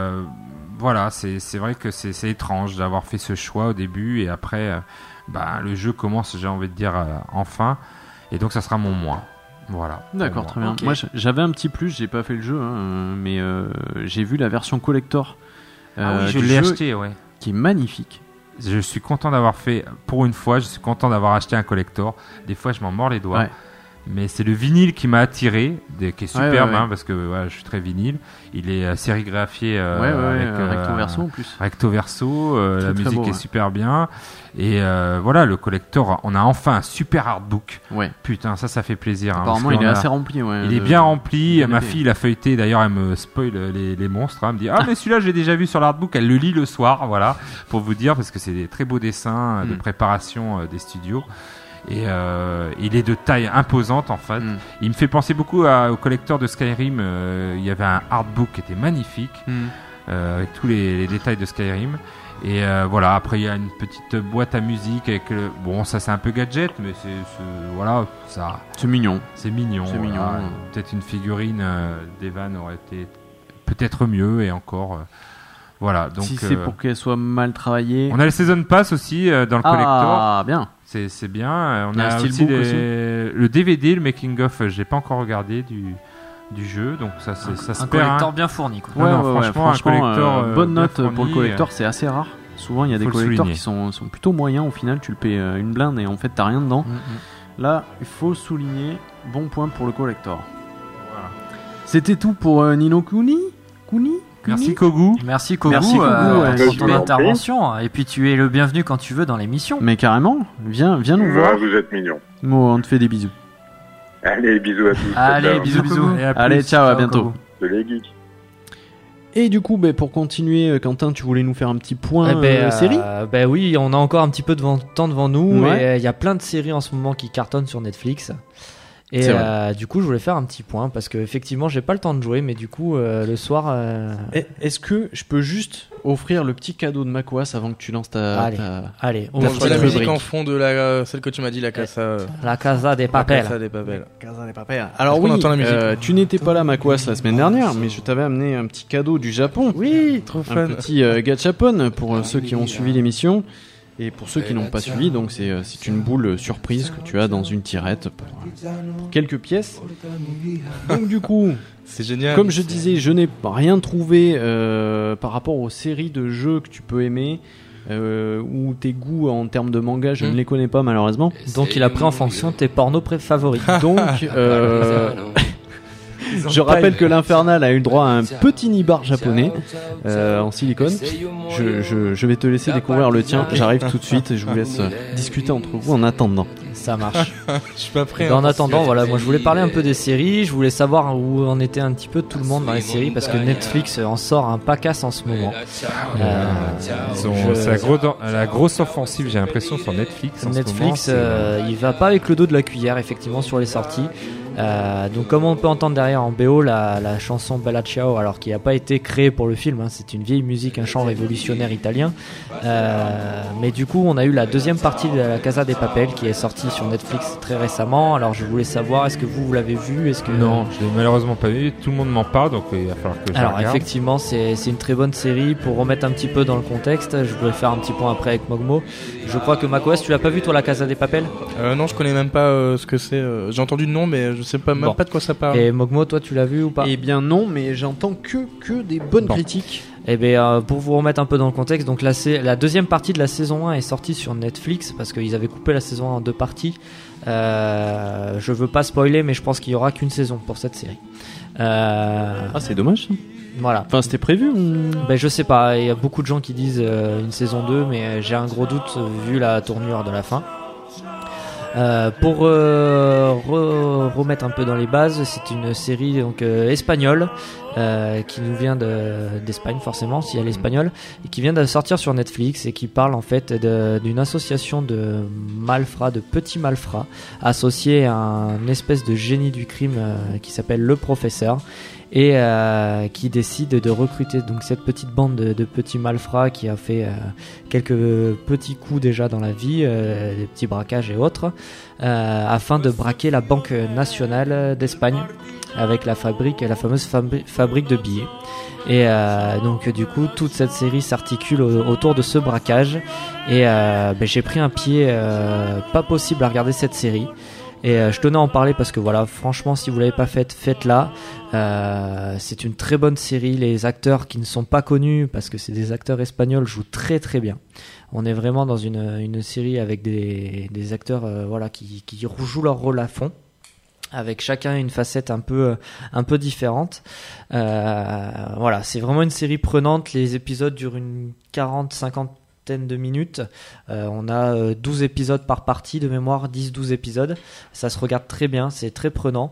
Speaker 5: voilà, c'est vrai que c'est étrange d'avoir fait ce choix au début, et après, le jeu commence, j'ai envie de dire, enfin. Et donc ça sera mon moins. Voilà.
Speaker 3: D'accord, très bien. Okay. Moi j'avais un petit plus, j'ai pas fait le jeu, hein, mais j'ai vu la version collector.
Speaker 5: Je l'ai acheté, ouais.
Speaker 3: Qui est magnifique.
Speaker 5: Je suis content d'avoir fait, pour une fois, je suis content d'avoir acheté un collector. Des fois je m'en mords les doigts. Ouais. Mais c'est le vinyle qui m'a attiré, qui est superbe, hein, parce que je suis très vinyle. Il est sérigraphié avec
Speaker 3: recto verso en plus.
Speaker 5: Recto verso, la musique beau, est super bien. Et voilà, le collector, on a enfin un super artbook. Ouais. Putain, ça fait plaisir.
Speaker 3: Apparemment, il est assez rempli. Ouais,
Speaker 5: il est bien rempli. Ma fille l'a feuilleté. D'ailleurs, elle me spoil les monstres. Hein. Elle me dit mais celui-là, j'ai déjà vu sur l'artbook. Elle le lit le soir, voilà, pour vous dire, parce que c'est des très beaux dessins de préparation des studios. Et il est de taille imposante en fait. Il me fait penser beaucoup au collector de Skyrim. Il y avait un artbook qui était magnifique avec tous les détails de Skyrim. Et voilà, après il y a une petite boîte à musique avec ça c'est un peu gadget, mais voilà, ça.
Speaker 3: C'est mignon.
Speaker 5: C'est mignon. Peut-être une figurine d'Evan aurait été peut-être mieux et encore. Voilà, donc,
Speaker 3: si c'est pour qu'elle soit mal travaillée.
Speaker 5: On a le Season Pass aussi dans le collector.
Speaker 3: Ah, bien.
Speaker 5: C'est bien. On a aussi le DVD, le making of. J'ai pas encore regardé du jeu, donc ça se perd.
Speaker 2: Un collector bien fourni, quoi.
Speaker 3: Franchement, un collector bonne note fourni, pour le collector, c'est assez rare. Souvent, il y a des collectors qui sont plutôt moyens au final. Tu le payes une blinde et en fait, t'as rien dedans. Là, il faut souligner, bon point pour le collector. Voilà. C'était tout pour Ni no Kuni.
Speaker 5: Merci Kogu.
Speaker 2: Merci Kogu pour ton intervention. Et puis tu es le bienvenu quand tu veux dans l'émission.
Speaker 3: Mais carrément, viens nous voir.
Speaker 6: Vous êtes mignons.
Speaker 3: On te fait des bisous.
Speaker 6: Allez, bisous à tous.
Speaker 2: Allez, bisous.
Speaker 3: Allez, ciao, à bientôt.
Speaker 6: De les geeks.
Speaker 3: Et du coup, pour continuer, Quentin, tu voulais nous faire un petit point série ?
Speaker 2: Oui, on a encore un petit peu de temps devant nous. Et il y a plein de séries en ce moment qui cartonnent sur Netflix. Et du coup, je voulais faire un petit point parce que effectivement, j'ai pas le temps de jouer, mais du coup, le soir.
Speaker 3: Est-ce que je peux juste offrir le petit cadeau de macOS avant que tu lances ta.
Speaker 2: Allez,
Speaker 4: on va la musique en fond de celle que tu m'as dit, la Casa.
Speaker 2: La Casa des Papel.
Speaker 3: Casa des Papel. Alors oui, tu n'étais pas là, macOS, la semaine dernière, mais je t'avais amené un petit cadeau du Japon.
Speaker 4: Oui, trop fun.
Speaker 3: Un petit gachapon pour ceux qui ont suivi l'émission. Et pour ceux qui n'ont pas suivi, donc c'est une boule surprise que tu as dans une tirette pour quelques pièces. Donc du coup,
Speaker 4: c'est génial.
Speaker 3: Comme je disais, je n'ai rien trouvé par rapport aux séries de jeux que tu peux aimer ou tes goûts en termes de manga, je ne les connais pas malheureusement.
Speaker 2: Donc il a pris en fonction de tes pornos favoris.
Speaker 3: Donc Je rappelle que l'Infernal a eu le droit à un petit nibar japonais en silicone. Je vais te laisser découvrir le tien. J'arrive tout de suite et je vous laisse discuter entre vous en attendant.
Speaker 2: Ça marche.
Speaker 4: Je suis pas prêt.
Speaker 2: En attendant, voilà, moi je voulais parler un peu des séries. Je voulais savoir où en était un petit peu tout le monde dans les séries parce que Netflix en sort un pacasse en ce moment.
Speaker 5: C'est la grosse offensive, j'ai l'impression, sur Netflix.
Speaker 2: Netflix, il va pas avec le dos de la cuillère, effectivement, sur les sorties. Donc comme on peut entendre derrière en BO la chanson Bella Ciao, alors qui n'a pas été créée pour le film, hein, c'est une vieille musique, un chant révolutionnaire italien, mais du coup on a eu la deuxième partie de la Casa des Papel qui est sortie sur Netflix très récemment. Alors je voulais savoir, est-ce que vous l'avez vu?
Speaker 5: Non, je l'ai malheureusement pas vu, tout le monde m'en parle, donc il va falloir que je regarde.
Speaker 2: Alors effectivement c'est une très bonne série. Pour remettre un petit peu dans le contexte, je voulais faire un petit point après avec Mogmo. Je crois que Macoas, tu l'as pas vu toi, la Casa des Papel?
Speaker 4: Non, je connais même pas ce que c'est. J'ai entendu le nom mais je sais pas même pas de quoi ça parle.
Speaker 2: Et Mogmo, toi tu l'as vu ou pas?
Speaker 3: Eh bien non, mais j'entends que des bonnes critiques.
Speaker 2: Eh bien, pour vous remettre un peu dans le contexte, donc la deuxième partie de la saison 1 est sortie sur Netflix parce qu'ils avaient coupé la saison 1 en 2 parties. Je veux pas spoiler, mais je pense qu'il y aura qu'une saison pour cette série.
Speaker 3: C'est dommage.
Speaker 2: Voilà.
Speaker 3: Enfin, c'était prévu
Speaker 2: Ben, je sais pas, il y a beaucoup de gens qui disent une saison 2, mais j'ai un gros doute vu la tournure de la fin. Pour remettre un peu dans les bases, c'est une série donc espagnole qui nous vient d'Espagne forcément, si elle est espagnole, et qui vient de sortir sur Netflix et qui parle en fait d'une association de malfrats, de petits malfrats associés à un espèce de génie du crime qui s'appelle le professeur. Et qui décide de recruter donc cette petite bande de petits malfrats qui a fait quelques petits coups déjà dans la vie, des petits braquages et autres, afin de braquer la Banque nationale d'Espagne avec la fameuse fabrique de billets. Et donc du coup toute cette série s'articule autour de ce braquage. Et j'ai pris un pied pas possible à regarder cette série. Et je tenais à en parler parce que voilà, franchement, si vous l'avez pas faite, faites-la. C'est une très bonne série. Les acteurs qui ne sont pas connus, parce que c'est des acteurs espagnols, jouent très très bien. On est vraiment dans une série avec des acteurs qui jouent leur rôle à fond, avec chacun une facette un peu différente. Voilà, c'est vraiment une série prenante. Les épisodes durent une 40-50 de minutes. On a 12 épisodes par partie de mémoire, 10-12 épisodes. Ça se regarde très bien, c'est très prenant.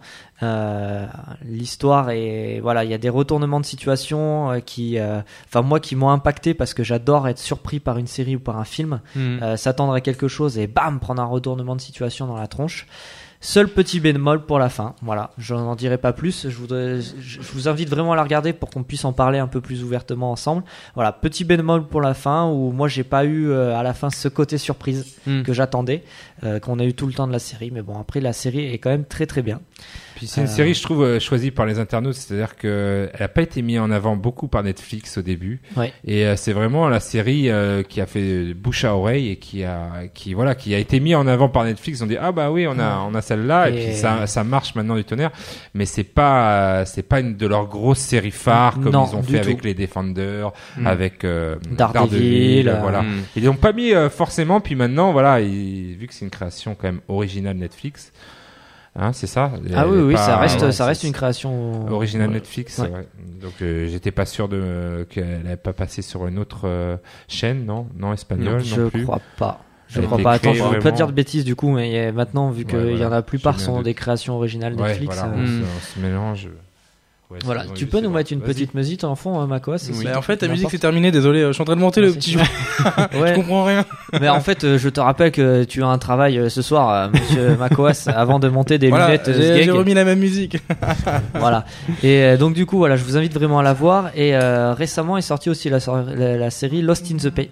Speaker 2: L'histoire est... Voilà, il y a des retournements de situation qui m'ont impacté parce que j'adore être surpris par une série ou par un film, s'attendre à quelque chose et bam, prendre un retournement de situation dans la tronche. Seul petit bémol pour la fin, voilà, je n'en dirai pas plus, je vous invite vraiment à la regarder pour qu'on puisse en parler un peu plus ouvertement ensemble. Voilà, petit bémol pour la fin où moi j'ai pas eu à la fin ce côté surprise que j'attendais, qu'on a eu tout le temps de la série, mais bon après la série est quand même très très bien.
Speaker 5: Puis c'est une série, je trouve, choisie par les internautes, c'est-à-dire qu'elle n'a pas été mise en avant beaucoup par Netflix au début.
Speaker 2: Ouais.
Speaker 5: Et c'est vraiment la série qui a fait bouche à oreille et qui a été mise en avant par Netflix. On dit ah bah oui, on a celle-là et puis ça marche maintenant du tonnerre. Mais c'est pas une de leurs grosses séries phares comme ils ont fait avec les Defenders, avec Daredevil, voilà. Ils l'ont pas mis forcément. Puis maintenant, voilà, vu que c'est une création quand même originale Netflix. Hein, c'est ça.
Speaker 2: Oui, ça reste une création
Speaker 5: originale Netflix. Ouais. Ouais. Donc j'étais pas sûr qu'elle n'avait pas passé sur une autre chaîne, non espagnole non plus.
Speaker 2: Je crois pas. Attends, je veux pas dire de bêtises du coup, mais maintenant vu que y en a la plupart sont des créations originales Netflix.
Speaker 5: Voilà, on se mélange.
Speaker 2: Ouais, voilà, tu peux nous mettre une petite musique en fond, Macoas?
Speaker 4: Mais en fait, ta musique c'est terminé, désolé, je suis en train de monter le petit jeu. Je comprends rien.
Speaker 2: Mais en fait, je te rappelle que tu as un travail ce soir, monsieur Macoas, avant de monter des lunettes.
Speaker 4: J'ai remis la même musique.
Speaker 2: Voilà. Et donc, du coup, voilà, je vous invite vraiment à la voir. Et récemment est sortie aussi la série Lost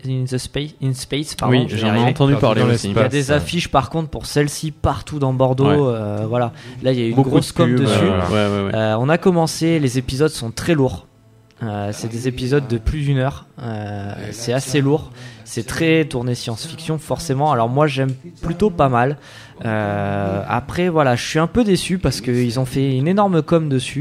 Speaker 2: in Space. Pardon,
Speaker 3: oui, j'en ai entendu parler aussi.
Speaker 2: Il y a des affiches par contre pour celle-ci partout dans Bordeaux. Voilà. Là, il y a eu une grosse com dessus. On a commencé. Les épisodes sont très lourds. C'est des épisodes de plus d'1 heure. C'est assez lourd. C'est très tourné science-fiction, forcément. Alors moi, j'aime plutôt pas mal. Après, voilà, je suis un peu déçu parce qu'ils ont fait une énorme com dessus.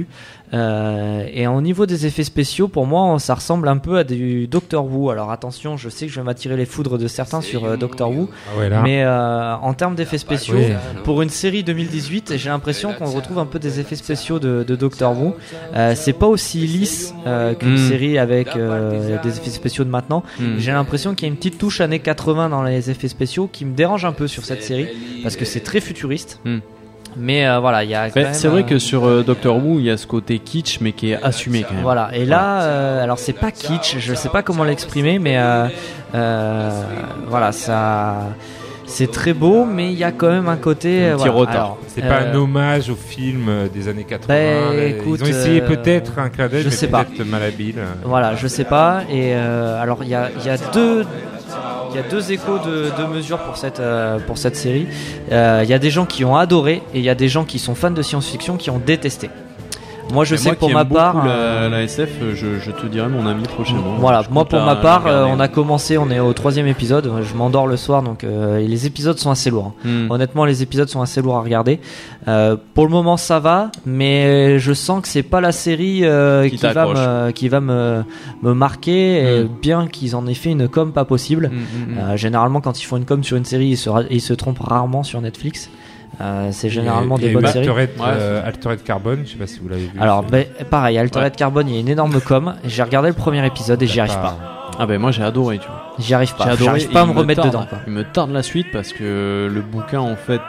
Speaker 2: Et au niveau des effets spéciaux, pour moi, ça ressemble un peu à du Doctor Who. Alors attention, je sais que je vais m'attirer les foudres de certains sur Doctor Who, mais en termes d'effets spéciaux, pour une série 2018, j'ai l'impression qu'on retrouve un peu des effets spéciaux de Doctor Who. C'est pas aussi lisse qu'une série avec des effets spéciaux de maintenant. J'ai l'impression qu'il y a une petite touche années 80 dans les effets spéciaux qui me dérange un peu sur cette série parce que c'est très futuriste. Mais voilà, il y a quand même,
Speaker 3: c'est vrai que sur Doctor Who il y a ce côté kitsch mais qui est assumé quand même.
Speaker 2: Voilà, et là alors c'est pas kitsch, je sais pas comment l'exprimer, mais voilà, ça c'est très beau, mais il y a quand même un côté
Speaker 3: petit retard. Alors,
Speaker 5: c'est pas un hommage au film des années 80. Écoute, ils ont essayé peut-être un clin d'œil, mais peut-être malhabile.
Speaker 2: Voilà, je sais pas. Et alors il y a deux échos de mesure pour cette série. Il y a des gens qui ont adoré et il y a des gens qui sont fans de science-fiction qui ont détesté. Moi je sais que pour ma part
Speaker 3: la SF, je te dirai mon avis prochainement.
Speaker 2: Voilà, moi pour ma part on a commencé, on est au 3e épisode, je m'endors le soir donc les épisodes sont assez lourds. Honnêtement les épisodes sont assez lourds à regarder. Pour le moment ça va, mais je sens que c'est pas la série qui va me marquer, et bien qu'ils en aient fait une com pas possible. Généralement quand ils font une com sur une série ils se trompent rarement sur Netflix. C'est généralement des bonnes séries.
Speaker 5: Altered Carbon, je sais pas si vous l'avez vu.
Speaker 2: Alors pareil, Altered Carbon, il y a une énorme com. J'ai regardé le premier épisode et j'y arrive pas.
Speaker 3: Ah ben moi j'ai adoré, tu vois.
Speaker 2: J'y arrive pas. J'arrive pas à me remettre dedans. Quoi.
Speaker 3: Il me tarde la suite parce que le bouquin en fait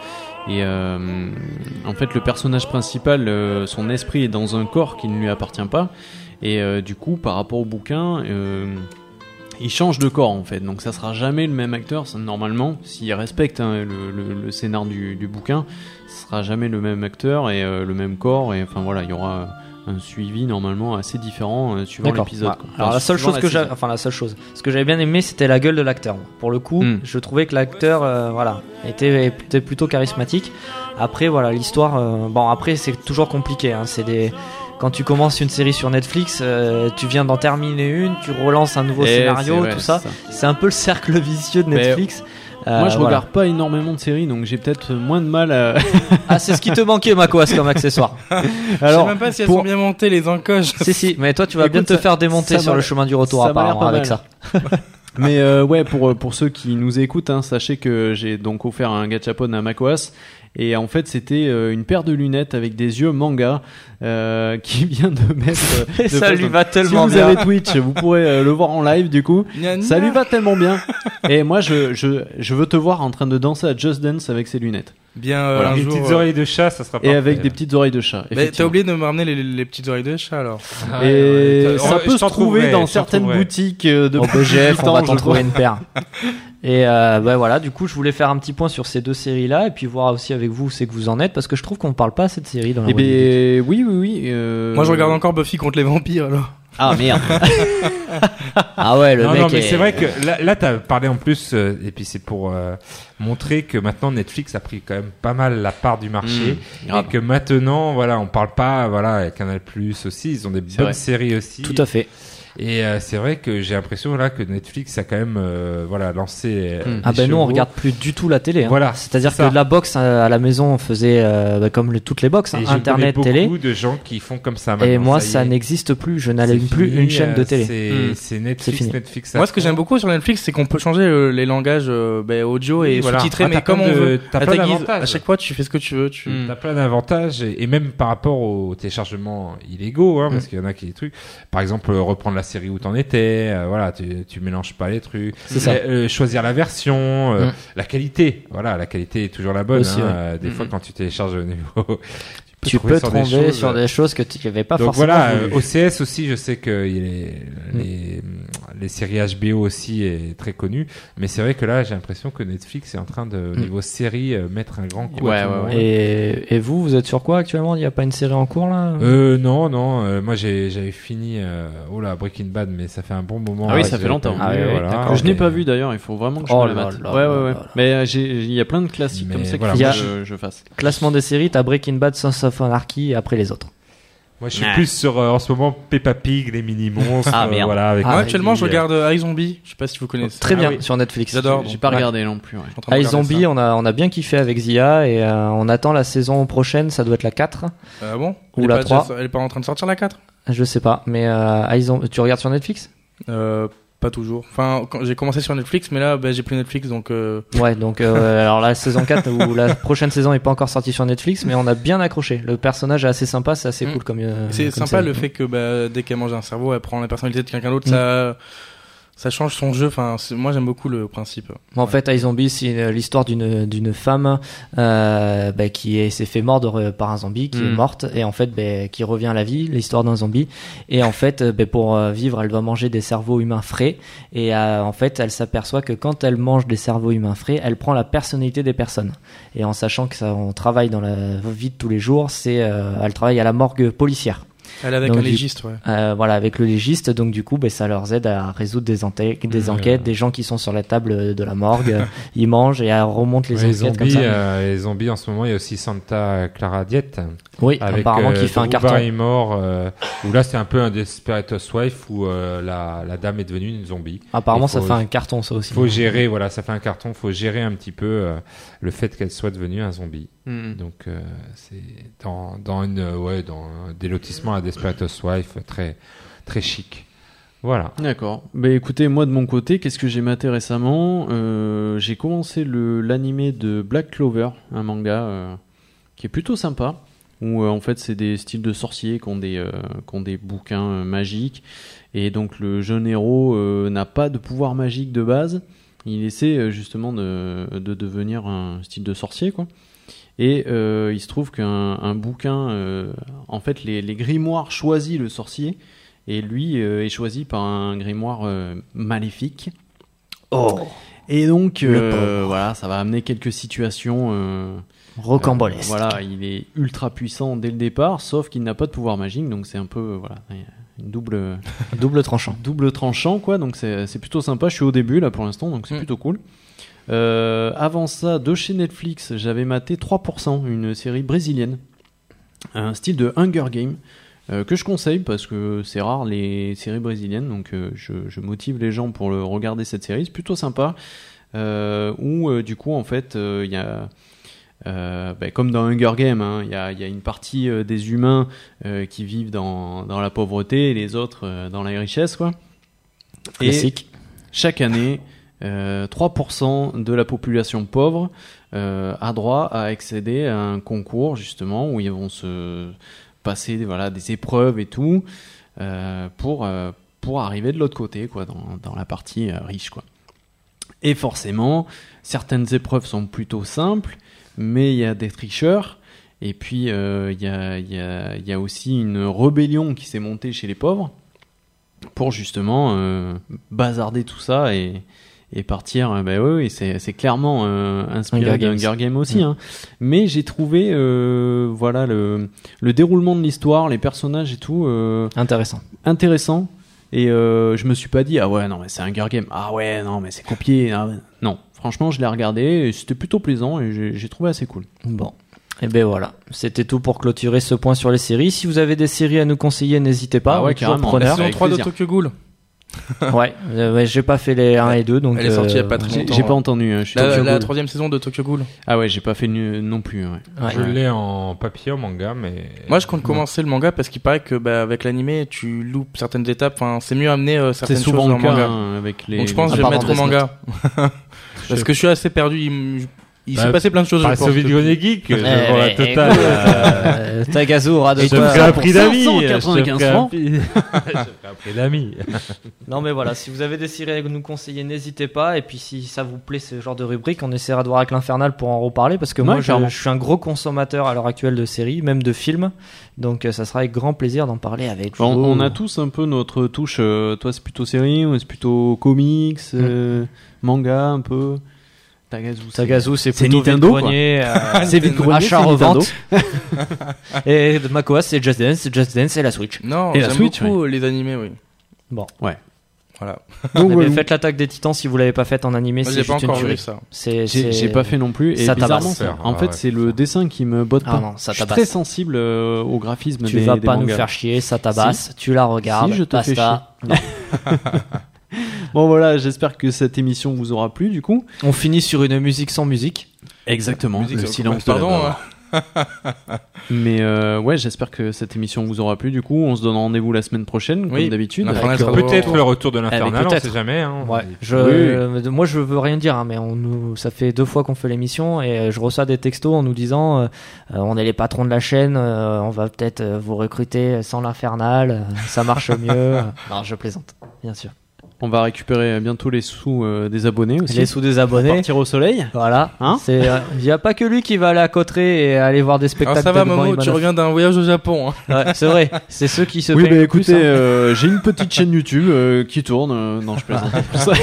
Speaker 3: en fait le personnage principal, son esprit est dans un corps qui ne lui appartient pas et du coup par rapport au bouquin. Il change de corps en fait, donc ça sera jamais le même acteur. Normalement, s'il respecte le scénar du bouquin, ce sera jamais le même acteur et le même corps. Et enfin voilà, il y aura un suivi normalement assez différent suivant l'épisode.
Speaker 2: Ouais. Alors la seule chose ce que j'avais bien aimé, c'était la gueule de l'acteur. Pour le coup, je trouvais que l'acteur, était plutôt charismatique. Après voilà, l'histoire, après c'est toujours compliqué. Quand tu commences une série sur Netflix, tu viens d'en terminer une, tu relances un nouveau scénario, tout ça. C'est un peu le cercle vicieux de Netflix.
Speaker 3: Moi, je regarde pas énormément de séries, donc j'ai peut-être moins de mal à...
Speaker 2: Ah, c'est ce qui te manquait, Makoas, comme accessoire.
Speaker 4: Alors, je sais même pas si elles sont bien montées, les encoches.
Speaker 2: Si, mais toi, tu vas bien te faire démonter sur le chemin du retour, apparemment, avec ça.
Speaker 3: Mais pour ceux qui nous écoutent, sachez que j'ai donc offert un gachapon à Makoas. Et en fait, c'était une paire de lunettes avec des yeux manga qui vient de mettre.
Speaker 2: Ça lui va tellement bien.
Speaker 3: Si vous avez Twitch, vous pourrez le voir en live du coup. Ça lui va tellement bien. Et moi, je veux te voir en train de danser à Just Dance avec ces lunettes.
Speaker 4: Bien,
Speaker 5: voilà, des petites oreilles de chat, ça sera parfait.
Speaker 3: Et avec des petites oreilles de chat.
Speaker 4: Mais t'as oublié de me ramener les petites oreilles de chat alors.
Speaker 3: Et ça peut se trouver dans certaines boutiques de
Speaker 2: BGF, on va t'en trouver une paire. Et voilà, du coup, je voulais faire un petit point sur ces deux séries-là et puis voir aussi avec vous où c'est que vous en êtes parce que je trouve qu'on parle pas assez de séries dans la
Speaker 3: oui.
Speaker 4: Moi, je regarde encore Buffy contre les vampires alors.
Speaker 2: Ah merde. Ah ouais, le mec.
Speaker 5: Non, mais c'est vrai que là t'as parlé en plus, et puis c'est pour montrer que maintenant Netflix a pris quand même pas mal la part du marché, et que maintenant, voilà, on parle pas, voilà, Canal Plus aussi, ils ont des bonnes séries aussi.
Speaker 2: Tout à fait.
Speaker 5: Et c'est vrai que j'ai l'impression là que Netflix a quand même lancé.
Speaker 2: Nous on regarde plus du tout la télé.
Speaker 5: Voilà,
Speaker 2: c'est-à-dire que la box à la maison on faisait comme toutes les box, internet, télé.
Speaker 5: Il y a beaucoup de gens qui font comme ça maintenant.
Speaker 2: Et moi ça n'existe plus. Je n'allume plus une chaîne de télé.
Speaker 5: C'est Netflix.
Speaker 4: Moi ce que j'aime beaucoup sur Netflix, c'est qu'on peut changer les langages audio et sous-titrer, mais comme on veut.
Speaker 5: T'as plein d'avantages.
Speaker 4: À chaque fois tu fais ce que tu veux.
Speaker 5: T'as plein d'avantages et même par rapport aux téléchargements illégaux, parce qu'il y en a qui des trucs. Par exemple, reprendre la série où t'en étais, tu mélanges pas les trucs.
Speaker 2: C'est ça.
Speaker 5: Choisir la version, la qualité. Voilà, la qualité est toujours la bonne.
Speaker 2: Aussi,
Speaker 5: des fois, quand tu télécharges au niveau,
Speaker 2: tu peux tomber sur des choses que tu n'avais pas forcément.
Speaker 5: Donc voilà, OCS aussi, je sais que les séries HBO aussi est très connu, mais c'est vrai que là, j'ai l'impression que Netflix est en train de, niveau série, mettre un grand coup.
Speaker 2: Et vous êtes sur quoi actuellement? Il n'y a pas une série en cours là?
Speaker 5: Non. Moi, j'avais fini Breaking Bad, mais ça fait un bon moment.
Speaker 3: Ah oui, ça fait longtemps.
Speaker 5: Voilà,
Speaker 3: je n'ai pas vu d'ailleurs. Il faut vraiment que je me la mate. Ouais. Mais il y a plein de classiques comme ça qu'il faut que je fasse.
Speaker 2: Classement des séries, t'as Breaking Bad, Sons of Anarchy et après les autres.
Speaker 5: Moi, je suis plus sur en ce moment Peppa Pig, les mini monstres.
Speaker 2: Voilà.
Speaker 5: Avec
Speaker 4: moi, actuellement, je regarde iZombie. Je sais pas si vous connaissez.
Speaker 2: Très bien sur Netflix.
Speaker 4: J'adore.
Speaker 3: J'ai pas regardé non plus.
Speaker 2: iZombie, on a bien kiffé avec Zia et on attend la saison prochaine. Ça doit être la 4.
Speaker 4: Ah bon?
Speaker 2: Ou la 3.
Speaker 4: Elle est pas en train de sortir la 4?
Speaker 2: Je sais pas, mais tu regardes sur Netflix?
Speaker 4: Pas toujours. Enfin, j'ai commencé sur Netflix, mais là, j'ai plus Netflix, donc.
Speaker 2: Ouais, donc alors la saison 4 ou la prochaine saison est pas encore sortie sur Netflix, mais on a bien accroché. Le personnage est assez sympa, c'est assez cool comme.
Speaker 4: C'est
Speaker 2: comme
Speaker 4: sympa
Speaker 2: série.
Speaker 4: le fait que dès qu'elle mange un cerveau, elle prend la personnalité de quelqu'un d'autre. Ça change son jeu. Enfin, moi j'aime beaucoup le principe.
Speaker 2: En fait, iZombie, c'est l'histoire d'une femme qui s'est fait mordre par un zombie, qui est morte et en fait qui revient à la vie. L'histoire d'un zombie et en fait pour vivre, elle doit manger des cerveaux humains frais et en fait, elle s'aperçoit que quand elle mange des cerveaux humains frais, elle prend la personnalité des personnes. Et en sachant que on travaille dans la vie de tous les jours, elle travaille à la morgue policière.
Speaker 4: Elle est avec un légiste, ouais.
Speaker 2: Voilà, avec le légiste, donc du coup, ça leur aide à résoudre des enquêtes, des gens qui sont sur la table de la morgue, ils mangent et elle remonte les enquêtes
Speaker 5: zombies,
Speaker 2: comme ça.
Speaker 5: Les zombies, en ce moment, il y a aussi Santa Clara Diet.
Speaker 2: Oui,
Speaker 5: avec,
Speaker 2: apparemment qui fait un carton.
Speaker 5: Barrymore, où là, c'est un peu un Desperate Housewife où la dame est devenue une zombie.
Speaker 2: Apparemment, ça fait un carton, ça aussi.
Speaker 5: Faut gérer, ça fait un carton. Faut gérer un petit peu le fait qu'elle soit devenue un zombie. Donc, c'est dans des lotissements à Desperate Housewife très très chic. Voilà.
Speaker 3: D'accord. Écoutez, moi de mon côté, qu'est-ce que j'ai maté récemment? J'ai commencé l'animé de Black Clover, un manga qui est plutôt sympa, où en fait c'est des styles de sorciers qui ont des bouquins magiques, et donc le jeune héros n'a pas de pouvoir magique de base. Il essaie justement de devenir un style de sorcier, quoi. Et il se trouve qu'un bouquin, en fait, les grimoires choisissent le sorcier, et lui est choisi par un grimoire maléfique.
Speaker 2: Oh.
Speaker 3: Et donc, voilà, ça va amener quelques situations
Speaker 2: rocambolesques.
Speaker 3: Voilà, il est ultra puissant dès le départ, sauf qu'il n'a pas de pouvoir magique, donc c'est un peu une double tranchant, quoi. Donc c'est plutôt sympa. Je suis au début là pour l'instant, donc c'est plutôt cool. Avant ça, de chez Netflix, j'avais maté 3%, une série brésilienne, un style de Hunger Games, que je conseille parce que c'est rare les séries brésiliennes, donc je motive les gens pour regarder cette série. C'est plutôt sympa, où du coup en fait il y a comme dans Hunger Games, il y a une partie des humains qui vivent dans la pauvreté et les autres dans la richesse, quoi.
Speaker 2: Classique.
Speaker 3: Et chaque année 3% de la population pauvre a droit à accéder à un concours justement où ils vont se passer des épreuves et tout pour arriver de l'autre côté, quoi, dans la partie riche, quoi. Et forcément, certaines épreuves sont plutôt simples, mais il y a des tricheurs. Et puis il y a aussi une rébellion qui s'est montée chez les pauvres pour justement bazarder tout ça et partir. Oui, c'est clairement inspiré d'Hunger Games aussi, hein. Mais j'ai trouvé le déroulement de l'histoire, les personnages et tout intéressant. Et je me suis pas dit ah ouais non mais c'est Hunger Games, ah ouais non mais c'est copié, non, franchement je l'ai regardé et c'était plutôt plaisant et j'ai trouvé assez cool.
Speaker 2: Bon. Et voilà, c'était tout pour clôturer ce point sur les séries. Si vous avez des séries à nous conseiller, n'hésitez pas.
Speaker 3: Ouais, carrément.
Speaker 4: La saison 3 de Tokyo Ghoul.
Speaker 2: Ouais, j'ai pas fait les 1 et 2, donc
Speaker 4: elle est sortie il y a pas très longtemps.
Speaker 3: J'ai pas entendu.
Speaker 4: La 3e saison de Tokyo Ghoul.
Speaker 3: Ah ouais, j'ai pas fait non plus. Ouais.
Speaker 5: Je l'ai en papier, en manga, mais.
Speaker 4: Moi, je compte commencer le manga parce qu'il paraît que avec l'animé, tu loupes certaines étapes. Enfin, c'est mieux amener certaines choses dans le manga.
Speaker 3: Avec
Speaker 4: donc je pense que je vais mettre au manga parce que je suis assez perdu. Il s'est passé plein de choses.
Speaker 5: Bah, sauver du Grenier Geek, pour la totale.
Speaker 2: Tagazu aura de
Speaker 5: quoi. Je te ferai un prix d'amis.
Speaker 3: 595 francs.
Speaker 5: Je te ferai un prix d'amis.
Speaker 2: Non, mais voilà, si vous avez des séries à nous conseiller, n'hésitez pas. Et puis, si ça vous plaît, ce genre de rubrique, on essaiera de voir avec l'Infernal pour en reparler. Parce que moi, je suis un gros consommateur à l'heure actuelle de séries, même de films. Donc, ça sera avec grand plaisir d'en parler avec vous.
Speaker 3: On a tous un peu notre touche. Toi, c'est plutôt série, ou c'est plutôt comics, manga, un peu.
Speaker 2: Tagazu, c'est plutôt
Speaker 3: Nintendo,
Speaker 2: c'est vide-grenier, achat-revente. Et Makoas, c'est Just Dance et la Switch.
Speaker 4: Non,
Speaker 3: et la
Speaker 4: j'aime
Speaker 3: Switch,
Speaker 4: beaucoup les animés, oui.
Speaker 2: Bon.
Speaker 3: Ouais.
Speaker 4: Voilà.
Speaker 2: Donc, faites l'attaque des Titans si vous l'avez pas faite en animé.
Speaker 4: Moi, j'ai pas encore vu ça.
Speaker 3: J'ai pas fait non plus. Et
Speaker 2: ça
Speaker 3: bizarrement, en fait, c'est le dessin qui me botte pas.
Speaker 2: Non, ça
Speaker 3: je suis très sensible au graphisme
Speaker 2: tu
Speaker 3: des
Speaker 2: vas pas
Speaker 3: mangas.
Speaker 2: nous faire chier, ça tabasse. Si. Tu la regardes.
Speaker 3: Si, je te fais chier. Bon voilà, j'espère que cette émission vous aura plu du coup.
Speaker 2: On finit sur une musique sans musique.
Speaker 3: Exactement. Le silence de la mort. Mais ouais, j'espère que cette émission vous aura plu. Du coup, on se donne rendez-vous la semaine prochaine, comme d'habitude.
Speaker 5: Peut-être le retour de l'Infernal, on sait jamais. Hein.
Speaker 2: Ouais. Moi, je veux rien dire, hein, mais ça fait 2 fois qu'on fait l'émission et je reçois des textos en nous disant on est les patrons de la chaîne, on va peut-être vous recruter sans l'Infernal, ça marche mieux. Non, je plaisante, bien sûr.
Speaker 3: On va récupérer bientôt les sous des abonnés aussi.
Speaker 2: Les sous des abonnés.
Speaker 3: Partir au soleil.
Speaker 2: Voilà.
Speaker 3: Hein,
Speaker 2: il y a pas que lui qui va aller à Cotteret et aller voir des spectacles.
Speaker 4: Alors ça va, Momo, tu reviens d'un voyage au Japon. Hein.
Speaker 2: Ouais, c'est vrai. C'est ceux qui se
Speaker 3: payent
Speaker 2: le
Speaker 3: écoutez,
Speaker 2: plus. Hein.
Speaker 3: J'ai une petite chaîne YouTube qui tourne. Non, je plaisante pour ça.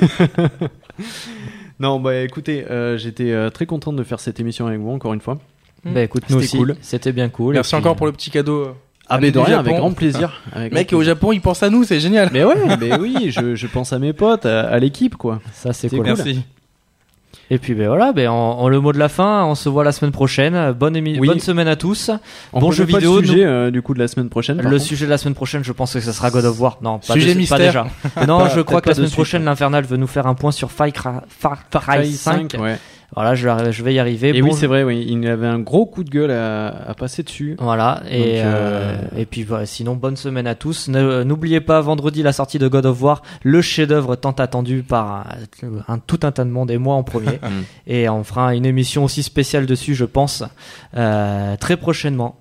Speaker 3: Non, bah écoutez, j'étais très content de faire cette émission avec vous encore une fois.
Speaker 2: Bah écoute, nous aussi. Cool. C'était bien cool.
Speaker 4: Merci encore pour le petit cadeau.
Speaker 3: Ah mais de rien, avec grand plaisir.
Speaker 4: Mec, au Japon, il pense à nous, c'est génial.
Speaker 3: Mais ouais, mais oui, je pense à mes potes, à l'équipe quoi.
Speaker 2: Ça c'est cool.
Speaker 4: Merci.
Speaker 2: Et puis ben voilà, en le mot de la fin, on se voit la semaine prochaine. Bonne semaine à tous.
Speaker 3: Bon jeu vidéo. Le sujet du coup de la semaine prochaine.
Speaker 2: Le sujet de la semaine prochaine, je pense que ça sera God of War. Non,
Speaker 4: sujet mystère.
Speaker 2: Pas déjà. Non, je crois que la semaine prochaine, l'Infernal veut nous faire un point sur Far Cry 5. Ouais. Voilà, je vais y arriver.
Speaker 3: Et oui, c'est vrai, oui, il avait un gros coup de gueule à passer dessus.
Speaker 2: Voilà, et puis voilà, sinon, bonne semaine à tous. N'oubliez pas, vendredi, la sortie de God of War, le chef-d'œuvre tant attendu par tout un tas de monde, et moi en premier. Et on fera une émission aussi spéciale dessus, je pense, très prochainement.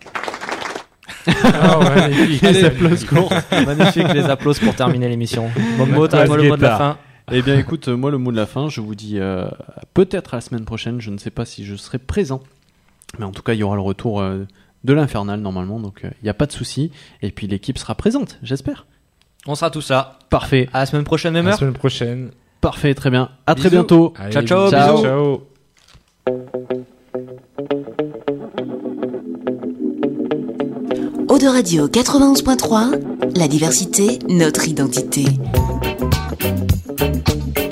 Speaker 3: Magnifique. Les applauses courts.
Speaker 2: Magnifique, les applauses pour terminer l'émission. Momo, t'as le mot de la fin.
Speaker 3: Eh bien écoute, moi le mot de la fin, je vous dis peut-être à la semaine prochaine, je ne sais pas si je serai présent, mais en tout cas il y aura le retour de l'Infernal normalement, donc il n'y a pas de souci, et puis l'équipe sera présente, j'espère.
Speaker 2: On sera tous là.
Speaker 3: Parfait.
Speaker 2: À la semaine prochaine, même heure.
Speaker 5: À la semaine prochaine.
Speaker 3: Parfait, très bien. À très bientôt.
Speaker 5: Allez,
Speaker 2: ciao, bisous.
Speaker 5: Ciao.
Speaker 7: Eau de Radio 91.3, la diversité, notre identité.